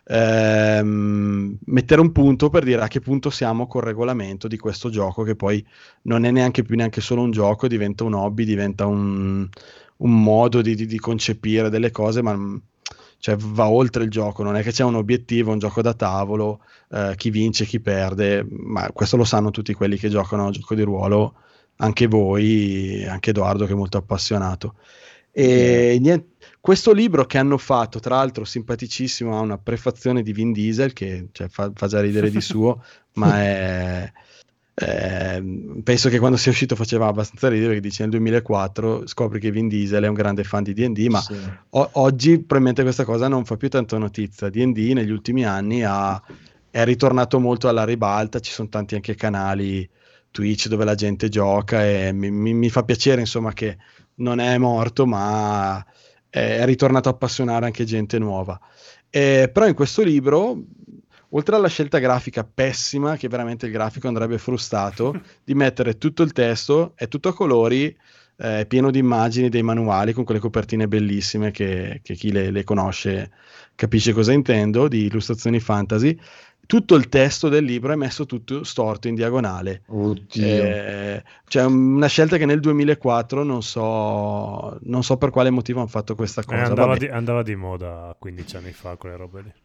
Mettere un punto per dire a che punto siamo col regolamento di questo gioco, che poi non è neanche solo un gioco, diventa un hobby, diventa un modo di concepire delle cose, ma cioè va oltre il gioco, non è che c'è un obiettivo, un gioco da tavolo, chi vince, chi perde, ma questo lo sanno tutti quelli che giocano a gioco di ruolo, anche voi, anche Edoardo che è molto appassionato. E niente, questo libro che hanno fatto, tra l'altro simpaticissimo, ha una prefazione di Vin Diesel che cioè, fa già ridere di suo, ma penso che quando sia uscito faceva abbastanza ridere, perché dice nel 2004 scopri che Vin Diesel è un grande fan di D&D, ma sì. Oggi probabilmente questa cosa non fa più tanto notizia. D&D negli ultimi anni è ritornato molto alla ribalta, ci sono tanti anche canali Twitch dove la gente gioca, e mi fa piacere insomma che non è morto, ma è ritornato a appassionare anche gente nuova. Però in questo libro, oltre alla scelta grafica pessima, che veramente il grafico andrebbe frustato, di mettere tutto il testo, è tutto a colori, pieno di immagini dei manuali con quelle copertine bellissime che chi le conosce capisce cosa intendo, di illustrazioni fantasy. Tutto il testo del libro è messo tutto storto in diagonale. Cioè una scelta che nel 2004 non so per quale motivo hanno fatto questa cosa. Andava di moda 15 anni fa quelle robe lì.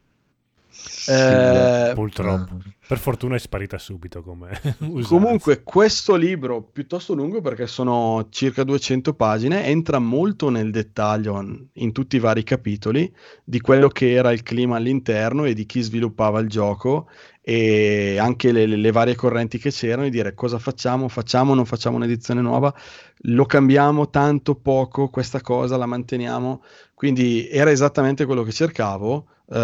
Purtroppo. Per fortuna è sparita subito come comunque questo libro piuttosto lungo, perché sono circa 200 pagine, entra molto nel dettaglio in tutti i vari capitoli di quello che era il clima all'interno e di chi sviluppava il gioco, e anche le varie correnti che c'erano, e dire cosa facciamo, non facciamo un'edizione nuova, lo cambiamo tanto, poco, questa cosa la manteniamo. Quindi era esattamente quello che cercavo.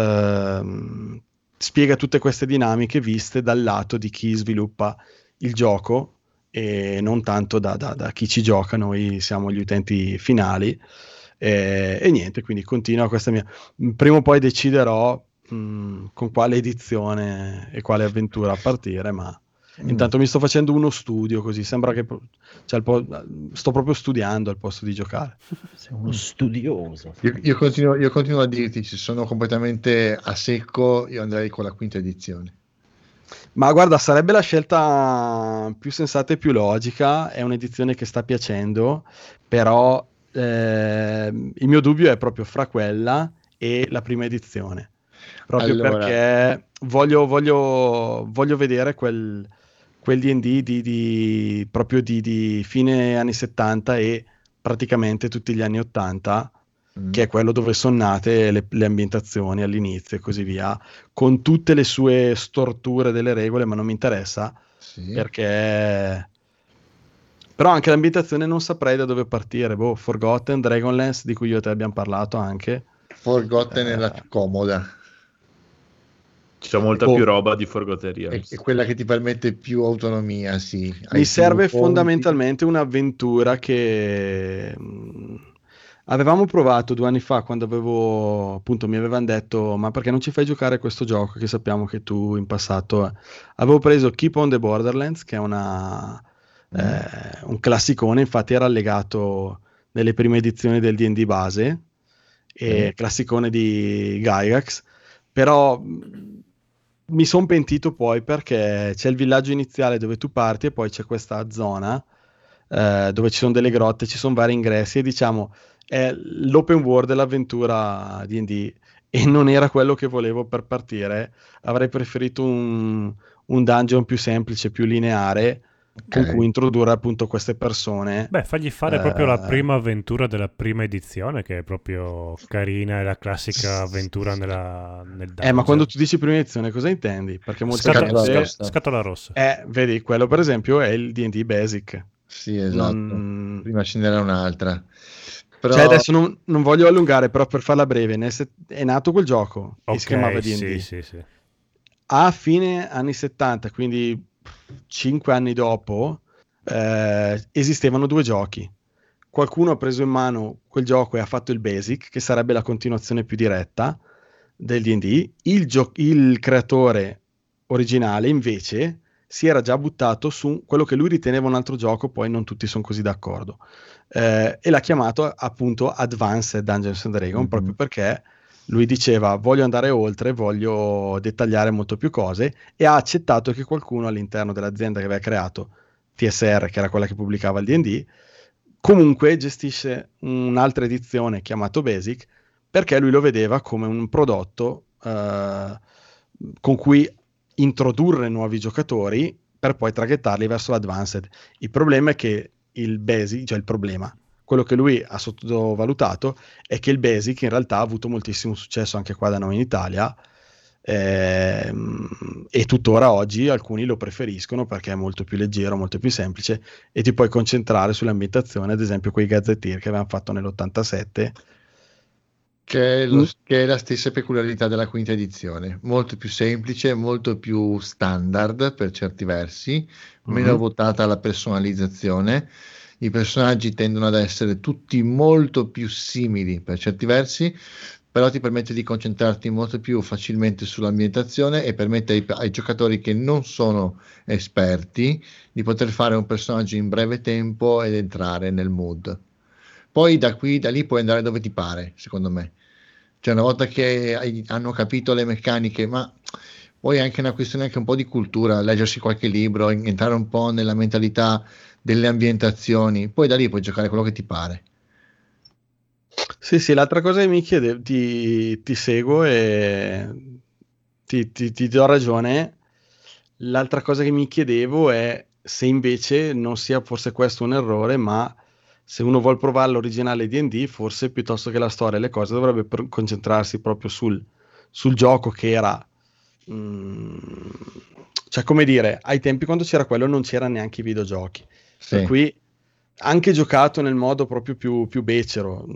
Spiega tutte queste dinamiche viste dal lato di chi sviluppa il gioco e non tanto da chi ci gioca. Noi siamo gli utenti finali, e niente, quindi continua questa mia. Prima o poi deciderò con quale edizione e quale avventura partire, ma intanto mi sto facendo uno studio, così sembra che sto proprio studiando al posto di giocare. Sei uno studioso. Io continuo a dirti, se sono completamente a secco, io andrei con la quinta edizione. Ma guarda, sarebbe la scelta più sensata e più logica, è un'edizione che sta piacendo, però il mio dubbio è proprio fra quella e la prima edizione, proprio perché voglio vedere quel D&D proprio di fine anni 70 e praticamente tutti gli anni 80, che è quello dove sono nate le ambientazioni all'inizio e così via, con tutte le sue storture delle regole, ma non mi interessa, perché però anche l'ambientazione non saprei da dove partire. Forgotten, Dragonlance, di cui io e te abbiamo parlato anche. Forgotten è la più comoda. C'è molta più roba di Forgotten. È quella che ti permette più autonomia, sì. Mi serve fondamentalmente un'avventura che avevamo provato 2 anni fa, quando mi avevano detto ma perché non ci fai giocare questo gioco che sappiamo che tu in passato avevo preso Keep on the Borderlands, che è un classicone, infatti era allegato nelle prime edizioni del D&D base, e classicone di Gygax, però mi sono pentito poi, perché c'è il villaggio iniziale dove tu parti e poi c'è questa zona dove ci sono delle grotte, ci sono vari ingressi, e diciamo è l'open world dell'avventura D&D, e non era quello che volevo per partire. Avrei preferito un dungeon più semplice, più lineare, con cui introdurre appunto queste persone. Beh, fagli fare proprio la prima avventura della prima edizione, che è proprio carina, è la classica avventura nel dungeon. Ma quando tu dici prima edizione cosa intendi? Perché molte scatola rossa. Vedi, quello per esempio è il D&D Basic. Sì, esatto. Prima ce n'era un'altra. Però... Cioè adesso non voglio allungare, però per farla breve, è nato quel gioco che si chiamava D&D. Sì. A fine anni 70, quindi 5 anni dopo, esistevano 2 giochi. Qualcuno ha preso in mano quel gioco e ha fatto il Basic, che sarebbe la continuazione più diretta del D&D. Il creatore originale invece si era già buttato su quello che lui riteneva un altro gioco, poi non tutti sono così d'accordo, e l'ha chiamato appunto Advanced Dungeons and Dragons, proprio perché lui diceva voglio andare oltre, voglio dettagliare molto più cose, e ha accettato che qualcuno all'interno dell'azienda che aveva creato TSR, che era quella che pubblicava il D&D, comunque gestisce un'altra edizione chiamato Basic, perché lui lo vedeva come un prodotto con cui introdurre nuovi giocatori per poi traghettarli verso l'Advanced. Il problema è che il Basic, cioè il problema, quello che lui ha sottovalutato è che il Basic in realtà ha avuto moltissimo successo anche qua da noi in Italia, e tuttora oggi alcuni lo preferiscono perché è molto più leggero, molto più semplice, e ti puoi concentrare sull'ambientazione, ad esempio quei Gazetteer che avevamo fatto nell'87, che è la stessa peculiarità della quinta edizione, molto più semplice, molto più standard per certi versi, meno votata alla personalizzazione. I personaggi tendono ad essere tutti molto più simili per certi versi, però ti permette di concentrarti molto più facilmente sull'ambientazione e permette ai giocatori che non sono esperti di poter fare un personaggio in breve tempo ed entrare nel mood. Poi da lì puoi andare dove ti pare, secondo me. Cioè, una volta che hanno capito le meccaniche, ma poi è anche una questione anche un po' di cultura, leggersi qualche libro, entrare un po' nella mentalità delle ambientazioni, poi da lì puoi giocare quello che ti pare. Sì, l'altra cosa che mi chiede, ti seguo e ti do ragione. L'altra cosa che mi chiedevo è se invece non sia forse questo un errore, ma se uno vuol provare l'originale D&D, forse piuttosto che la storia e le cose dovrebbe concentrarsi proprio sul gioco, che era cioè, come dire, ai tempi quando c'era quello non c'erano neanche i videogiochi, per cui anche giocato nel modo proprio più becero,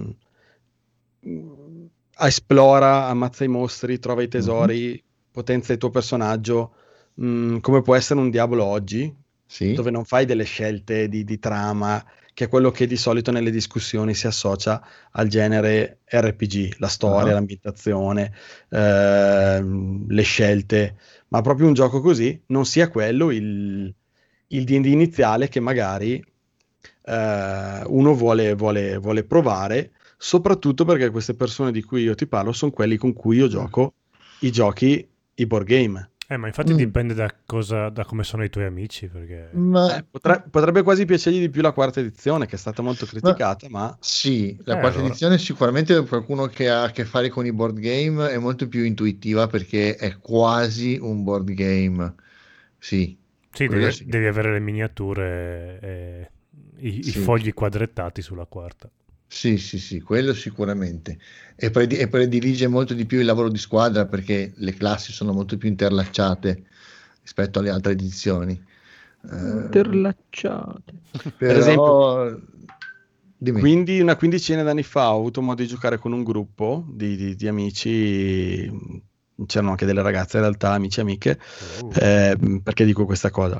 esplora, ammazza i mostri, trova i tesori, potenzia il tuo personaggio, come può essere un Diablo oggi, dove non fai delle scelte di trama, che è quello che di solito nelle discussioni si associa al genere RPG, la storia, l'ambientazione, le scelte, ma proprio un gioco così non sia quello il D&D iniziale che magari uno vuole provare, soprattutto perché queste persone di cui io ti parlo sono quelli con cui io gioco i board game. Ma infatti dipende da come sono i tuoi amici, perché potrebbe quasi piacergli di più la quarta edizione, che è stata molto criticata, ma sì, la quarta edizione sicuramente per qualcuno che ha a che fare con i board game è molto più intuitiva, perché è quasi un board game. Sì, devi avere le miniature e i fogli quadrettati sulla quarta. Sì, quello sicuramente. E predilige molto di più il lavoro di squadra, perché le classi sono molto più interlacciate rispetto alle altre edizioni. Interlacciate. Per esempio, quindi una quindicina d'anni fa ho avuto modo di giocare con un gruppo di amici, c'erano anche delle ragazze in realtà, amici e amiche, perché dico questa cosa?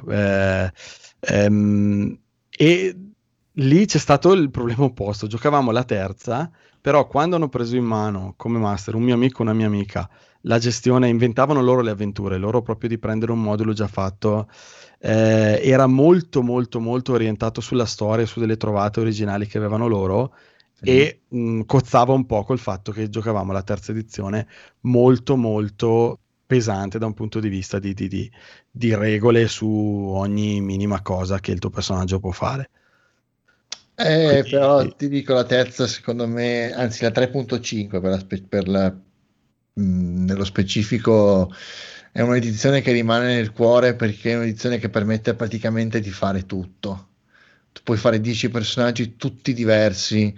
E lì c'è stato il problema opposto, giocavamo la terza, però quando hanno preso in mano come master un mio amico e una mia amica la gestione, inventavano loro le avventure, loro proprio di prendere un modulo già fatto, era molto molto molto orientato sulla storia, su delle trovate originali che avevano loro, e cozzava un po' col fatto che giocavamo la terza edizione molto molto pesante da un punto di vista di regole su ogni minima cosa che il tuo personaggio può fare. Quindi, però ti dico, la terza secondo me, anzi la 3.5 nello specifico è un'edizione che rimane nel cuore perché è un'edizione che permette praticamente di fare tutto. Tu puoi fare 10 personaggi tutti diversi,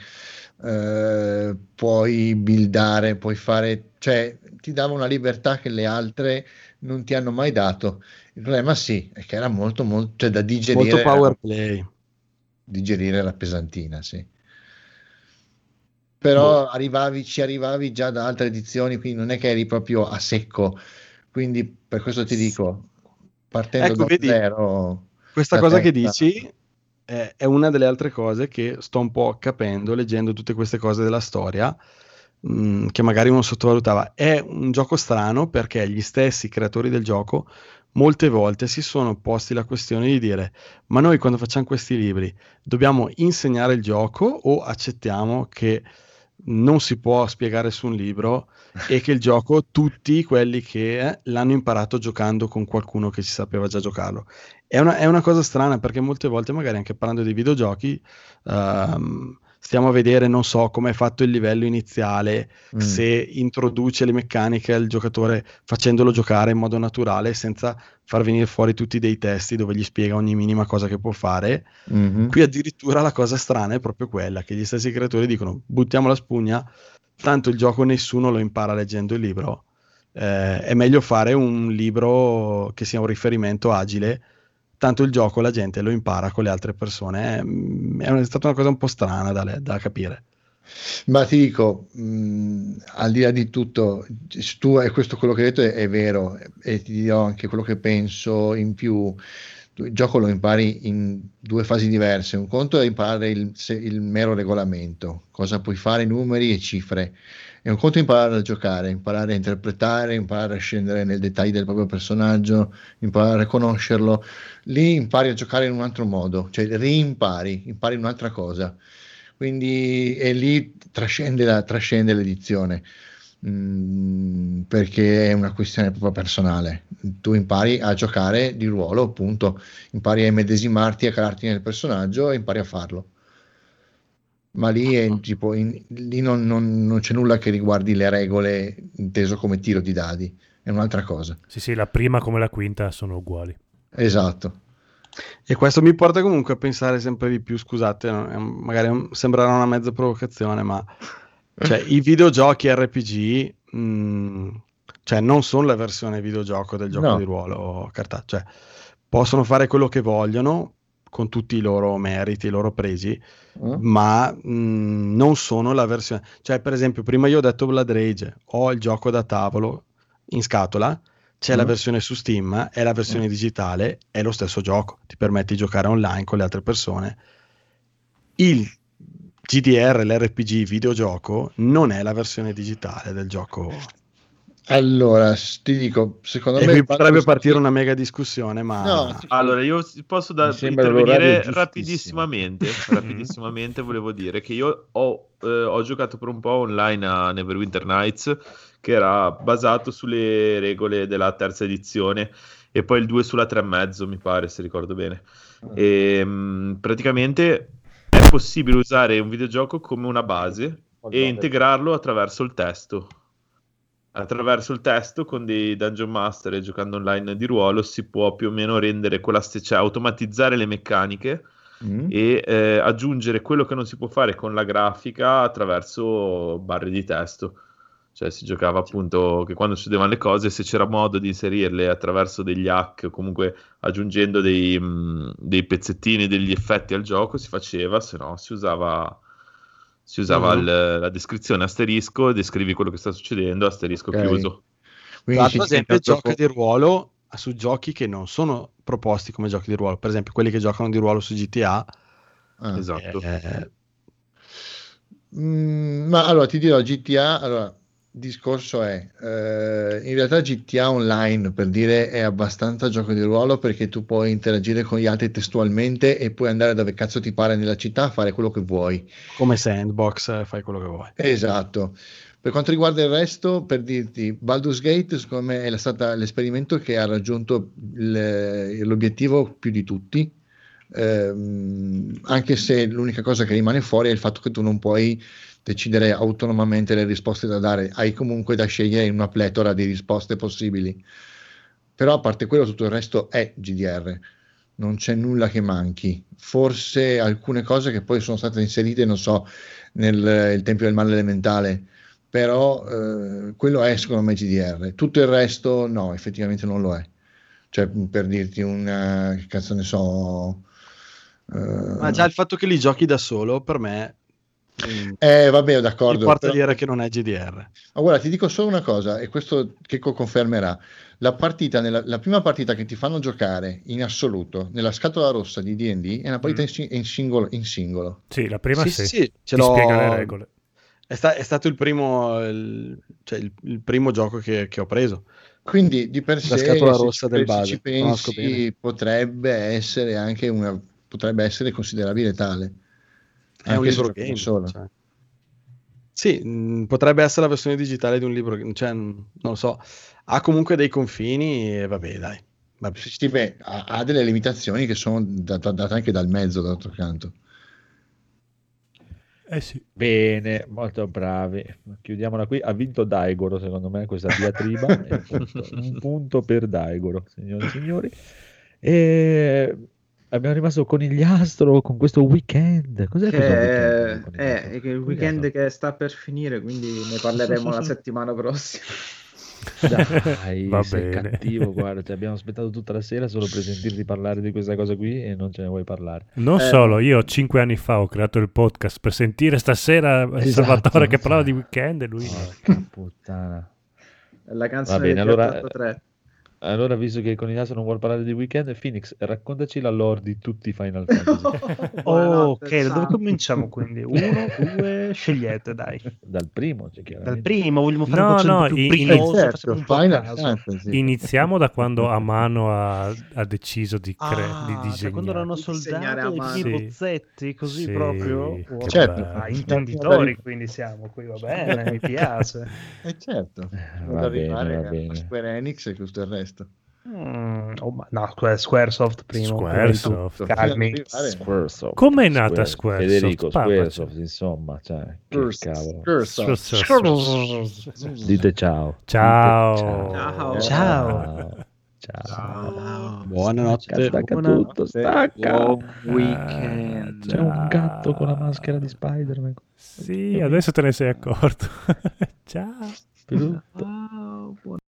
puoi buildare, puoi fare, cioè ti dava una libertà che le altre non ti hanno mai dato. Il problema sì, è che era molto, cioè da digerire. Molto power play. Digerire la pesantina, sì. Però ci arrivavi già da altre edizioni, quindi non è che eri proprio a secco. Quindi per questo ti dico, partendo da zero. Questa cosa che dici è una delle altre cose che sto un po' capendo leggendo tutte queste cose della storia, che magari uno sottovalutava. È un gioco strano perché gli stessi creatori del gioco molte volte si sono posti la questione di dire: ma noi quando facciamo questi libri dobbiamo insegnare il gioco o accettiamo che non si può spiegare su un libro e che il gioco tutti quelli che l'hanno imparato giocando con qualcuno che ci sapeva già giocarlo? È una cosa strana perché molte volte magari anche parlando di videogiochi stiamo a vedere, non so, come è fatto il livello iniziale, se introduce le meccaniche al giocatore facendolo giocare in modo naturale senza far venire fuori tutti dei testi dove gli spiega ogni minima cosa che può fare. Qui addirittura la cosa strana è proprio quella che gli stessi creatori dicono: buttiamo la spugna, tanto il gioco nessuno lo impara leggendo il libro, è meglio fare un libro che sia un riferimento agile, tanto il gioco la gente lo impara con le altre persone. È stata una cosa un po' strana da capire. Ma ti dico, al di là di tutto, tu e questo quello che hai detto è vero, e ti dirò anche quello che penso in più. Il gioco lo impari in due fasi diverse. Un conto è imparare il mero regolamento, cosa puoi fare, numeri e cifre. E un conto è imparare a giocare, imparare a interpretare, imparare a scendere nel dettaglio del proprio personaggio, imparare a conoscerlo. Lì impari a giocare in un altro modo, cioè impari un'altra cosa. Quindi e lì trascende l'edizione, perché è una questione proprio personale. Tu impari a giocare di ruolo, appunto, impari a immedesimarti, a calarti nel personaggio e impari a farlo. Ma lì è tipo lì non c'è nulla che riguardi le regole inteso come tiro di dadi, è un'altra cosa. Sì, la prima come la quinta sono uguali. Esatto. E questo mi porta comunque a pensare sempre di più, scusate, magari sembrerà una mezza provocazione, ma cioè, i videogiochi RPG cioè, non sono la versione videogioco del gioco di ruolo cartaceo, cioè, possono fare quello che vogliono con tutti i loro meriti, i loro pregi, ma non sono la versione. Cioè, per esempio, prima io ho detto Blood Rage, ho il gioco da tavolo in scatola, c'è la versione su Steam, è la versione digitale, è lo stesso gioco, ti permette di giocare online con le altre persone. Il GDR, l'RPG videogioco, non è la versione digitale del gioco. Allora, ti dico, secondo me qui potrebbe partire una mega discussione, ma no, allora io posso intervenire rapidissimamente. Rapidissimamente volevo dire che io ho giocato per un po' online a Neverwinter Nights, che era basato sulle regole della terza edizione, e poi il 2 sulla 3,5, mi pare, se ricordo bene. E praticamente è possibile usare un videogioco come una base e integrarlo attraverso il testo. Attraverso il testo con dei Dungeon Master e giocando online di ruolo si può più o meno rendere cioè automatizzare le meccaniche e aggiungere quello che non si può fare con la grafica attraverso barre di testo. Cioè si giocava appunto che quando succedevano le cose, se c'era modo di inserirle attraverso degli hack o comunque aggiungendo dei pezzettini, degli effetti al gioco, si faceva, se no si usava la descrizione asterisco, descrivi quello che sta succedendo, asterisco chiuso. Tra l'altro, esempio, gioca di ruolo su giochi che non sono proposti come giochi di ruolo, per esempio quelli che giocano di ruolo su GTA. Esatto. Ma allora ti dirò, GTA, allora il discorso è in realtà GTA Online, per dire, è abbastanza gioco di ruolo perché tu puoi interagire con gli altri testualmente e puoi andare dove cazzo ti pare nella città a fare quello che vuoi, come sandbox, fai quello che vuoi. Esatto. Per quanto riguarda il resto, per dirti, Baldur's Gate secondo me è stato l'esperimento che ha raggiunto l'obiettivo più di tutti, anche se l'unica cosa che rimane fuori è il fatto che tu non puoi decidere autonomamente le risposte da dare, hai comunque da scegliere in una pletora di risposte possibili, Però a parte quello tutto il resto è GDR, non c'è nulla che manchi, forse alcune cose che poi sono state inserite, non so, nel il Tempio del Male Elementale, però quello è secondo me GDR, tutto il resto no, effettivamente non lo è. Cioè, per dirti una, che cazzo ne so... Ma già il fatto che li giochi da solo, per me... vabbè, d'accordo. Mi porta a dire che non è GDR. Ma guarda, ti dico solo una cosa, e questo Checco confermerà. La partita, la prima partita che ti fanno giocare in assoluto nella scatola rossa di D&D è una partita in singolo. Sì, la prima sì. Ti spiega le regole. È stato il primo, il primo gioco che ho preso. Quindi di per sé, la scatola rossa del base. Se ci pensi, potrebbe essere anche potrebbe essere considerabile tale. È un libro game solo. Cioè. Sì, potrebbe essere la versione digitale di un libro, cioè, non lo so, ha comunque dei confini e vabbè, dai. Ha delle limitazioni che sono date anche dal mezzo, d'altro canto. Sì. Bene, molto bravi. Chiudiamola qui. Ha vinto Daigoro, secondo me, questa diatriba. Un punto per Daigoro, signori e signori. E abbiamo rimasto Conigliastro con questo weekend. Cos'è questo weekend? È che il weekend che sta per finire, quindi ne parleremo la settimana prossima. Dai, Va sei bene. cattivo, guarda, ti abbiamo aspettato tutta la sera solo per sentirti parlare di questa cosa qui e non ce ne vuoi parlare. Non solo, io 5 anni fa ho creato il podcast per sentire stasera Salvatore che parlava di weekend e lui... Porca puttana. La canzone del del 83. Allora, visto che Conigliastro non vuole parlare di weekend, Phoenix, raccontaci la lore di tutti i Final Fantasy. Ok, da dove cominciamo quindi? 1, 2, scegliete, dai. Dal primo, dal primo, vogliamo fare qualcosa di più brioso, Final Fantasy. Iniziamo da quando Amano ha deciso di disegnare. Cioè quando erano soldati i bozzetti, così proprio? Certo. Intenditori, quindi siamo qui, va bene, mi piace. Certo. Va bene. A Square Enix e tutto il resto. Squaresoft prima. Squaresoft. Calmi. Squaresoft. Come è nata Squaresoft? Federico, Squaresoft, insomma, cioè, che cavolo. Dite ciao. Ciao. Buonanotte. Stacca tutto, stacca. Buon weekend. C'è un gatto con la maschera di Spider-Man. Sì, adesso te ne sei accorto. Ciao. Buon